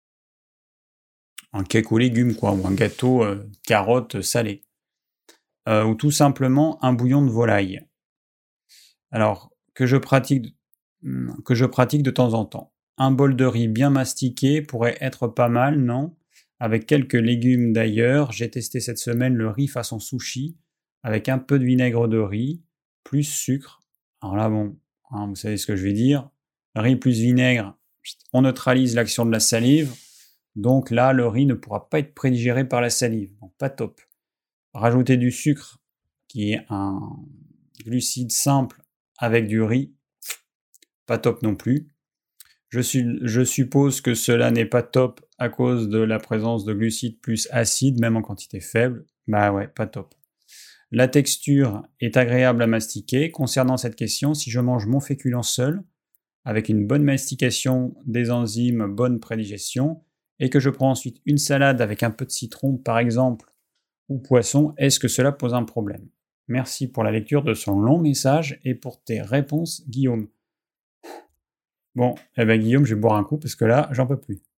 Un cake aux légumes, quoi, ou un gâteau carottes salées. Ou tout simplement un bouillon de volaille. Alors, que je pratique de temps en temps. Un bol de riz bien mastiqué pourrait être pas mal, non? Avec quelques légumes d'ailleurs, j'ai testé cette semaine le riz façon sushi, avec un peu de vinaigre de riz, plus sucre. Alors là, vous savez ce que je vais dire. Riz plus vinaigre, on neutralise l'action de la salive. Donc là, le riz ne pourra pas être prédigéré par la salive. Donc pas top. Rajouter du sucre qui est un glucide simple avec du riz, pas top non plus. Je suppose que cela n'est pas top à cause de la présence de glucides plus acides, même en quantité faible. Bah ouais, pas top. La texture est agréable à mastiquer. Concernant cette question, si je mange mon féculent seul, avec une bonne mastication, des enzymes, bonne prédigestion, et que je prends ensuite une salade avec un peu de citron, par exemple, ou poisson, est-ce que cela pose un problème? Merci pour la lecture de son long message et pour tes réponses, Guillaume. Bon, eh ben Guillaume, je vais boire un coup parce que là, j'en peux plus.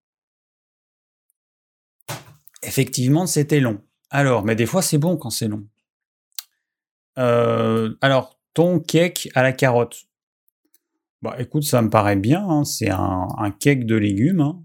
Effectivement, c'était long. Alors, mais des fois, c'est bon quand c'est long. Alors, ton cake à la carotte. Bah écoute, ça me paraît bien, hein, c'est un cake de légumes. Hein.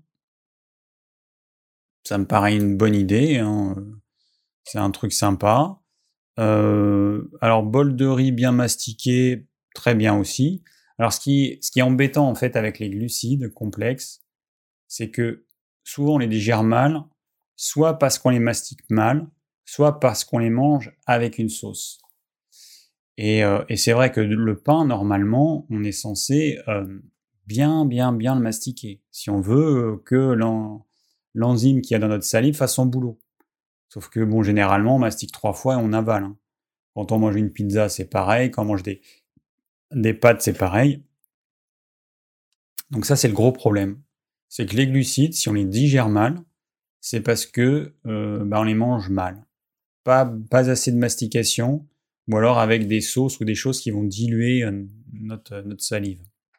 Ça me paraît une bonne idée, hein. C'est un truc sympa. Alors, bol de riz bien mastiqué, très bien aussi. Alors, ce qui est embêtant en fait avec les glucides complexes, c'est que souvent on les digère mal, soit parce qu'on les mastique mal, soit parce qu'on les mange avec une sauce. Et c'est vrai que le pain, normalement, on est censé bien le mastiquer, si on veut que l'enzyme qu'il y a dans notre salive fasse son boulot. Sauf que, bon, généralement, on mastique 3 fois et on avale. Hein. Quand on mange une pizza, c'est pareil. Quand on mange des pâtes, c'est pareil. Donc ça, c'est le gros problème. C'est que les glucides, si on les digère mal, c'est parce que on les mange mal. Pas assez de mastication, ou alors avec des sauces ou des choses qui vont diluer notre salive.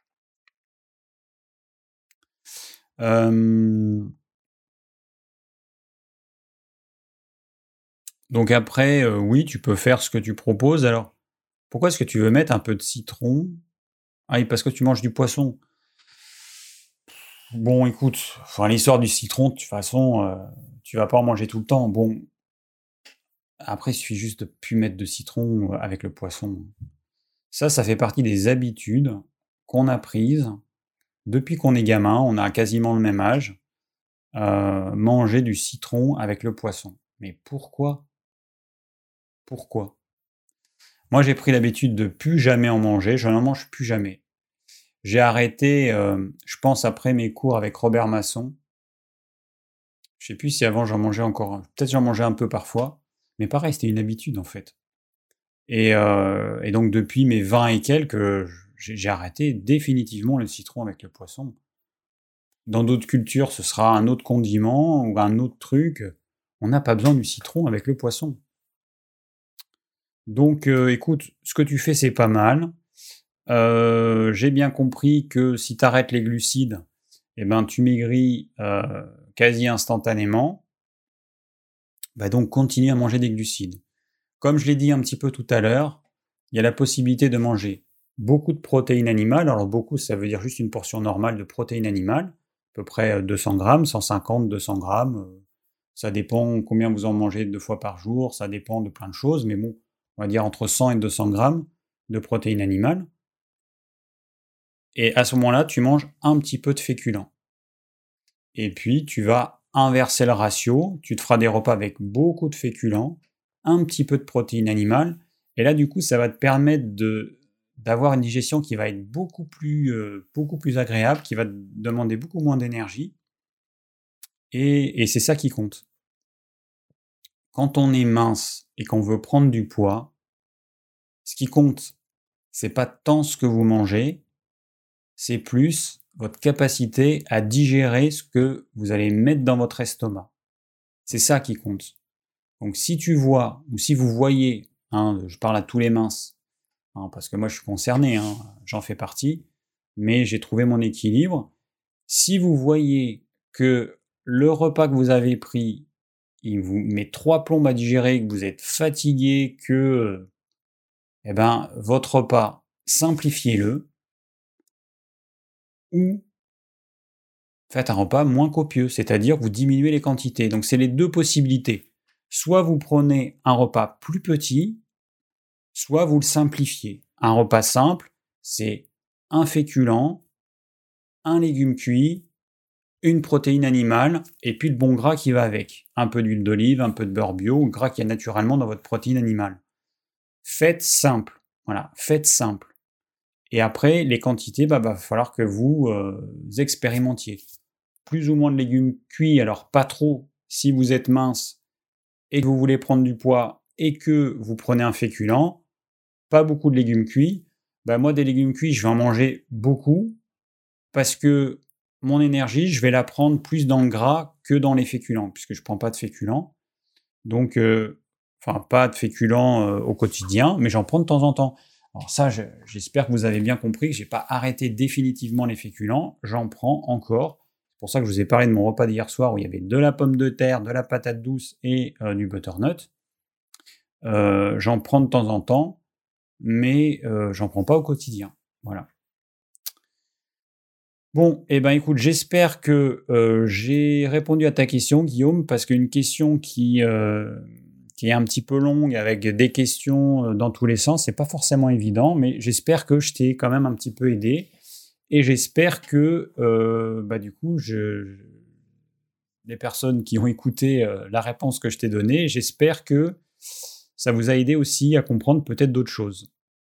Donc après, oui, tu peux faire ce que tu proposes. Alors, pourquoi est-ce que tu veux mettre un peu de citron? Ah oui, parce que tu manges du poisson. Bon, écoute, enfin, l'histoire du citron, de toute façon, tu vas pas en manger tout le temps. Bon, après, il suffit juste de plus mettre de citron avec le poisson. Ça fait partie des habitudes qu'on a prises depuis qu'on est gamin, on a quasiment le même âge, manger du citron avec le poisson. Mais pourquoi? Pourquoi? Moi, j'ai pris l'habitude de plus jamais en manger, je n'en mange plus jamais. J'ai arrêté, je pense, après mes cours avec Robert Masson. Je sais plus si avant j'en mangeais encore, peut-être j'en mangeais un peu parfois, mais pareil, c'était une habitude en fait. Et donc depuis mes 20 et quelques, j'ai arrêté définitivement le citron avec le poisson. Dans d'autres cultures, ce sera un autre condiment ou un autre truc. On n'a pas besoin du citron avec le poisson. Donc écoute, ce que tu fais, c'est pas mal. J'ai bien compris que si tu arrêtes les glucides, eh ben, tu maigris quasi instantanément. Bah donc continue à manger des glucides. Comme je l'ai dit un petit peu tout à l'heure, il y a la possibilité de manger beaucoup de protéines animales. Alors beaucoup, ça veut dire juste une portion normale de protéines animales, à peu près 200 grammes, 150, 200 grammes. Ça dépend combien vous en mangez 2 fois par jour, ça dépend de plein de choses, mais bon, on va dire entre 100 et 200 grammes de protéines animales. Et à ce moment-là, tu manges un petit peu de féculents. Et puis, tu vas inverser le ratio, tu te feras des repas avec beaucoup de féculents, un petit peu de protéines animales, et là, du coup, ça va te permettre d'avoir une digestion qui va être beaucoup plus agréable, qui va te demander beaucoup moins d'énergie, et c'est ça qui compte. Quand on est mince et qu'on veut prendre du poids, ce qui compte, c'est pas tant ce que vous mangez, c'est plus votre capacité à digérer ce que vous allez mettre dans votre estomac. C'est ça qui compte. Donc si tu vois, ou si vous voyez, hein, je parle à tous les minces, hein, parce que moi je suis concerné, hein, j'en fais partie, mais j'ai trouvé mon équilibre. Si vous voyez que le repas que vous avez pris, il vous met 3 plombes à digérer, que vous êtes fatigué, que votre repas, simplifiez-le, ou faites un repas moins copieux, c'est-à-dire vous diminuez les quantités. Donc c'est les deux possibilités. Soit vous prenez un repas plus petit, soit vous le simplifiez. Un repas simple, c'est un féculent, un légume cuit, une protéine animale, et puis le bon gras qui va avec. Un peu d'huile d'olive, un peu de beurre bio, le gras qu'il y a naturellement dans votre protéine animale. Faites simple. Voilà, faites simple. Et après, les quantités, va falloir que vous expérimentiez. Plus ou moins de légumes cuits, alors pas trop si vous êtes mince et que vous voulez prendre du poids et que vous prenez un féculent. Pas beaucoup de légumes cuits. Moi, des légumes cuits, je vais en manger beaucoup parce que mon énergie, je vais la prendre plus dans le gras que dans les féculents, puisque je ne prends pas de féculents. Donc, pas de féculents au quotidien, mais j'en prends de temps en temps. Alors ça, j'espère que vous avez bien compris que je n'ai pas arrêté définitivement les féculents, j'en prends encore. C'est pour ça que je vous ai parlé de mon repas d'hier soir où il y avait de la pomme de terre, de la patate douce et du butternut. J'en prends de temps en temps, mais j'en prends pas au quotidien. Voilà. Bon, écoute, j'espère que j'ai répondu à ta question, Guillaume, parce qu'une question qui est un petit peu longue, avec des questions dans tous les sens, c'est pas forcément évident, mais j'espère que je t'ai quand même un petit peu aidé, et j'espère que du coup, les personnes qui ont écouté la réponse que je t'ai donnée, j'espère que ça vous a aidé aussi à comprendre peut-être d'autres choses.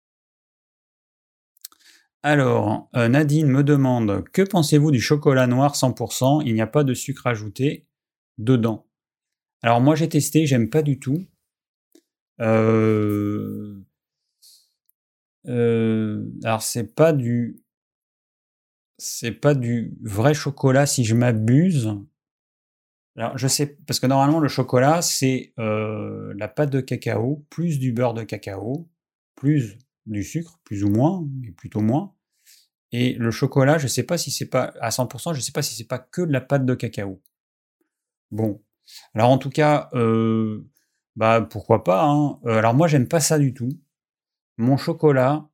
Alors, Nadine me demande: que pensez-vous du chocolat noir 100%? Il n'y a pas de sucre ajouté dedans. Alors moi j'ai testé, j'aime pas du tout. Alors c'est pas du vrai chocolat si je m'abuse. Alors je sais, parce que normalement le chocolat c'est la pâte de cacao, plus du beurre de cacao, plus du sucre, plus ou moins, mais plutôt moins. Et le chocolat, je sais pas si c'est pas à 100%, je sais pas si c'est pas que de la pâte de cacao. Bon, alors en tout cas, pourquoi pas, hein. Alors moi j'aime pas ça du tout. Mon chocolat,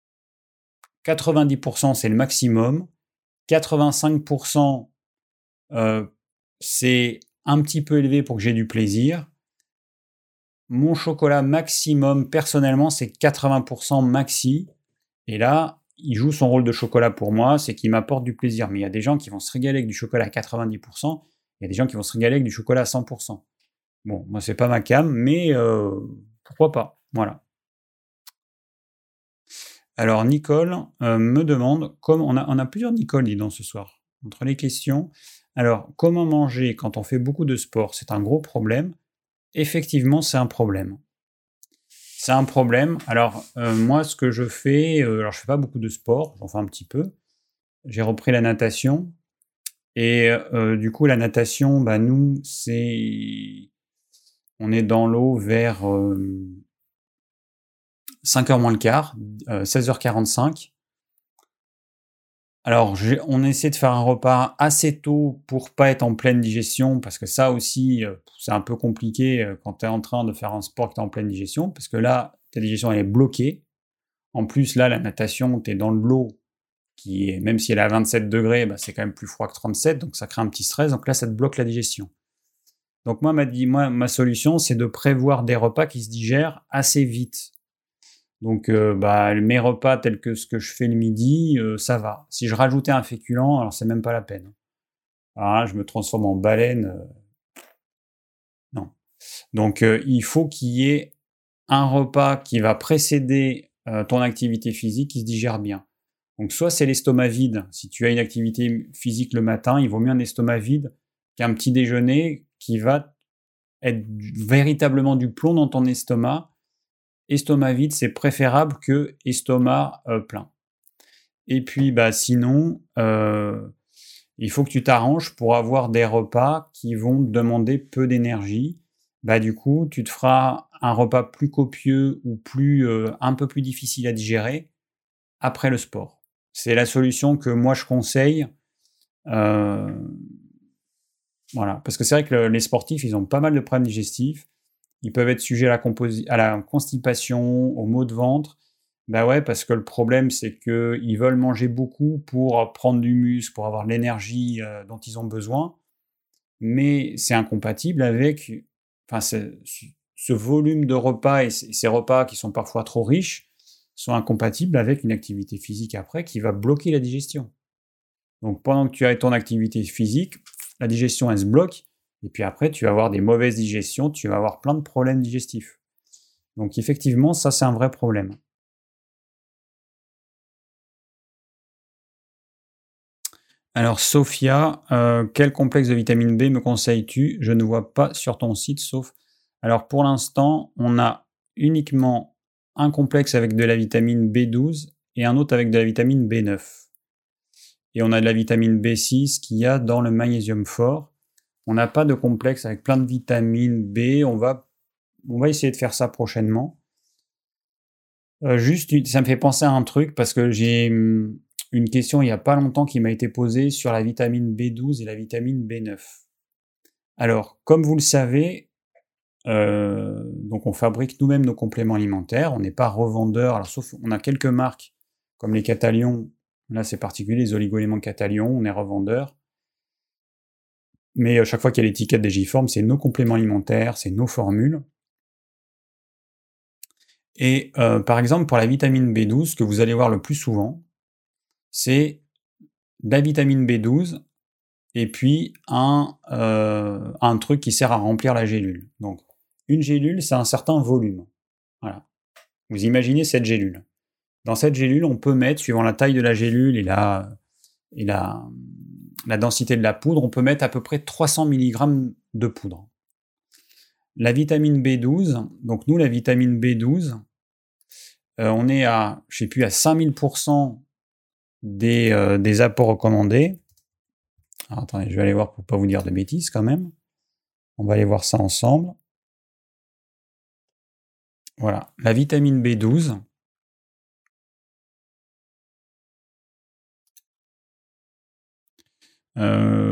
90% c'est le maximum, 85% c'est un petit peu élevé pour que j'ai du plaisir. Mon chocolat maximum, personnellement, c'est 80% maxi. Et là, il joue son rôle de chocolat pour moi, c'est qu'il m'apporte du plaisir. Mais il y a des gens qui vont se régaler avec du chocolat à 90%, il y a des gens qui vont se régaler avec du chocolat à 100%. Bon, moi, c'est pas ma came, mais pourquoi pas, voilà. Alors, Nicole me demande, comme on a plusieurs Nicole dans ce soir, entre les questions. Alors, comment manger quand on fait beaucoup de sport? C'est un gros problème. Effectivement, c'est un problème. C'est un problème. Alors, moi, ce que je fais, alors je fais pas beaucoup de sport, j'en fais un petit peu. J'ai repris la natation. Et du coup, la natation, nous, on est dans l'eau vers 5h moins le quart, 16h45. Alors, on essaie de faire un repas assez tôt pour pas être en pleine digestion, parce que ça aussi, c'est un peu compliqué quand tu es en train de faire un sport que tu es en pleine digestion, parce que là, ta digestion elle est bloquée. En plus, là, la natation, tu es dans de l'eau qui est, même si elle est à 27 degrés, c'est quand même plus froid que 37, donc ça crée un petit stress, donc là, ça te bloque la digestion. Donc moi, ma solution, c'est de prévoir des repas qui se digèrent assez vite. Donc mes repas tels que ce que je fais le midi, ça va. Si je rajoutais un féculent, alors c'est même pas la peine. Alors là, je me transforme en baleine. Non. Donc il faut qu'il y ait un repas qui va précéder ton activité physique qui se digère bien. Donc soit c'est l'estomac vide. Si tu as une activité physique le matin, il vaut mieux un estomac vide qu'un petit déjeuner qui va être véritablement du plomb dans ton estomac. Estomac vide, c'est préférable que estomac plein. Et puis, sinon, il faut que tu t'arranges pour avoir des repas qui vont demander peu d'énergie. Du coup, tu te feras un repas plus copieux ou un peu plus difficile à digérer après le sport. C'est la solution que moi je conseille. Voilà, parce que c'est vrai que les sportifs, ils ont pas mal de problèmes digestifs. Ils peuvent être sujets à la constipation, aux maux de ventre. Ouais, parce que le problème, c'est qu'ils veulent manger beaucoup pour prendre du muscle, pour avoir l'énergie dont ils ont besoin. Mais c'est incompatible avec ce volume de repas et ces repas qui sont parfois trop riches sont incompatibles avec une activité physique après qui va bloquer la digestion. Donc pendant que tu as ton activité physique, la digestion, elle se bloque. Et puis après, tu vas avoir des mauvaises digestions, tu vas avoir plein de problèmes digestifs. Donc effectivement, ça c'est un vrai problème. Alors Sophia, quel complexe de vitamine B me conseilles-tu? Je ne vois pas sur ton site sauf alors pour l'instant, on a uniquement un complexe avec de la vitamine B12 et un autre avec de la vitamine B9. Et on a de la vitamine B6 qu'il y a dans le magnésium fort. On n'a pas de complexe avec plein de vitamines B, on va essayer de faire ça prochainement. Juste, ça me fait penser à un truc parce que j'ai une question il n'y a pas longtemps qui m'a été posée sur la vitamine B12 et la vitamine B9. Alors, comme vous le savez, donc on fabrique nous-mêmes nos compléments alimentaires, on n'est pas revendeur, alors sauf on a quelques marques comme les Catalions, là c'est particulier, les oligo-éléments Catalion, on est revendeur. Mais à chaque fois qu'il y a l'étiquette Digiform, c'est nos compléments alimentaires, c'est nos formules. Et par exemple, pour la vitamine B12, ce que vous allez voir le plus souvent, c'est de la vitamine B12 et puis un truc qui sert à remplir la gélule. Donc, une gélule, c'est un certain volume. Voilà. Vous imaginez cette gélule. Dans cette gélule, on peut mettre, suivant la taille de la gélule et la densité de la poudre, on peut mettre à peu près 300 mg de poudre. La vitamine B12, donc nous, la vitamine B12, on est à, je sais plus, à 5000% des apports recommandés. Alors, attendez, je vais aller voir pour ne pas vous dire de bêtises quand même. On va aller voir ça ensemble. Voilà, la vitamine B12. Je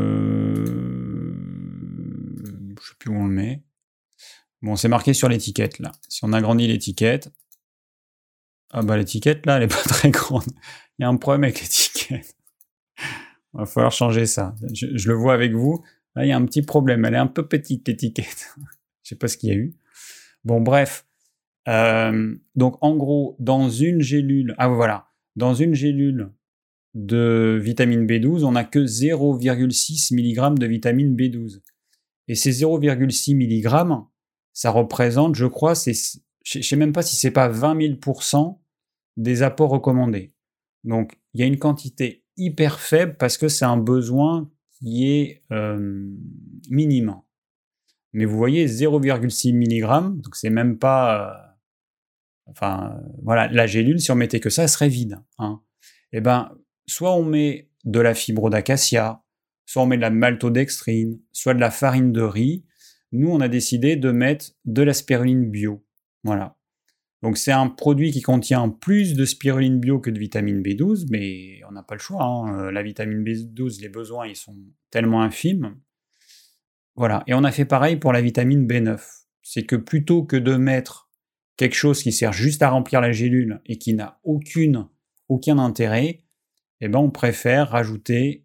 ne sais plus où on le met. Bon, c'est marqué sur l'étiquette là. Si on agrandit l'étiquette, ah bah l'étiquette là, elle est pas très grande. Il y a un problème avec l'étiquette. Il va falloir changer ça. Je le vois avec vous. Là, il y a un petit problème. Elle est un peu petite l'étiquette. Je sais pas ce qu'il y a eu. Bon, bref. Donc en gros, dans une gélule, dans une gélule de vitamine B12, on n'a que 0,6 mg de vitamine B12. Et ces 0,6 mg, ça représente, je crois, je ne sais même pas si c'est pas 20 000% des apports recommandés. Donc, il y a une quantité hyper faible parce que c'est un besoin qui est minime. Mais vous voyez, 0,6 mg, donc c'est même pas... voilà, la gélule, si on mettait que ça, elle serait vide. Hein. Eh ben, soit on met de la fibre d'acacia, soit on met de la maltodextrine, soit de la farine de riz. Nous, on a décidé de mettre de la spiruline bio. Voilà. Donc c'est un produit qui contient plus de spiruline bio que de vitamine B12, mais on n'a pas le choix. Hein. La vitamine B12, les besoins, ils sont tellement infimes. Voilà. Et on a fait pareil pour la vitamine B9. C'est que plutôt que de mettre quelque chose qui sert juste à remplir la gélule et qui n'a aucun intérêt, eh ben on préfère rajouter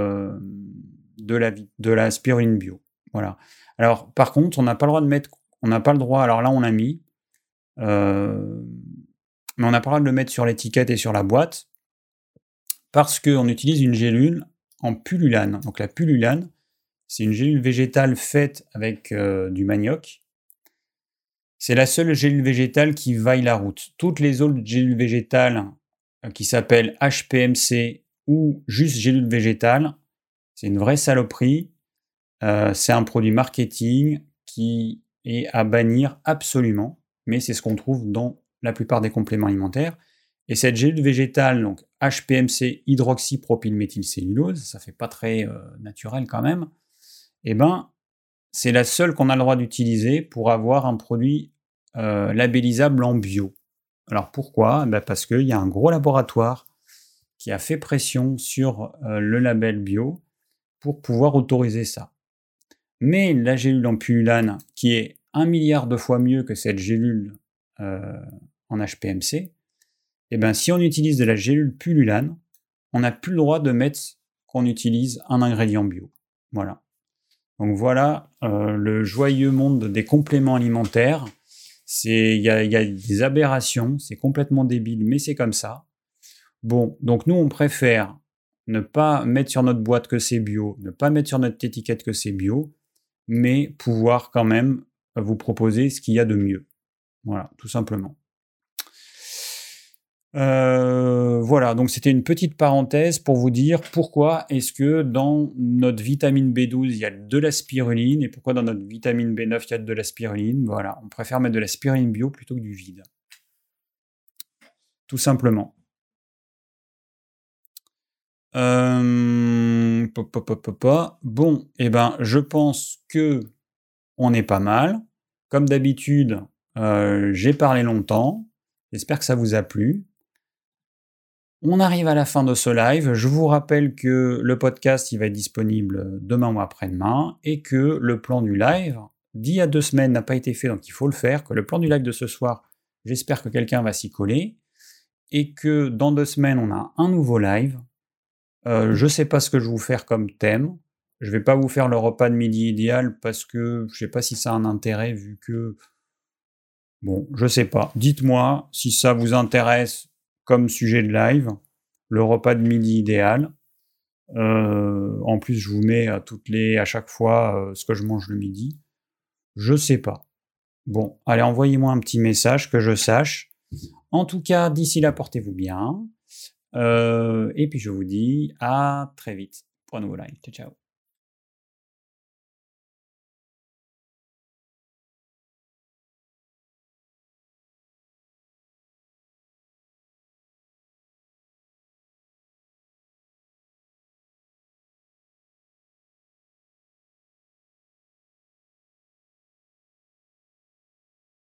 de la spiruline bio. Voilà. Alors par contre, on n'a pas le droit, alors là on l'a mis, mais on n'a pas le droit de le mettre sur l'étiquette et sur la boîte parce qu'on utilise une gélule en pullulane. Donc la pullulane, c'est une gélule végétale faite avec du manioc. C'est la seule gélule végétale qui vaille la route. Toutes les autres gélules végétales qui s'appellent HPMC ou juste gélule végétale, c'est une vraie saloperie. C'est un produit marketing qui est à bannir absolument, mais c'est ce qu'on trouve dans la plupart des compléments alimentaires. Et cette gélule végétale, donc HPMC, hydroxypropylméthylcellulose, ça fait pas très naturel quand même, eh ben, c'est la seule qu'on a le droit d'utiliser pour avoir un produit labellisable en bio. Alors pourquoi ? Parce qu'il y a un gros laboratoire qui a fait pression sur le label bio pour pouvoir autoriser ça. Mais la gélule en pullulane, qui est 1 milliard de fois mieux que cette gélule en HPMC, eh ben, si on utilise de la gélule pullulane, on n'a plus le droit de mettre qu'on utilise un ingrédient bio. Voilà. Donc voilà le joyeux monde des compléments alimentaires. Il y a des aberrations, c'est complètement débile, mais c'est comme ça. Bon, donc nous on préfère ne pas mettre sur notre boîte que c'est bio, ne pas mettre sur notre étiquette que c'est bio, mais pouvoir quand même vous proposer ce qu'il y a de mieux. Voilà, tout simplement. Voilà, donc c'était une petite parenthèse pour vous dire pourquoi est-ce que dans notre vitamine B12, il y a de la spiruline, et pourquoi dans notre vitamine B9, il y a de la spiruline. Voilà, on préfère mettre de la spiruline bio plutôt que du vide. Tout simplement. Bon, je pense que on est pas mal. Comme d'habitude, j'ai parlé longtemps. J'espère que ça vous a plu. On arrive à la fin de ce live. Je vous rappelle que le podcast il va être disponible demain ou après-demain et que le plan du live d'il y a 2 semaines n'a pas été fait, donc il faut le faire. Que le plan du live de ce soir, j'espère que quelqu'un va s'y coller et que dans 2 semaines, on a un nouveau live. Je ne sais pas ce que je vais vous faire comme thème. Je ne vais pas vous faire le repas de midi idéal parce que je ne sais pas si ça a un intérêt vu que... Bon, je ne sais pas. Dites-moi si ça vous intéresse comme sujet de live, le repas de midi idéal. En plus, je vous mets à chaque fois ce que je mange le midi. Je ne sais pas. Bon, allez, envoyez-moi un petit message que je sache. En tout cas, d'ici là, portez-vous bien. Et puis je vous dis à très vite pour un nouveau live. Ciao, ciao.